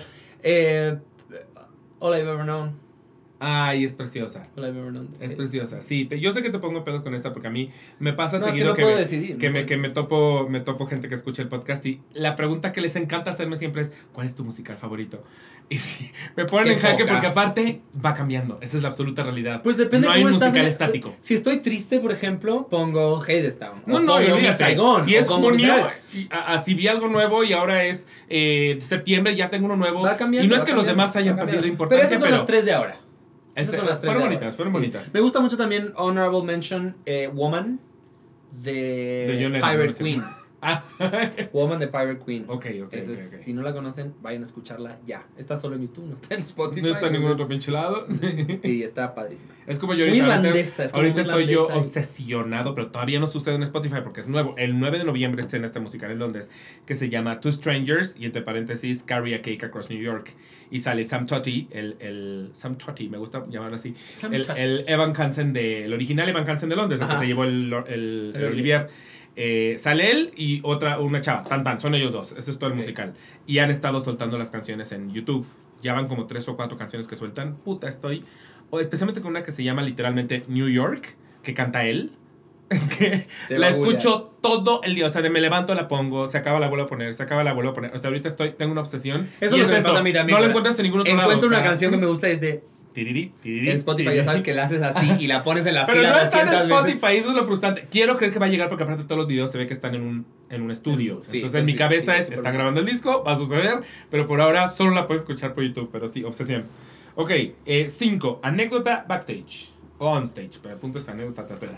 All I've Ever Known. Ay, es preciosa. All I've Ever Known. Es preciosa. Sí, yo sé que te pongo pedos con esta porque a mí me pasa No, es que seguido no puedo decidir, que no puedo me topo gente que escucha el podcast y la pregunta que les encanta hacerme siempre es ¿cuál es tu musical favorito? Y sí, me ponen Qué en jaque poca. porque aparte va cambiando. Esa es la absoluta realidad. Pues depende no de hay cómo un estás. musical estático. Si estoy triste, por ejemplo, pongo Hadestown. No, o y pongo olvídate. Miss Saigon. Si o es pongo junio, Miss- si vi algo nuevo y ahora es septiembre, ya tengo uno nuevo. Va cambiando. Y no es va que los cambiando, demás hayan va perdido cambiando. importancia. Pero esas son las 3 de ahora. Esas son las 3 fueron de bonitas, ahora. fueron Sí. bonitas. Me gusta mucho también Honorable Mention Woman De John Lennon, Pirate ¿no? Sí. Queen. Ah, Woman de Pirate Queen. ok. Esa es- Si no la conocen, vayan a escucharla ya. Está solo en YouTube, no está en Spotify. No está en ningún otro entonces- pinche lado. Sí. Y está padrísima. Es como yo Muy ahorita, irlandesa, es como ahorita muy estoy yo irlandesa y- obsesionado, pero todavía no sucede en Spotify porque es nuevo. El 9 de noviembre estrena este musical en Londres que se llama Two Strangers y entre paréntesis Carry a Cake Across New York. Y sale Sam Totty, Sam Totty, me gusta llamarlo así. Sam El Totty. Evan Hansen el original Evan Hansen de Londres, el que Ajá. se llevó el Olivier. Sale él y una chava, son ellos dos, ese es todo el Ok. musical. Y han estado soltando las canciones en YouTube. Ya van como 3 o 4 canciones que sueltan. Puta, o especialmente con una que se llama literalmente New York, que canta él. Es que Se la va a bullear. escucho todo el día. O sea, me levanto, la pongo, se acaba, la vuelvo a poner, se acaba, la vuelvo a poner. O sea, ahorita tengo una obsesión. Eso y es lo que me esto. pasa a mí también. No lo encuentras en ningún otro lado. Encuentro o sea, una canción que me gusta desde Tiriri, tiriri, En Spotify tiriri. ya sabes que la haces así y la pones en la Pero fila no está en 200 Spotify, veces. eso es lo frustrante. Quiero creer que va a llegar porque aparte todos los videos se ve que están en un estudio. Sí, Entonces en mi sí, cabeza sí, es, súper están bien. grabando el disco, va a suceder, pero por ahora solo la puedes escuchar por YouTube, pero sí, obsesión. Ok, 5. Anécdota backstage. O onstage, pero el punto es anécdota tercera.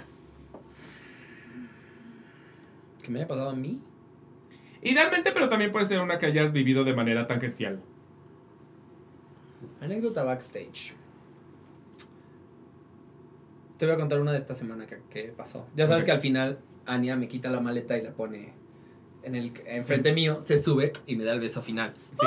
¿Qué me haya pasado a mí? Idealmente, pero también puede ser una que hayas vivido de manera tangencial. Anécdota backstage. Te voy a contar una de esta semana que pasó. Ya sabes Ok. que al final Anya me quita la maleta y la pone enfrente mío, se sube y me da el beso final. Sí.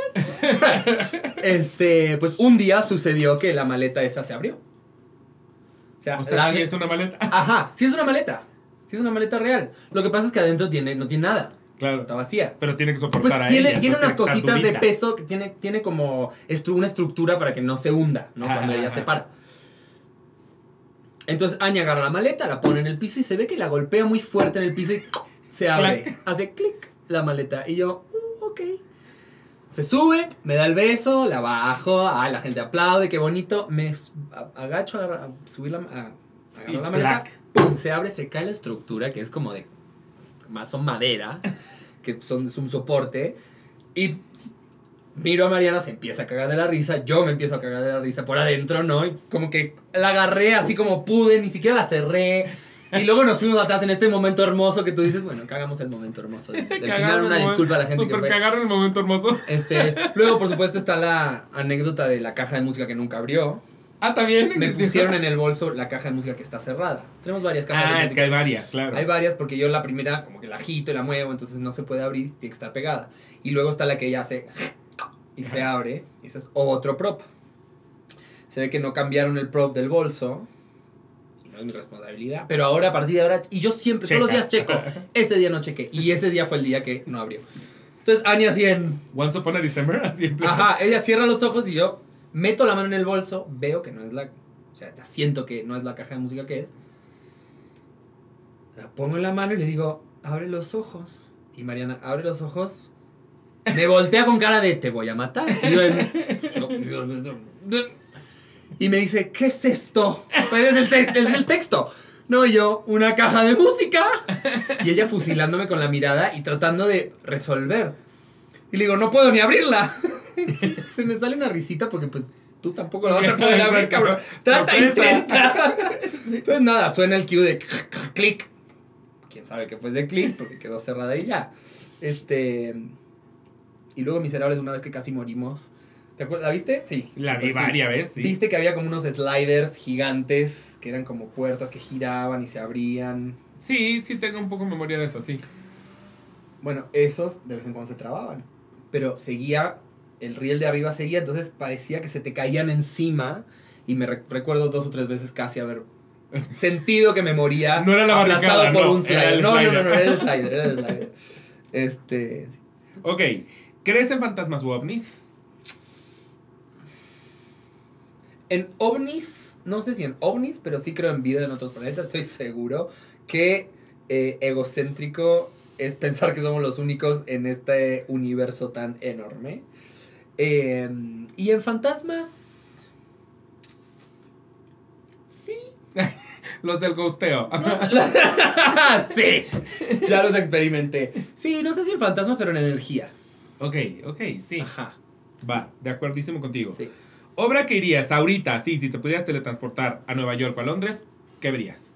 Pues un día sucedió que la maleta esa se abrió. O sea, O sea, sí es una maleta. Ajá, sí es una maleta. Sí es una maleta real. Lo que pasa es que adentro no tiene nada. Claro. Está vacía. Pero tiene que soportar Pues a tiene ella. unas entonces tiene que cositas estar de durita. peso que tiene como una estructura para que no se hunda, ¿no? Ajá, Cuando ella ajá. se para. Entonces Anya agarra la maleta, la pone en el piso y se ve que la golpea muy fuerte en el piso y se abre. Clac. Hace clic la maleta. Y yo, ok. Se sube, me da el beso, la bajo, la gente aplaude, qué bonito. Me agacho a subir agarrar Y la maleta. clac. Pum, se abre, se cae la estructura, que es como de... Son maderas, que son un soporte. Y miro a Mariana, se empieza a cagar de la risa. Yo me empiezo a cagar de la risa por adentro, ¿no? Y como que la agarré así como pude, ni siquiera la cerré. Y luego nos fuimos atrás en este momento hermoso que tú dices, bueno, cagamos el momento hermoso. Del final, una disculpa a la gente que Super fue. cagaron el momento hermoso. Luego, por supuesto, está la anécdota de la caja de música que nunca abrió. Ah, también. Me existió. pusieron en el bolso la caja de música que está cerrada. Tenemos varias cajas de música. Ah, es que hay varias, claro. Hay varias porque yo la primera como que la agito y la muevo, entonces no se puede abrir, tiene que estar pegada. Y luego está la que ella hace y se abre, y ese es otro prop. Se ve que no cambiaron el prop del bolso, y no es mi responsabilidad, pero ahora, a partir de ahora, y yo siempre, todos los días checo, ese día no chequé, y ese día fue el día que no abrió. Entonces Anya así en... Once Upon a December, así en plan. Ajá, ella cierra los ojos y yo meto la mano en el bolso, veo que no es la... O sea, siento que no es la caja de música que es. La pongo en la mano y le digo, abre los ojos. Y Mariana, abre los ojos. Me voltea con cara de, te voy a matar. Y yo y me dice, ¿qué es esto? Pues es el texto. No, yo, una caja de música. Y ella fusilándome con la mirada y tratando de resolver. Y le digo, no puedo ni abrirla. Se me sale una risita porque pues tú tampoco la vas a poder abrir, cabrón. Trata, Sorpresa. intenta. Entonces nada, suena el cue de clic. Quién sabe qué fue de clic porque quedó cerrada y ya. Y luego Miserables, una vez que casi morimos. ¿Te acuerdas? ¿La viste? Sí. La vi Sí. varias veces, sí. Viste que había como unos sliders gigantes que eran como puertas que giraban y se abrían. Sí, sí tengo un poco memoria de eso, sí. Bueno, esos de vez en cuando se trababan. Pero seguía, el riel de arriba seguía, entonces parecía que se te caían encima. Y me recuerdo 2 o 3 veces casi haber sentido que me moría. No era la aplastado barricada, por no, un era slider. el No, slider. era el slider, era el slider. Ok, ¿crees en fantasmas u ovnis? En ovnis, no sé si en ovnis, pero sí creo en vida en otros planetas. Estoy seguro que egocéntrico es pensar que somos los únicos en este universo tan enorme. Y en fantasmas... Sí. Los del ghosteo. Sí. Ya los experimenté. Sí, no sé si en fantasmas, pero en energías. Ok, sí. Ajá. Va, de acuerdísimo contigo. Sí. Obra que irías ahorita, sí, si te pudieras teletransportar a Nueva York o a Londres, ¿qué verías?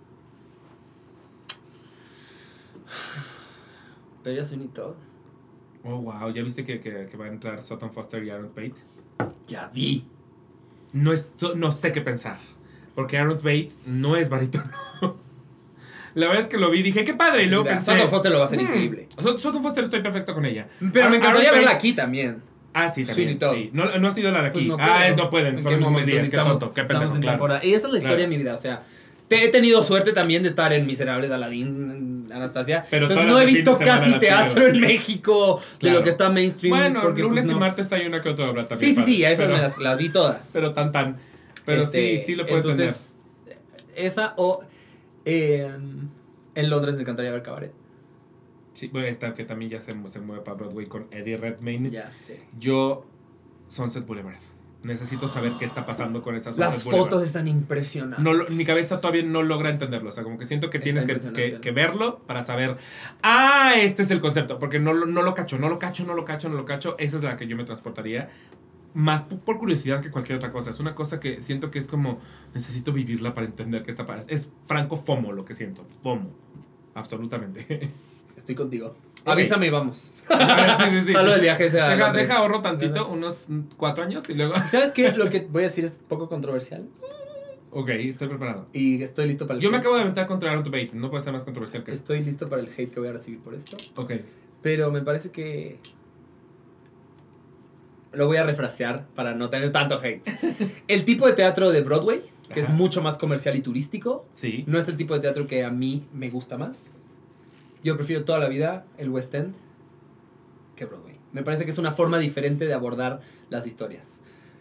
Pero ya soy todo. Oh, wow, ¿ya viste que va a entrar Sutton Foster y Aaron Pate? Ya vi. No sé qué pensar, porque Aaron Pate no es barítono. La verdad es que lo vi y dije, qué padre, y luego pensé... Sutton Foster lo va a hacer increíble. Sutton Foster estoy perfecto con ella. Pero me encantaría Aaron verla Pate- aquí también. Ah, sí, también, Sweeney Todd. sí. No ha sido la de aquí. Pues No pueden, ¿En son qué los mismos momento? días, Si qué estamos, tonto, qué estamos pendejo, en claro. temporada. Y esa es la historia Claro. de mi vida, o sea... He tenido suerte también de estar en Miserables, Aladdin, Anastasia. Pero Entonces todas no he las de visto fin de semana casi las teatro pido. en México de Claro. lo que está mainstream. Bueno, porque, lunes pues, y no. martes hay una que otra obra también. Sí, padre, esas pero, las vi todas. pero tan. Pero sí lo puedo entonces, esa o... en Londres me encantaría ver Cabaret. Sí, bueno, esta que también ya se mueve para Broadway con Eddie Redmayne. Ya sé. Yo, Sunset Boulevard. necesito saber qué está pasando con esas Las Sunset Boulevard. fotos están impresionantes. Mi cabeza todavía no logra entenderlo. O sea, como que siento que Está tienes impresionante, que ¿no? verlo para saber, este es el concepto. Porque no lo cacho. Esa es la que yo me transportaría. Más por curiosidad que cualquier otra cosa. Es una cosa que siento que es como, necesito vivirla para entender qué está pasando. Es franco FOMO lo que siento. FOMO. Absolutamente. Estoy contigo. Ok. Avísame y vamos. Sí. Hablo del viaje ese a Londres. Deja ahorro tantito, unos 4 años y luego... ¿Sabes qué? Lo que voy a decir es poco controversial. Ok, estoy preparado. Y estoy listo para el Yo me hate. acabo de aventar contra Aaron Debate. No puede ser más controversial que eso. Estoy listo para el hate que voy a recibir por esto. Ok. Pero me parece que... Lo voy a refrasear para no tener tanto hate. El tipo de teatro de Broadway, que es Ajá. mucho más comercial y turístico, Sí. no es el tipo de teatro que a mí me gusta más. Yo prefiero toda la vida el West End que Broadway. Me parece que es una forma diferente de abordar las historias.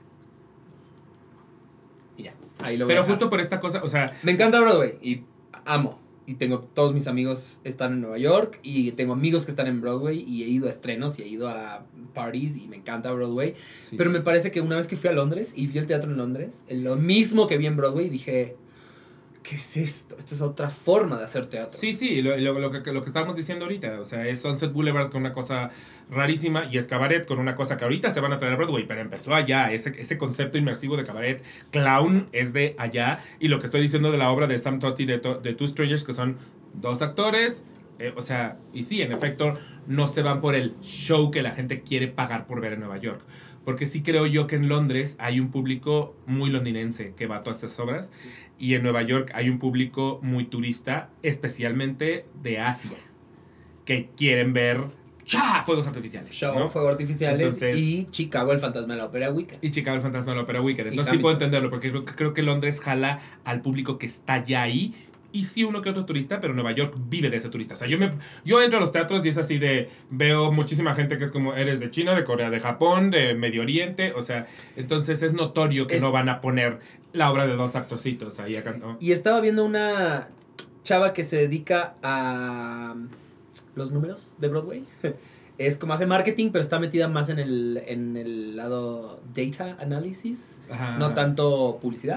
Y ya, ahí lo voy a Pero dejar. justo por esta cosa, o sea... Me encanta Broadway y amo. Y tengo todos mis amigos están en Nueva York y tengo amigos que están en Broadway y he ido a estrenos y he ido a parties y me encanta Broadway. Sí, Pero sí, me sí. parece que una vez que fui a Londres y vi el teatro en Londres, lo mismo que vi en Broadway, dije, ¿qué es esto? Esto es otra forma de hacer teatro. Sí, lo que estábamos diciendo ahorita, o sea, es Sunset Boulevard con una cosa rarísima y es Cabaret con una cosa que ahorita se van a traer a Broadway, pero empezó allá, ese concepto inmersivo de Cabaret, clown es de allá, y lo que estoy diciendo de la obra de Sam Totti de Two Strangers, que son 2 actores, o sea, y sí, en efecto, no se van por el show que la gente quiere pagar por ver en Nueva York. Porque sí creo yo que en Londres hay un público muy londinense que va a todas esas obras. Y en Nueva York hay un público muy turista, especialmente de Asia, que quieren ver fuegos artificiales. Show, ¿no? fuegos artificiales Entonces- y Chicago, el fantasma de la ópera Wicked. Y Chicago, el fantasma de la ópera Wicked. Y Entonces sí Hamilton. puedo entenderlo, porque creo que Londres jala al público que está ya ahí. Y sí uno que otro turista, pero Nueva York vive de ese turista. O sea, yo entro a los teatros y es así de... Veo muchísima gente que es como, eres de China, de Corea, de Japón, de Medio Oriente. O sea, entonces es notorio que no van a poner la obra de 2 actorcitos ahí acá, ¿no? Y estaba viendo una chava que se dedica a los números de Broadway. Es como hace marketing, pero está metida más en el lado data analysis, Ajá. no tanto publicidad.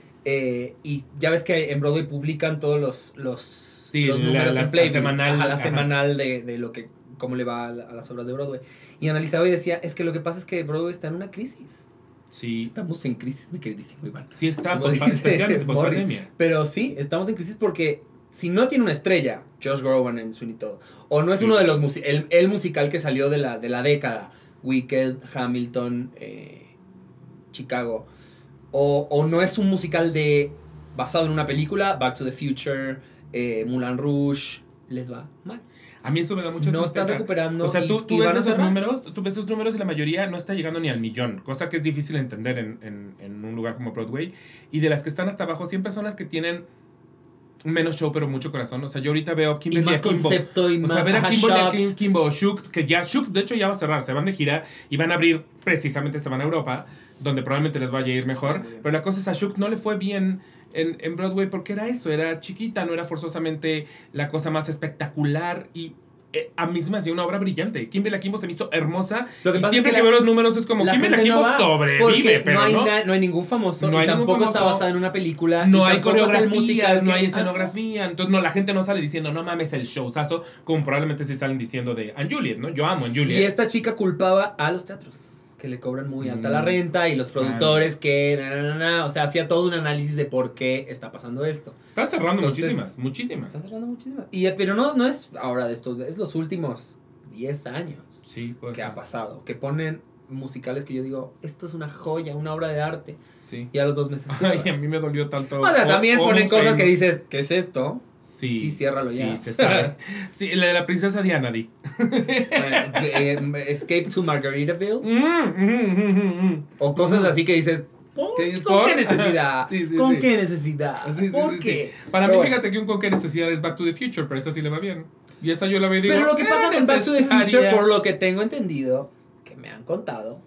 Y ya ves que en Broadway publican todos los Sí, números la en Playbill, semanal, ajá, la ajá. semanal de lo que cómo le va a las obras de Broadway. Y analizaba y decía, es que lo que pasa es que Broadway está en una crisis. Sí, Estamos en crisis, mi queridísimo Iván. sí está, Como dice especialmente post Morris. pandemia. Pero sí, estamos en crisis porque si no tiene una estrella, Josh Groban en Sweeney Todd, o no es Sí. uno de los el musical que salió de la década, Wicked, Hamilton, Chicago, o no es un musical basado en una película, Back to the Future, Moulin Rouge, les va mal. A mí eso me da mucha No está tristeza. recuperando. O sea, tú y ves van a esos cerrar. números y la mayoría no está llegando ni al millón, cosa que es difícil entender en un lugar como Broadway. Y de las que están hasta abajo siempre son las que tienen menos show pero mucho corazón. O sea, yo ahorita veo a Y Kimberly más Akimbo. concepto y O más sea, ver a ajá, Kimberly shocked. Akimbo o Shook, que ya Shook de hecho ya va a cerrar, se van de gira y van a abrir precisamente, se van a Europa, donde probablemente les vaya a ir mejor. Muy bien. Pero la cosa es, a Shook no le fue bien en Broadway porque era eso, era chiquita, no era forzosamente la cosa más espectacular y a mí se me hacía una obra brillante. Kimberly Akimbo se me hizo hermosa. Lo que Y pasa siempre es que que veo los números es como la Kimberly gente Akimbo no va, sobrevive, porque pero no. no hay ningún famoso No hay y ningún tampoco famoso, está basada en una película. No y hay tampoco es el coreografías, musical no hay que- escenografía. Entonces la gente no sale diciendo, no mames, el showzazo, como probablemente sí salen diciendo de Anne Juliet, ¿no? Yo amo a Anne Juliet. Y esta chica culpaba a los teatros, que le cobran muy alta la renta, y los productores que... O sea, hacía todo un análisis de por qué está pasando esto. Están cerrando Entonces, muchísimas. Están cerrando muchísimas. Pero no es ahora de estos, es los últimos 10 años Sí, pues. que ha pasado. Que ponen musicales que yo digo, esto es una joya, una obra de arte. Sí. Y a los 2 meses... Ay, a cierran. mí me dolió tanto. O sea, también ponen Almost cosas Famous. que dices, ¿qué es esto? Sí. Sí, ciérralo ya. Sí, se sabe. Sí, la de la princesa Diana, di. Escape to Margaritaville. Mm. O cosas así que dices, ¿con qué necesidad? Sí, sí, ¿Con sí. qué necesidad? Sí, sí, ¿Por sí, qué? sí. Para Pero mí, bueno. fíjate que un con qué necesidad es Back to the Future, pero esa sí le va bien. Y esa yo la veo y digo, Pero lo que pasa con Back to the Future, necesaria. por lo que tengo entendido, que me han contado,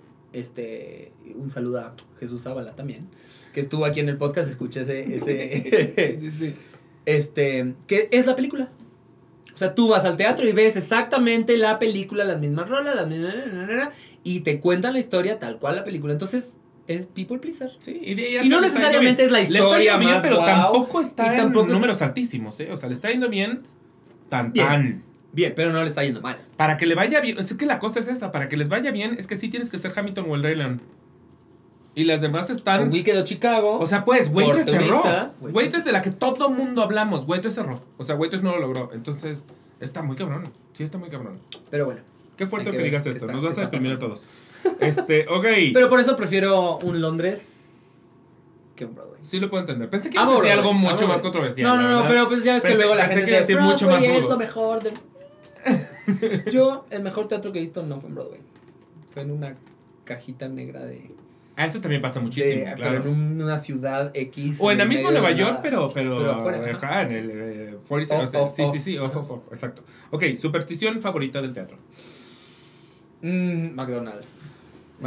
un saludo a Jesús Zavala también, que estuvo aquí en el podcast, escuché ese Sí, sí. que es la película. O sea, tú vas al teatro y ves exactamente la película, las mismas rolas, y te cuentan la historia tal cual la película. Entonces, es people pleaser. Sí, y no necesariamente es la historia bien, más pero guau, tampoco está tampoco en números altísimos, ¿eh? O sea, le está yendo bien, tan. Bien, pero no le está yendo mal. Para que le vaya bien, es que la cosa es esa, para que les vaya bien, es que sí tienes que ser Hamilton o el Rey León. Y las demás están... O Wicked o Chicago. O sea, pues, Waitress cerró. Waitress. Waitress de la que todo mundo hablamos. Waitress cerró. O sea, Waitress no lo logró. Entonces, está muy cabrón. Sí, está muy cabrón. Pero bueno. Qué fuerte que digas esto. Nos vas a deprimir a todos. Ok. Pero por eso prefiero un Londres que un Broadway. Sí lo puedo entender. Pensé que iba a decir algo mucho más controversial. No, pero pues ya ves que luego la gente dice mucho más es lo mejor. Yo, el mejor teatro que he visto no fue en Broadway. Fue en una cajita negra de... Eso también pasa muchísimo, claro. Pero en una ciudad X. O en la misma Nueva York, pero afuera. Ajá, en el 47. Sí, off. Exacto. Ok, superstición favorita del teatro. McDonald's.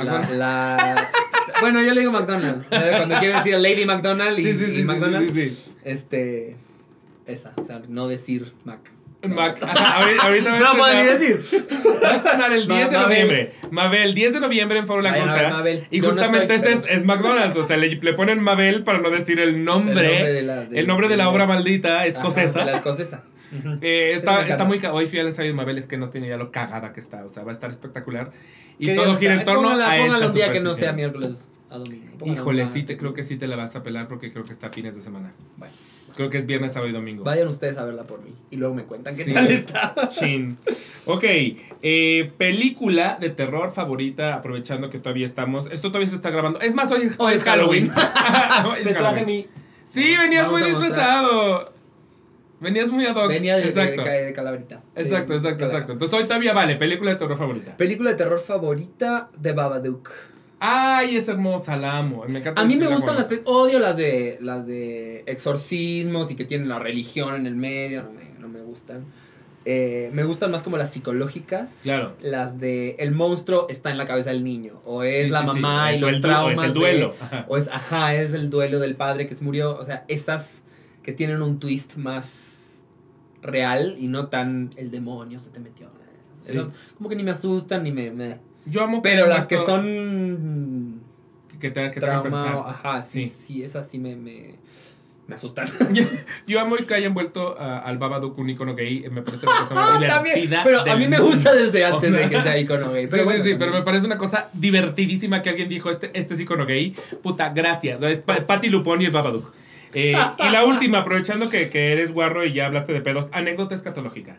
Bueno, yo le digo McDonald's. Cuando quiero decir Lady McDonald y McDonald's. Sí. Esa, o sea, no decir Mac. Ahorita no puedo ni decir. Va a estrenar el 10 de noviembre. Mabel, 10 de noviembre en Foro La Conta. Y justamente ese es McDonald's. O sea, le ponen Mabel para no decir el nombre. El nombre de la obra maldita escocesa. La escocesa. Está muy... Hoy fui al ensayo de Mabel, es que no tiene idea lo cagada que está. O sea, va a estar espectacular. Y todo gira en torno a esa Póngala un día que no sea miércoles a domingo. Híjole, creo que sí te la vas a pelar porque creo que está a fines de semana. Bueno. Creo que es viernes, sábado y domingo. Vayan ustedes a verla por mí. Y luego me cuentan qué tal está. Chin. Ok. Película de terror favorita, aprovechando que todavía estamos. Esto todavía se está grabando. Es más, hoy es Halloween. Me traje mi... Sí, venías muy disfrazado. Venías muy ad hoc. Venía de calaverita. Exacto. Entonces hoy todavía vale. Película de terror favorita. Película de terror favorita de Babadook. Ay, es hermosa, la amo. Me encanta. A mí me gustan odio las de exorcismos y que tienen la religión en el medio, no me gustan. Me gustan más como las psicológicas. Claro. Las de el monstruo está en la cabeza del niño. O es la mamá y los traumas. O es el duelo. Es el duelo del padre que se murió. O sea, esas que tienen un twist más real y no tan el demonio se te metió. Esas como que ni me asustan ni me... Yo amo. Pero las que son que te trauma, ajá, sí, esas sí me asustan. Yo amo que hayan vuelto al Babadook un icono gay. Me parece una cosa más divertida. Pero a mí me gusta desde antes de que sea icono gay. Pero pero me parece una cosa divertidísima que alguien dijo, este es icono gay. Puta, gracias. Es Patti Lupone y el Babadook. Y la última, aprovechando que eres guarro y ya hablaste de pedos, anécdota escatológica.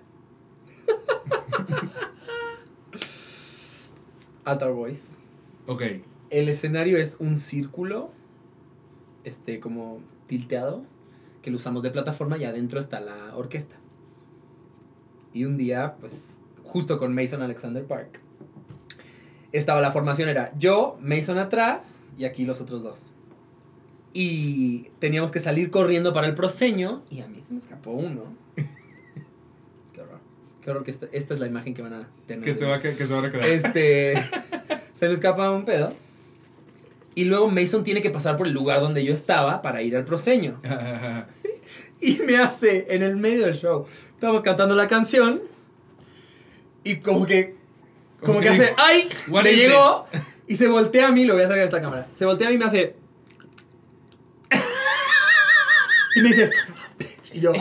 Altar Boys. Ok. El escenario es un círculo, como tilteado, que lo usamos de plataforma y adentro está la orquesta. Y un día, pues, justo con Mason Alexander Park, la formación era yo, Mason atrás y aquí los otros dos. Y teníamos que salir corriendo para el proscenio y a mí se me escapó uno. Qué horror que esta es la imagen que van a tener. Que se va a recrear. Se me escapa un pedo. Y luego Mason tiene que pasar por el lugar donde yo estaba para ir al proscenio. Y me hace, en el medio del show, estábamos cantando la canción. Y como que hace, ¡ay! Le llegó. Y se voltea a mí, lo voy a sacar de esta cámara. Se voltea a mí y me hace. Y me dices. Y yo.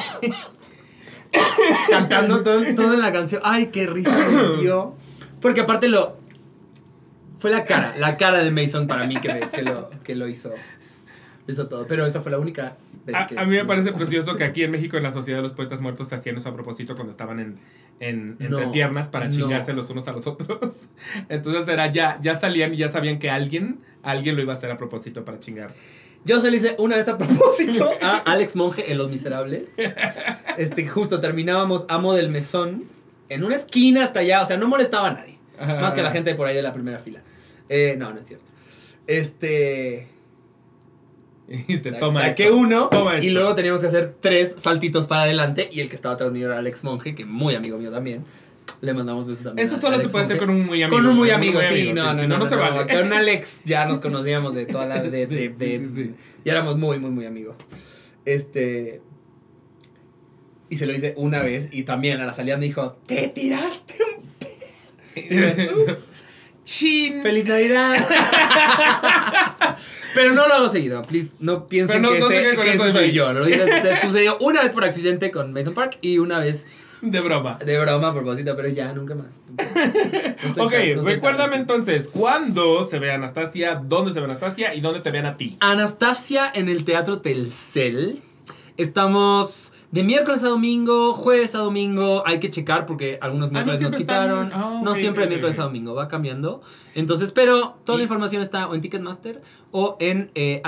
Cantando todo en la canción. Ay, qué risa me dio. Porque aparte fue la cara de Mason para mí que lo hizo todo. Pero esa fue la única vez que... A mí me parece precioso que aquí en México, en la Sociedad de los Poetas Muertos, se hacían eso a propósito cuando estaban entre piernas para chingarse los unos a los otros. Entonces ya salían y ya sabían que alguien lo iba a hacer a propósito para chingar. Yo se lo hice una vez a propósito a Alex Monge en Los Miserables. Justo terminábamos Amo del Mesón en una esquina hasta allá. O sea, no molestaba a nadie. Más que a la gente por ahí de la primera fila. No es cierto. Saqué uno y luego teníamos que hacer 3 saltitos para adelante. Y el que estaba atrás mío era Alex Monge, que muy amigo mío también. Le mandamos besos también. Eso solo se puede hacer con un muy amigo. Con un muy amigo, sí. No se vale. Con Alex ya nos conocíamos de toda la... Sí. Ya éramos muy, muy, muy amigos. Y se lo hice una vez y también a la salida me dijo, ¿te tiraste un pedo? Ups. ¡Chin! ¡Feliz Navidad! Pero no lo hago seguido, please. No piensen que ese soy yo. Lo hice, sucedió una vez por accidente con Mason Park y una vez... De broma. De broma a propósito, pero ya, nunca más. Ok, recuérdame entonces, ¿cuándo se ve Anastasia? ¿Dónde se ve Anastasia? ¿Y dónde te ven a ti? Anastasia en el Teatro Telcel. Estamos de miércoles a domingo, jueves a domingo. Hay que checar porque algunos miércoles nos quitaron. No siempre de miércoles a domingo, va cambiando. Entonces, pero toda la información está o en Ticketmaster o en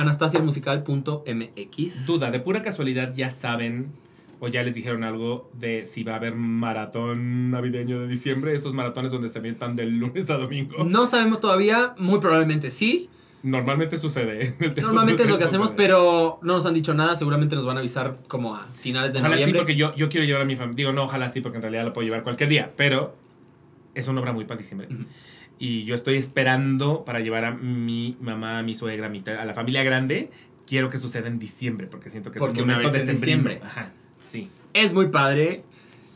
anastasiamusical.mx. Duda, de pura casualidad ya saben o ya les dijeron algo de si va a haber maratón navideño de diciembre, esos maratones donde se avientan del lunes a domingo. No sabemos todavía, muy probablemente sí. Normalmente sucede. Normalmente es lo que hacemos, pero no nos han dicho nada. Seguramente nos van a avisar como a finales de noviembre. Ojalá sí, porque yo quiero llevar a mi familia. Digo, no, ojalá sí, porque en realidad lo puedo llevar cualquier día. Pero es una obra muy para diciembre. Uh-huh. Y yo estoy esperando para llevar a mi mamá, a mi suegra, a la familia grande. Quiero que suceda en diciembre, porque siento que porque es un momento de diciembre. Ajá, sí. Es muy padre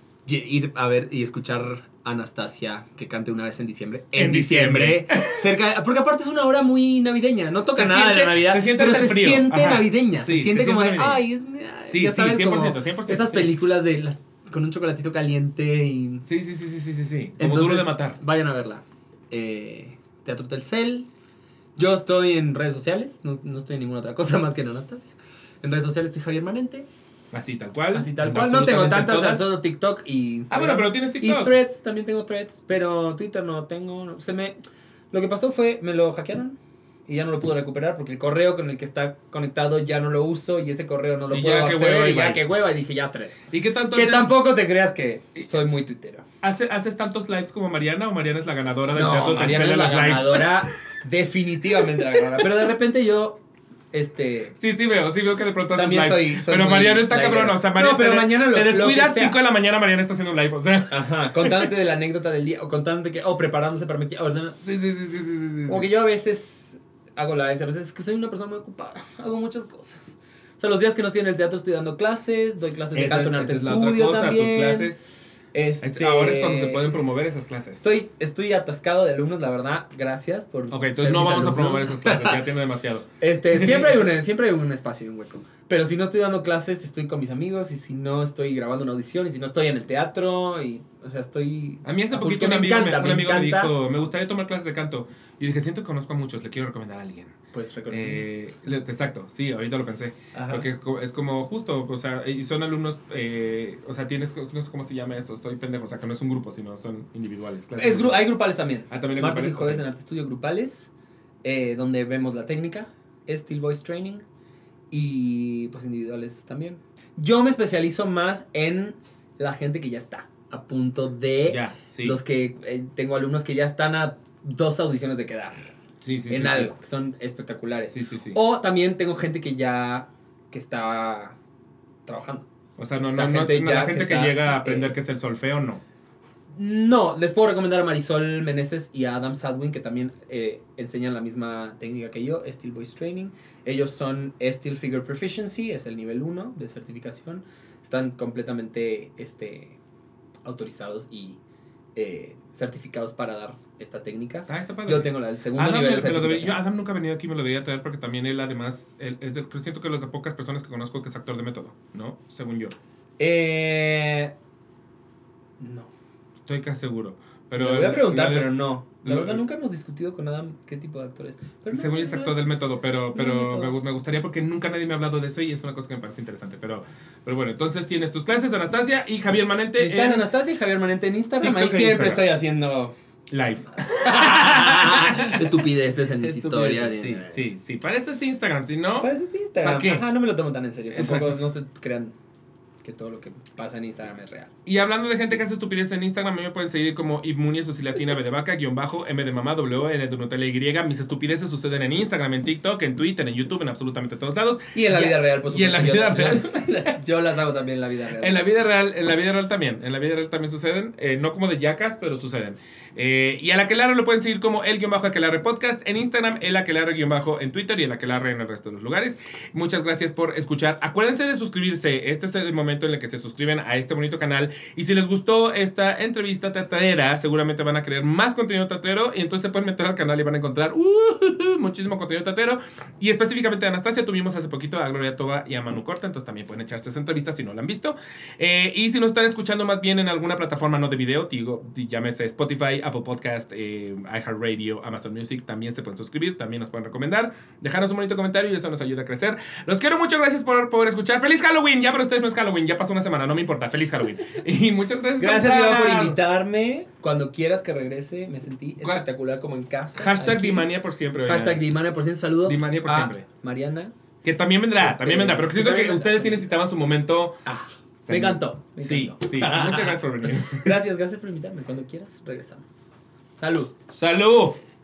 ir a ver y escuchar Anastasia que cante una vez en diciembre. En diciembre. Porque aparte es una hora muy navideña. No toca nada de la Navidad. Pero se siente navideña. Sí, se siente como de, ay, sí, ya sabes, 100%. Estas películas de con un chocolatito caliente y... Sí. Como entonces, Duro de Matar. Vayan a verla. Teatro Telcel. Yo estoy en redes sociales. No estoy en ninguna otra cosa más que en Anastasia. En redes sociales estoy Javier Manente. Así tal cual. No tengo tantas, o sea, solo TikTok y Instagram. Bueno, pero tienes TikTok. Y Threads, también tengo Threads, pero Twitter no tengo. Lo que pasó fue, me lo hackearon y ya no lo pude recuperar porque el correo con el que está conectado ya no lo uso y ese correo no lo puedo acceder. Y ya que hueva, y dije ya Threads. ¿Y qué tanto? Que tampoco te creas que soy muy tuitero. ¿Haces tantos lives como Mariana o Mariana es la ganadora del Teatro Telcel? Mariana es la ganadora, definitivamente la ganadora. Pero de repente yo... Sí veo que de pronto haces live. Soy pero Mariana está cabrona, o sea, Mariana no, pero mañana te descuidas 5 de la mañana, Mariana está haciendo un live, o sea. Ajá, contándote de la anécdota del día, o contándote que, preparándose para meter. Sí. Como que yo a veces hago lives, a veces es que soy una persona muy ocupada, hago muchas cosas. O sea, los días que no estoy en el teatro estoy dando clases, doy clases de canto en arte estudio también. Tus clases. Ahora es cuando se pueden promover esas clases. Estoy atascado de alumnos, la verdad. Gracias por. Ok, entonces no vamos a promover esas clases, ya tiene demasiado. Siempre hay un espacio y un hueco. Pero si no estoy dando clases, estoy con mis amigos. Y si no estoy grabando una audición. Y si no estoy en el teatro. Y, o sea, estoy. A mí hace poquito un amigo me dijo: me gustaría tomar clases de canto. Y dije: siento que conozco a muchos, le quiero recomendar a alguien. Pues recomiendo. Exacto, sí, ahorita lo pensé. Ajá. Porque es como justo, o sea, y son alumnos, o sea, no sé cómo se llama eso, estoy pendejo, o sea, que no es un grupo, sino son individuales. Hay grupales también. También hay martes grupales. Y jueves en Arte Estudio grupales, donde vemos la técnica, Still Voice Training, y pues individuales también. Yo me especializo más en la gente que ya está a punto de... Los que tengo alumnos que ya están a 2 audiciones de quedar. En algo, que son espectaculares. Sí. O también tengo gente que está trabajando. O sea, no es la gente que llega a aprender qué es el solfeo, no. No, les puedo recomendar a Marisol Meneses y a Adam Sadwin, que también enseñan la misma técnica que yo, Still Voice Training. Ellos son Still Figure Proficiency, es el nivel 1 de certificación. Están completamente autorizados y certificados para dar esta técnica. Está padre. Yo tengo el segundo nivel de certificación. Adam nunca ha venido aquí, me lo debería traer porque también él además, siento que es de pocas personas que conozco que es actor de método, ¿no? Según yo. No. Estoy casi seguro. Pero le voy a preguntar, pero no. La verdad nunca hemos discutido con Adam qué tipo de actor es. Según yo es actor del método, pero me gustaría porque nunca nadie me ha hablado de eso y es una cosa que me parece interesante. Pero bueno, entonces tienes tus clases, Anastasia y Javier Manente. Mis clases, Anastasia y Javier Manente en Instagram. TikTok. Ahí siempre estoy haciendo lives. Estupideces en mis historias. Sí. Para eso es Instagram, si no. Para eso es Instagram. ¿Para qué? Ajá, no me lo tomo tan en serio. Tampoco no se crean que todo lo que pasa en Instagram es real. Y hablando de gente que hace estupidez en Instagram, a mí me pueden seguir como Ibmunies Latina B de vaca, _ M de mamá, W, N de Nutella Y. Mis estupideces suceden en Instagram, en TikTok, en Twitter, en YouTube, en absolutamente todos lados. Y en la vida real, por supuesto. Y en la vida real. Yo las hago también en la vida real. En la vida real también. En la vida real también suceden. No como de yacas, pero suceden. Y al Aquelarre lo pueden seguir como _Aquelarre Podcast en Instagram, el Aquelarre _ en Twitter y el Aquelarre en el resto de los lugares. Muchas gracias por escuchar. Acuérdense de suscribirse. Este es el momento momento en el que se suscriben a este bonito canal. Y si les gustó esta entrevista teatrera, seguramente van a querer más contenido teatrero. Y entonces se pueden meter al canal y van a encontrar muchísimo contenido teatrero. Y específicamente de Anastasia, tuvimos hace poquito a Gloria Toba y a Manu Corta. Entonces también pueden echarse esa entrevista si no la han visto. Y si nos están escuchando más bien en alguna plataforma no de video, digo, llámese Spotify, Apple Podcast, iHeartRadio, Amazon Music, también se pueden suscribir, también nos pueden recomendar, dejarnos un bonito comentario y eso nos ayuda a crecer. Los quiero mucho, gracias por poder escuchar. ¡Feliz Halloween! Ya para ustedes no es Halloween, ya pasó una semana, no me importa. ¡Feliz Halloween! Y muchas gracias. Gracias, Iván, por invitarme. Cuando quieras que regrese, me sentí espectacular como en casa. Hashtag Dimania por siempre. Hashtag Dimania por siempre. Saludos. Dimania por siempre. Mariana. Que también vendrá, pero siento que ustedes sí necesitaban su momento. Me encantó. Sí. Muchas gracias por venir. Gracias por invitarme. Cuando quieras, regresamos. Salud.